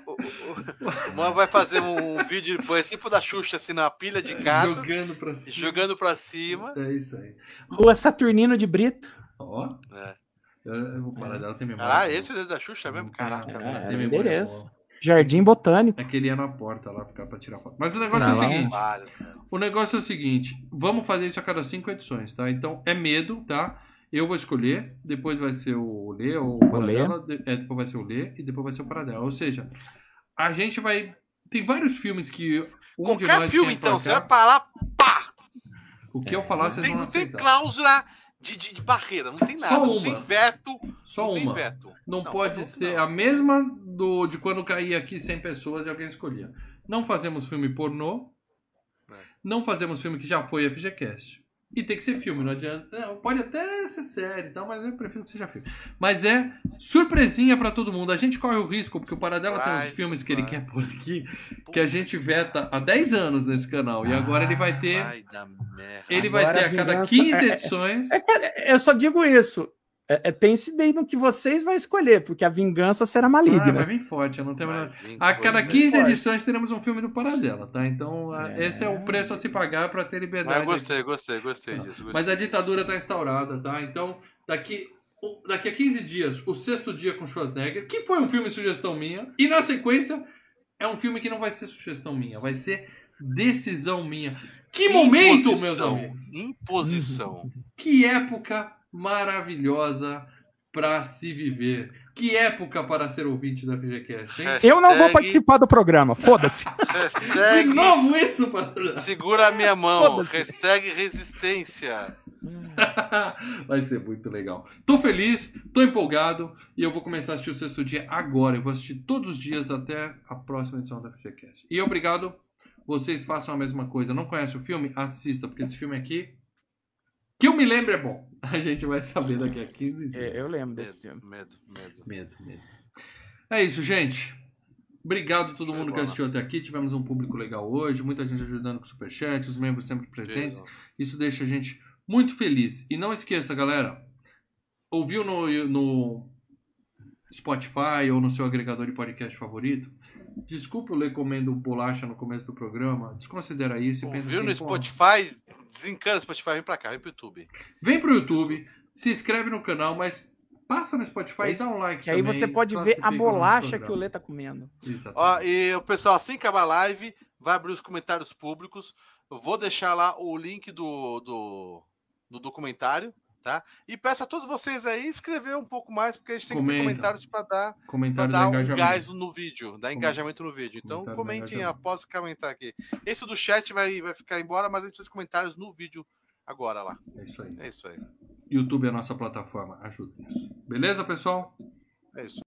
O Mano vai fazer um vídeo depois, tipo da Xuxa, assim, na pilha de gato. Jogando pra cima. É isso aí. Rua Saturnino de Brito. Ó. O Paradela tem memória. Caralho, esse é da Xuxa mesmo? Caraca. É o endereço. Jardim Botânico. É que ele ia na porta lá ficar pra tirar foto. Mas o negócio é o seguinte. O negócio é o seguinte. Vamos fazer isso a cada 5 edições, tá? Então é medo, tá? Eu vou escolher. Depois vai ser o Lê ou o Paradela. Depois vai ser o Lê e depois vai ser o Paradela. Ou seja, a gente vai... Tem vários filmes que... Qualquer filme, então. Você vai parar, pá! O que eu falar, vocês vão Não tem aceitar. cláusula de barreira. Não tem nada. Só não uma. tem veto. Só tem uma. veto. Não pode ser a mesma de quando caía aqui 100 pessoas e alguém escolhia. Não fazemos filme pornô. Não fazemos filme que já foi FGCast. E tem que ser filme, não adianta. Não, pode até ser série e tal, mas eu prefiro que seja filme. Mas é surpresinha pra todo mundo. A gente corre o risco, porque o Paradela tem uns filmes que ele quer pôr aqui, que a gente veta há 10 anos nesse canal. E agora ele vai ter. Ele vai ter a cada 15 edições. Eu só digo isso. Pense bem no que vocês vão escolher, porque a vingança será maligna. Vai vir forte, eu não tenho a cada 15 edições teremos um filme do Paradela, tá? Então esse é o preço a se pagar para ter liberdade. Mas gostei disso. Mas a ditadura tá instaurada, tá? Então daqui a 15 dias, o Sexto Dia com Schwarzenegger, que foi um filme sugestão minha, e na sequência é um filme que não vai ser sugestão minha, vai ser decisão minha. Que momento, meus amigos! Imposição. Que época maravilhosa pra se viver. Que época para ser ouvinte da FGCast, hein? Eu não vou participar do programa, foda-se. De novo isso, Paradela. Segura a minha mão. Hashtag resistência. Vai ser muito legal. Tô feliz, tô empolgado e eu vou começar a assistir o Sexto Dia agora. Eu vou assistir todos os dias até a próxima edição da FGCast. E obrigado. Vocês façam a mesma coisa. Não conhece o filme? Assista, porque esse filme aqui, que eu me lembro, é bom. A gente vai saber daqui a 15 dias. Eu lembro desse filme. Medo. É isso, gente. Obrigado a todo mundo que assistiu até aqui. Tivemos um público legal hoje. Muita gente ajudando com o Superchat. Os membros sempre presentes. Isso deixa a gente muito feliz. E não esqueça, galera. Ouviu no Spotify ou no seu agregador de podcast favorito? Desculpa eu ler comendo bolacha no começo do programa. Desconsidera isso e pensa Viu assim, no Spotify? Desencana o Spotify, vem pra cá, vem pro YouTube. Vem pro YouTube, se inscreve no canal, mas passa no Spotify e dá um like que aí também. você pode ver a bolacha que o Lê tá comendo. Ó, e o pessoal, assim que acabar a live, vai abrir os comentários públicos. Eu vou deixar lá o link do documentário, tá? E peço a todos vocês aí escrever um pouco mais, porque a gente tem que ter comentários para dar um gás no vídeo, dar engajamento no vídeo. Então comentem após comentar aqui. Esse do chat vai ficar embora, mas a gente precisa de comentários no vídeo agora lá. É isso aí. YouTube é a nossa plataforma, ajuda isso. Beleza, pessoal? É isso.